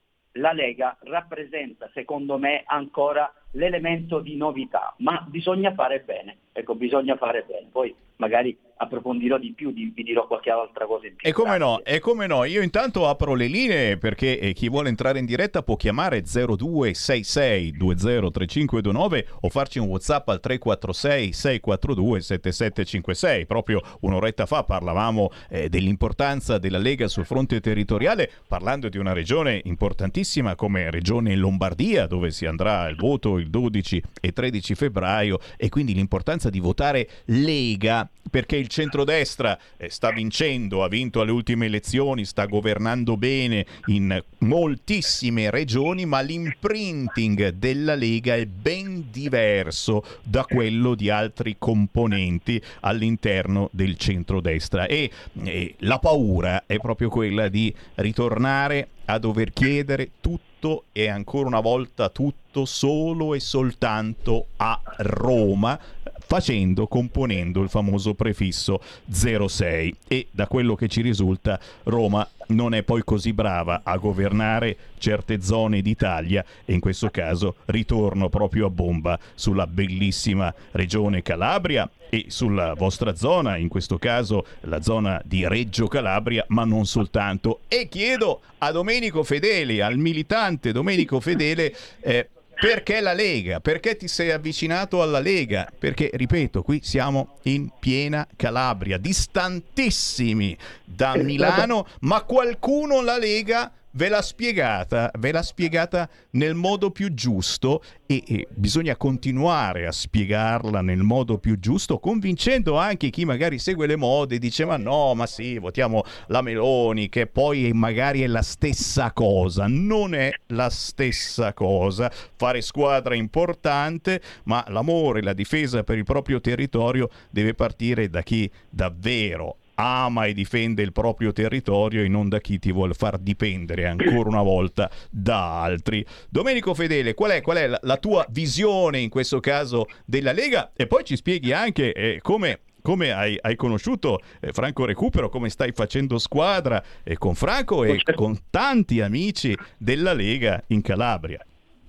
la Lega rappresenta, secondo me, ancora l'elemento di novità, ma bisogna fare bene, ecco, bisogna fare bene, poi magari approfondirò di più, vi dirò qualche altra cosa in più. E come no, e come no, io intanto apro le linee perché eh, chi vuole entrare in diretta può chiamare zero due sei sei due zero tre cinque due nove o farci un WhatsApp al tre quattro sei sei quattro due sette sette cinque sei. Proprio un'oretta fa parlavamo eh, dell'importanza della Lega sul fronte territoriale, parlando di una regione importantissima come Regione Lombardia, dove si andrà al voto il dodici e tredici febbraio, e quindi l'importanza di votare Lega, perché il centrodestra eh, sta vincendo, ha vinto alle ultime elezioni, sta governando bene in moltissime regioni, ma l'imprinting della Lega è ben diverso da quello di altri componenti all'interno del centrodestra, e, e la paura è proprio quella di ritornare a dover chiedere tutto e ancora una volta tutto solo e soltanto a Roma, facendo, componendo il famoso prefisso zero sei, e da quello che ci risulta Roma non è poi così brava a governare certe zone d'Italia, e in questo caso ritorno proprio a bomba sulla bellissima regione Calabria e sulla vostra zona, in questo caso la zona di Reggio Calabria, ma non soltanto. E chiedo a Domenico Fedeli, al militante Domenico Fedele, eh, perché la Lega? Perché ti sei avvicinato alla Lega? Perché, ripeto, qui siamo in piena Calabria, distantissimi da Milano, ma qualcuno la Lega ve l'ha spiegata, ve l'ha spiegata nel modo più giusto, e, e bisogna continuare a spiegarla nel modo più giusto, convincendo anche chi magari segue le mode e dice ma no, ma sì, votiamo la Meloni, che poi magari è la stessa cosa. Non è la stessa cosa. Fare squadra è importante, ma l'amore, la difesa per il proprio territorio deve partire da chi davvero ama e difende il proprio territorio, e non da chi ti vuole far dipendere ancora una volta da altri. Domenico Fedele, qual è, qual è la, la tua visione in questo caso della Lega? E poi ci spieghi anche eh, come come hai, hai conosciuto eh, Franco Recupero, come stai facendo squadra eh, con Franco e con tanti amici della Lega in Calabria.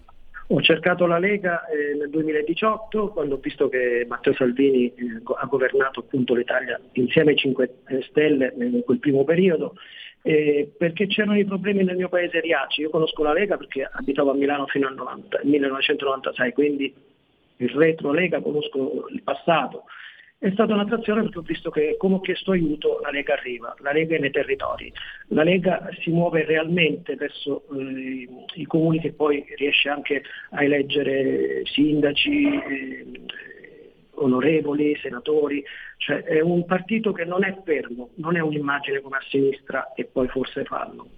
Ho cercato la Lega eh, nel duemiladiciotto, quando ho visto che Matteo Salvini eh, ha governato appunto l'Italia insieme ai cinque Stelle in quel primo periodo, eh, perché c'erano i problemi nel mio paese Riaci. Io conosco la Lega perché abitavo a Milano fino al novanta, millenovecentonovantasei, quindi il retro Lega, conosco il passato. È stata un'attrazione perché ho visto che, come ho chiesto aiuto, la Lega arriva, la Lega è nei territori, la Lega si muove realmente verso eh, i comuni, che poi riesce anche a eleggere sindaci, eh, onorevoli, senatori, cioè è un partito che non è fermo, non è un'immagine come a sinistra e poi forse fanno.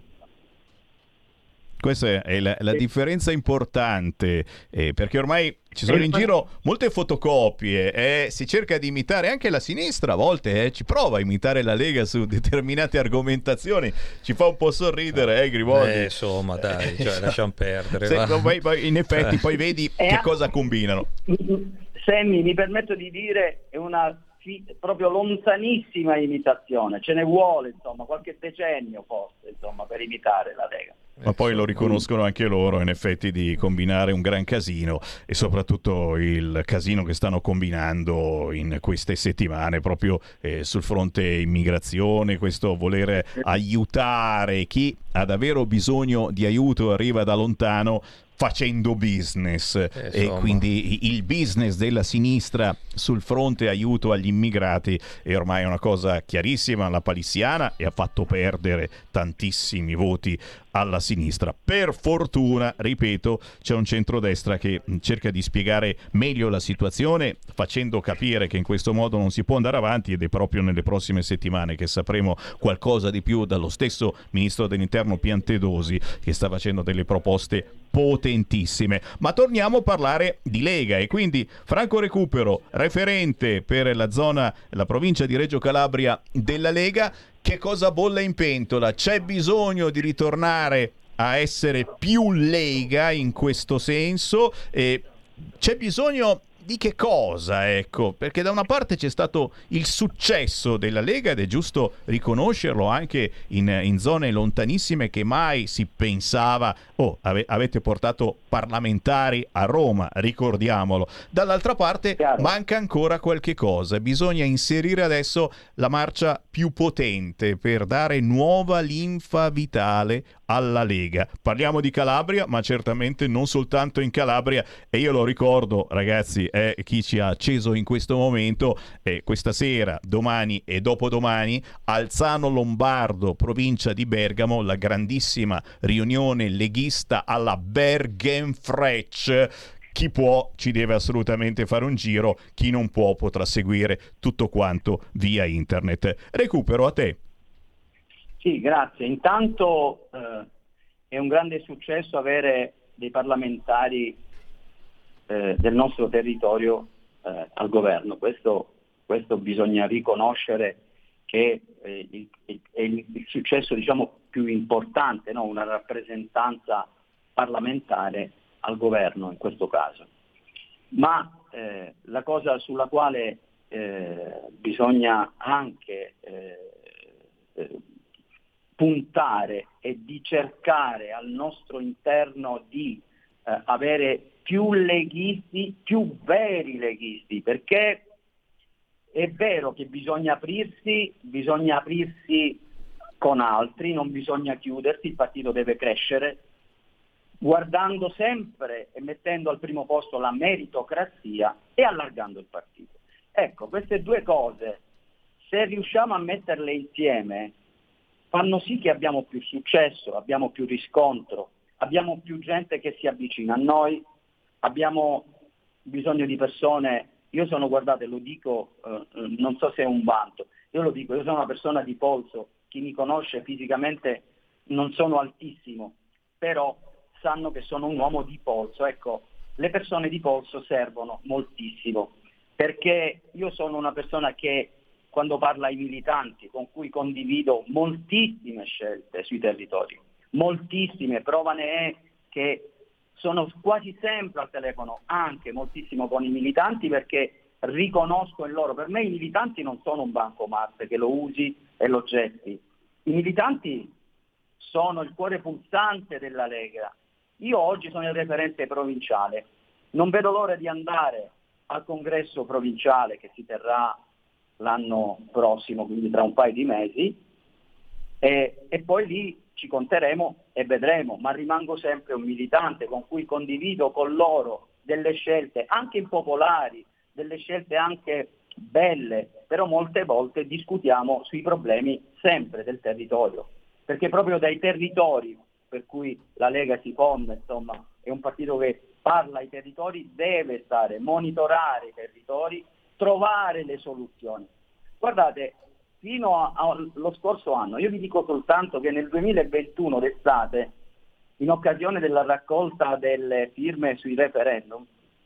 Questa è la, la differenza importante, eh, perché ormai ci sono in giro molte fotocopie, eh, si cerca di imitare anche la sinistra, a volte eh, ci prova a imitare la Lega su determinate argomentazioni, ci fa un po' sorridere, eh Grimaldi? Eh, insomma dai, cioè, lasciamo perdere. Se, poi, poi, in effetti poi vedi eh, che cosa combinano. Sammy, mi permetto di dire, è una fi- proprio lontanissima imitazione, ce ne vuole insomma qualche decennio forse insomma per imitare la Lega. Ma poi lo riconoscono anche loro, in effetti, di combinare un gran casino, e soprattutto il casino che stanno combinando in queste settimane proprio eh, sul fronte immigrazione, questo voler aiutare chi ha davvero bisogno di aiuto, arriva da lontano facendo business, eh, e quindi il business della sinistra sul fronte aiuto agli immigrati è ormai una cosa chiarissima, la palissiana, e ha fatto perdere tantissimi voti alla sinistra. Per fortuna, ripeto, c'è un centrodestra che cerca di spiegare meglio la situazione, facendo capire che in questo modo non si può andare avanti, ed è proprio nelle prossime settimane che sapremo qualcosa di più dallo stesso ministro dell'interno Piantedosi, che sta facendo delle proposte potentissime. Ma torniamo a parlare di Lega, e quindi Franco Recupero, referente per la zona, la provincia di Reggio Calabria della Lega. Che cosa bolle in pentola? C'è bisogno di ritornare a essere più Lega in questo senso, e c'è bisogno di che cosa, ecco? Perché da una parte c'è stato il successo della Lega ed è giusto riconoscerlo anche in, in zone lontanissime che mai si pensava, oh, ave- avete portato parlamentari a Roma, ricordiamolo. Dall'altra parte Chiaro. manca ancora qualche cosa, bisogna inserire adesso la marcia più potente per dare nuova linfa vitale alla Lega. Parliamo di Calabria, ma certamente non soltanto in Calabria, e io lo ricordo, ragazzi, è chi ci ha acceso in questo momento, eh, questa sera, domani e dopodomani, Alzano Lombardo, provincia di Bergamo, la grandissima riunione leghista alla Bergenfrecce. Chi può ci deve assolutamente fare un giro, chi non può potrà seguire tutto quanto via internet. Recupero a te. Sì, grazie. Intanto eh, è un grande successo avere dei parlamentari eh, del nostro territorio eh, al governo. Questo, questo bisogna riconoscere che eh, il, il, è il, il successo, diciamo, più importante, no? Una rappresentanza parlamentare al governo in questo caso. Ma eh, la cosa sulla quale eh, bisogna anche eh, eh, puntare e di cercare al nostro interno di eh, avere più leghisti, più veri leghisti, perché è vero che bisogna aprirsi, bisogna aprirsi con altri, non bisogna chiudersi, il partito deve crescere, guardando sempre e mettendo al primo posto la meritocrazia e allargando il partito. Ecco, queste due cose, se riusciamo a metterle insieme, fanno sì che abbiamo più successo, abbiamo più riscontro, abbiamo più gente che si avvicina a noi, abbiamo bisogno di persone. Io sono, guardate, lo dico, eh, non so se è un vanto, io lo dico, io sono una persona di polso, chi mi conosce fisicamente non sono altissimo, però sanno che sono un uomo di polso. Ecco, le persone di polso servono moltissimo, perché io sono una persona che, quando parla ai militanti, con cui condivido moltissime scelte sui territori, moltissime, prova ne è che sono quasi sempre al telefono, anche moltissimo con i militanti, perché riconosco in loro. Per me i militanti non sono un bancomat che lo usi e lo getti. I militanti sono il cuore pulsante della Lega. Io oggi sono il referente provinciale, non vedo l'ora di andare al congresso provinciale che si terrà l'anno prossimo, quindi tra un paio di mesi, e, e poi lì ci conteremo e vedremo, ma rimango sempre un militante con cui condivido con loro delle scelte anche impopolari, delle scelte anche belle, però molte volte discutiamo sui problemi sempre del territorio, perché proprio dai territori, per cui la Lega si fonda, insomma, è un partito che parla ai territori, deve stare, monitorare i territori, trovare le soluzioni. Guardate, fino allo scorso anno, io vi dico soltanto che nel duemilaventuno d'estate, in occasione della raccolta delle firme sui referendum,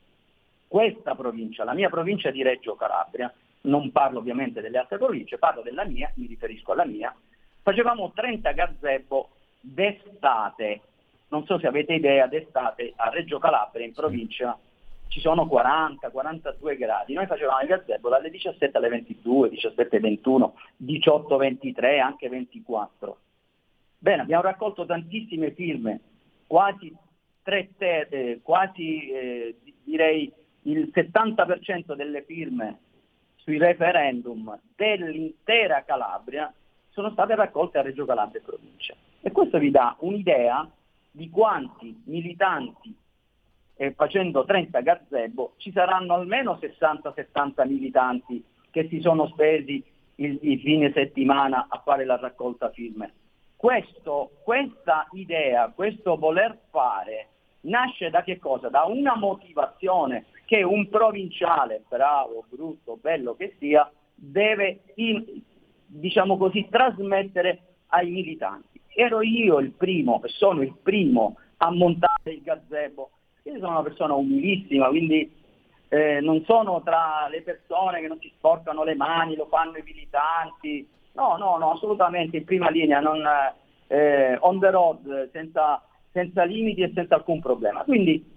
questa provincia, la mia provincia di Reggio Calabria, non parlo ovviamente delle altre province, parlo della mia, mi riferisco alla mia, facevamo trenta gazebo d'estate. Non so se avete idea, d'estate a Reggio Calabria, in provincia, ci sono quaranta quarantadue gradi. Noi facevamo il gazebo dalle diciassette alle ventidue, diciassette ventuno, diciotto ventitré, anche ventiquattro. Bene, abbiamo raccolto tantissime firme, quasi tre te- eh, quasi eh, direi il settanta per cento delle firme sui referendum dell'intera Calabria sono state raccolte a Reggio Calabria e provincia. E questo vi dà un'idea di quanti militanti, eh, facendo trenta gazebo, ci saranno almeno sessanta settanta militanti che si sono spesi il, il fine settimana a fare la raccolta firme. Questo, questa idea, questo voler fare, nasce da che cosa? Da una motivazione che un provinciale, bravo, brutto, bello che sia, deve, in, diciamo così, trasmettere ai militanti. Ero io il primo, e sono il primo a montare il gazebo. Io sono una persona umilissima, quindi eh, non sono tra le persone che non si sporcano le mani, lo fanno i militanti. No, no, no, assolutamente in prima linea, non, eh, on the road, senza, senza limiti e senza alcun problema. Quindi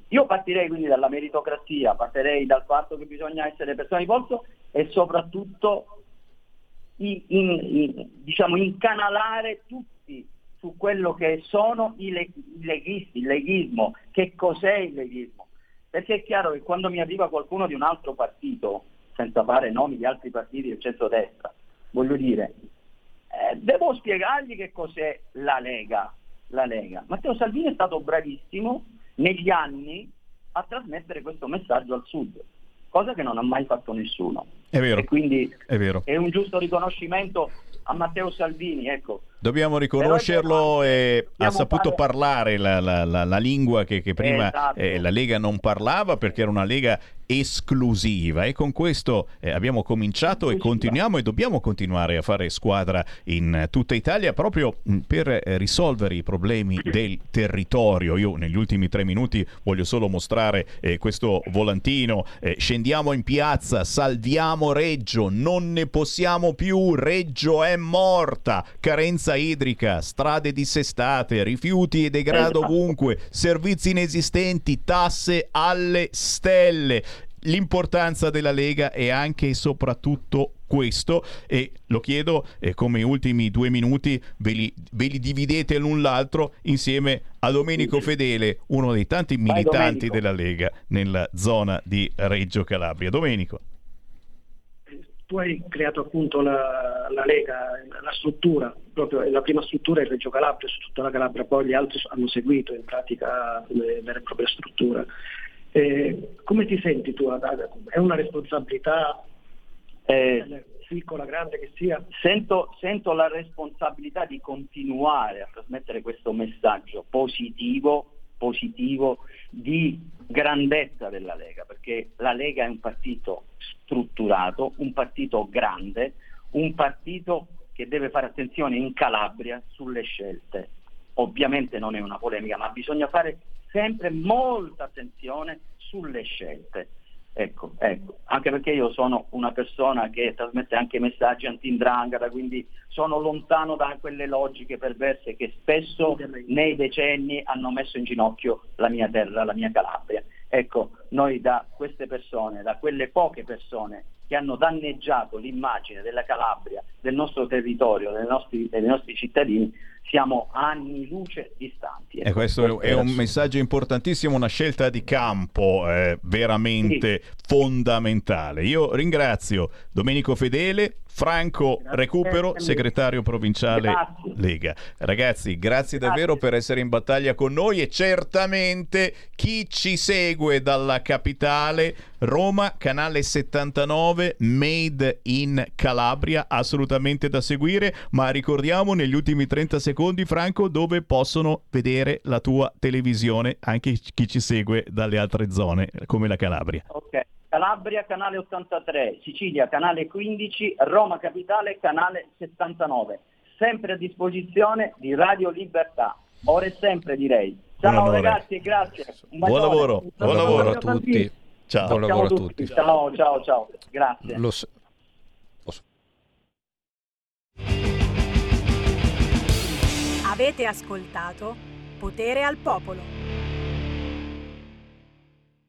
Io partirei quindi dalla meritocrazia, partirei dal fatto che bisogna essere persone di polso e soprattutto in, in, in, diciamo, incanalare tutti su quello che sono i, leg- i leghisti, il leghismo, che cos'è il leghismo. Perché è chiaro che quando mi arriva qualcuno di un altro partito, senza fare nomi di altri partiti del centrodestra, voglio dire, eh, devo spiegargli che cos'è la Lega. La Lega. Matteo Salvini è stato bravissimo negli anni a trasmettere questo messaggio al Sud, cosa che non ha mai fatto nessuno. È vero. E quindi è vero. È un giusto riconoscimento a Matteo Salvini, ecco. Dobbiamo riconoscerlo, e ha saputo fare... parlare la, la, la, la lingua che, che prima esatto. eh, la Lega non parlava, perché era una Lega esclusiva, e con questo eh, abbiamo cominciato e continuiamo e dobbiamo continuare a fare squadra in tutta Italia, proprio mh, per eh, risolvere i problemi del territorio. Io negli ultimi tre minuti voglio solo mostrare eh, questo volantino: eh, scendiamo in piazza, salviamo Reggio, non ne possiamo più, Reggio è morta, carenza idrica, strade dissestate, rifiuti e degrado ovunque, servizi inesistenti, tasse alle stelle. L'importanza della Lega è anche e soprattutto questo, e lo chiedo eh, come ultimi due minuti ve li, ve li dividete l'un l'altro insieme a Domenico Fedele, uno dei tanti militanti della Lega nella zona di Reggio Calabria. Domenico. Tu hai creato appunto la, la Lega, la struttura, proprio la prima struttura è Reggio Calabria, su tutta la Calabria, poi gli altri hanno seguito in pratica come vera e propria struttura. Eh, come ti senti tu? È una responsabilità eh, piccola, grande che sia? Sento, sento la responsabilità di continuare a trasmettere questo messaggio positivo, positivo di grandezza della Lega, perché la Lega è un partito strutturato, un partito grande, un partito che deve fare attenzione in Calabria sulle scelte. Ovviamente non è una polemica, ma bisogna fare sempre molta attenzione sulle scelte. Ecco, ecco, anche perché io sono una persona che trasmette anche messaggi anti-'ndrangheta, quindi sono lontano da quelle logiche perverse che spesso nei decenni hanno messo in ginocchio la mia terra, la mia Calabria. Ecco, noi da queste persone, da quelle poche persone che hanno danneggiato l'immagine della Calabria, del nostro territorio, dei nostri, dei nostri cittadini, siamo anni luce distanti. E questo è un messaggio importantissimo, una scelta di campo eh, veramente sì. fondamentale. Io ringrazio Domenico Fedele, Franco grazie. Recupero, segretario provinciale grazie. Lega. Ragazzi, grazie davvero grazie. per essere in battaglia con noi, e certamente chi ci segue dalla capitale, Roma, canale settantanove, Made in Calabria, assolutamente da seguire. Ma ricordiamo negli ultimi trenta secondi, Franco, dove possono vedere la tua televisione anche chi ci segue dalle altre zone come la Calabria. Ok. Calabria canale ottantatré, Sicilia canale quindici, Roma capitale canale settantanove, sempre a disposizione di Radio Libertà, ora e sempre direi. Ciao ragazzi, grazie. Un buon lavoro, buon, buon lavoro a tutti. Ciao. Buon lavoro a tutti. Ciao, ciao, ciao. Grazie. Lo so. Lo so. Avete ascoltato Potere al Popolo.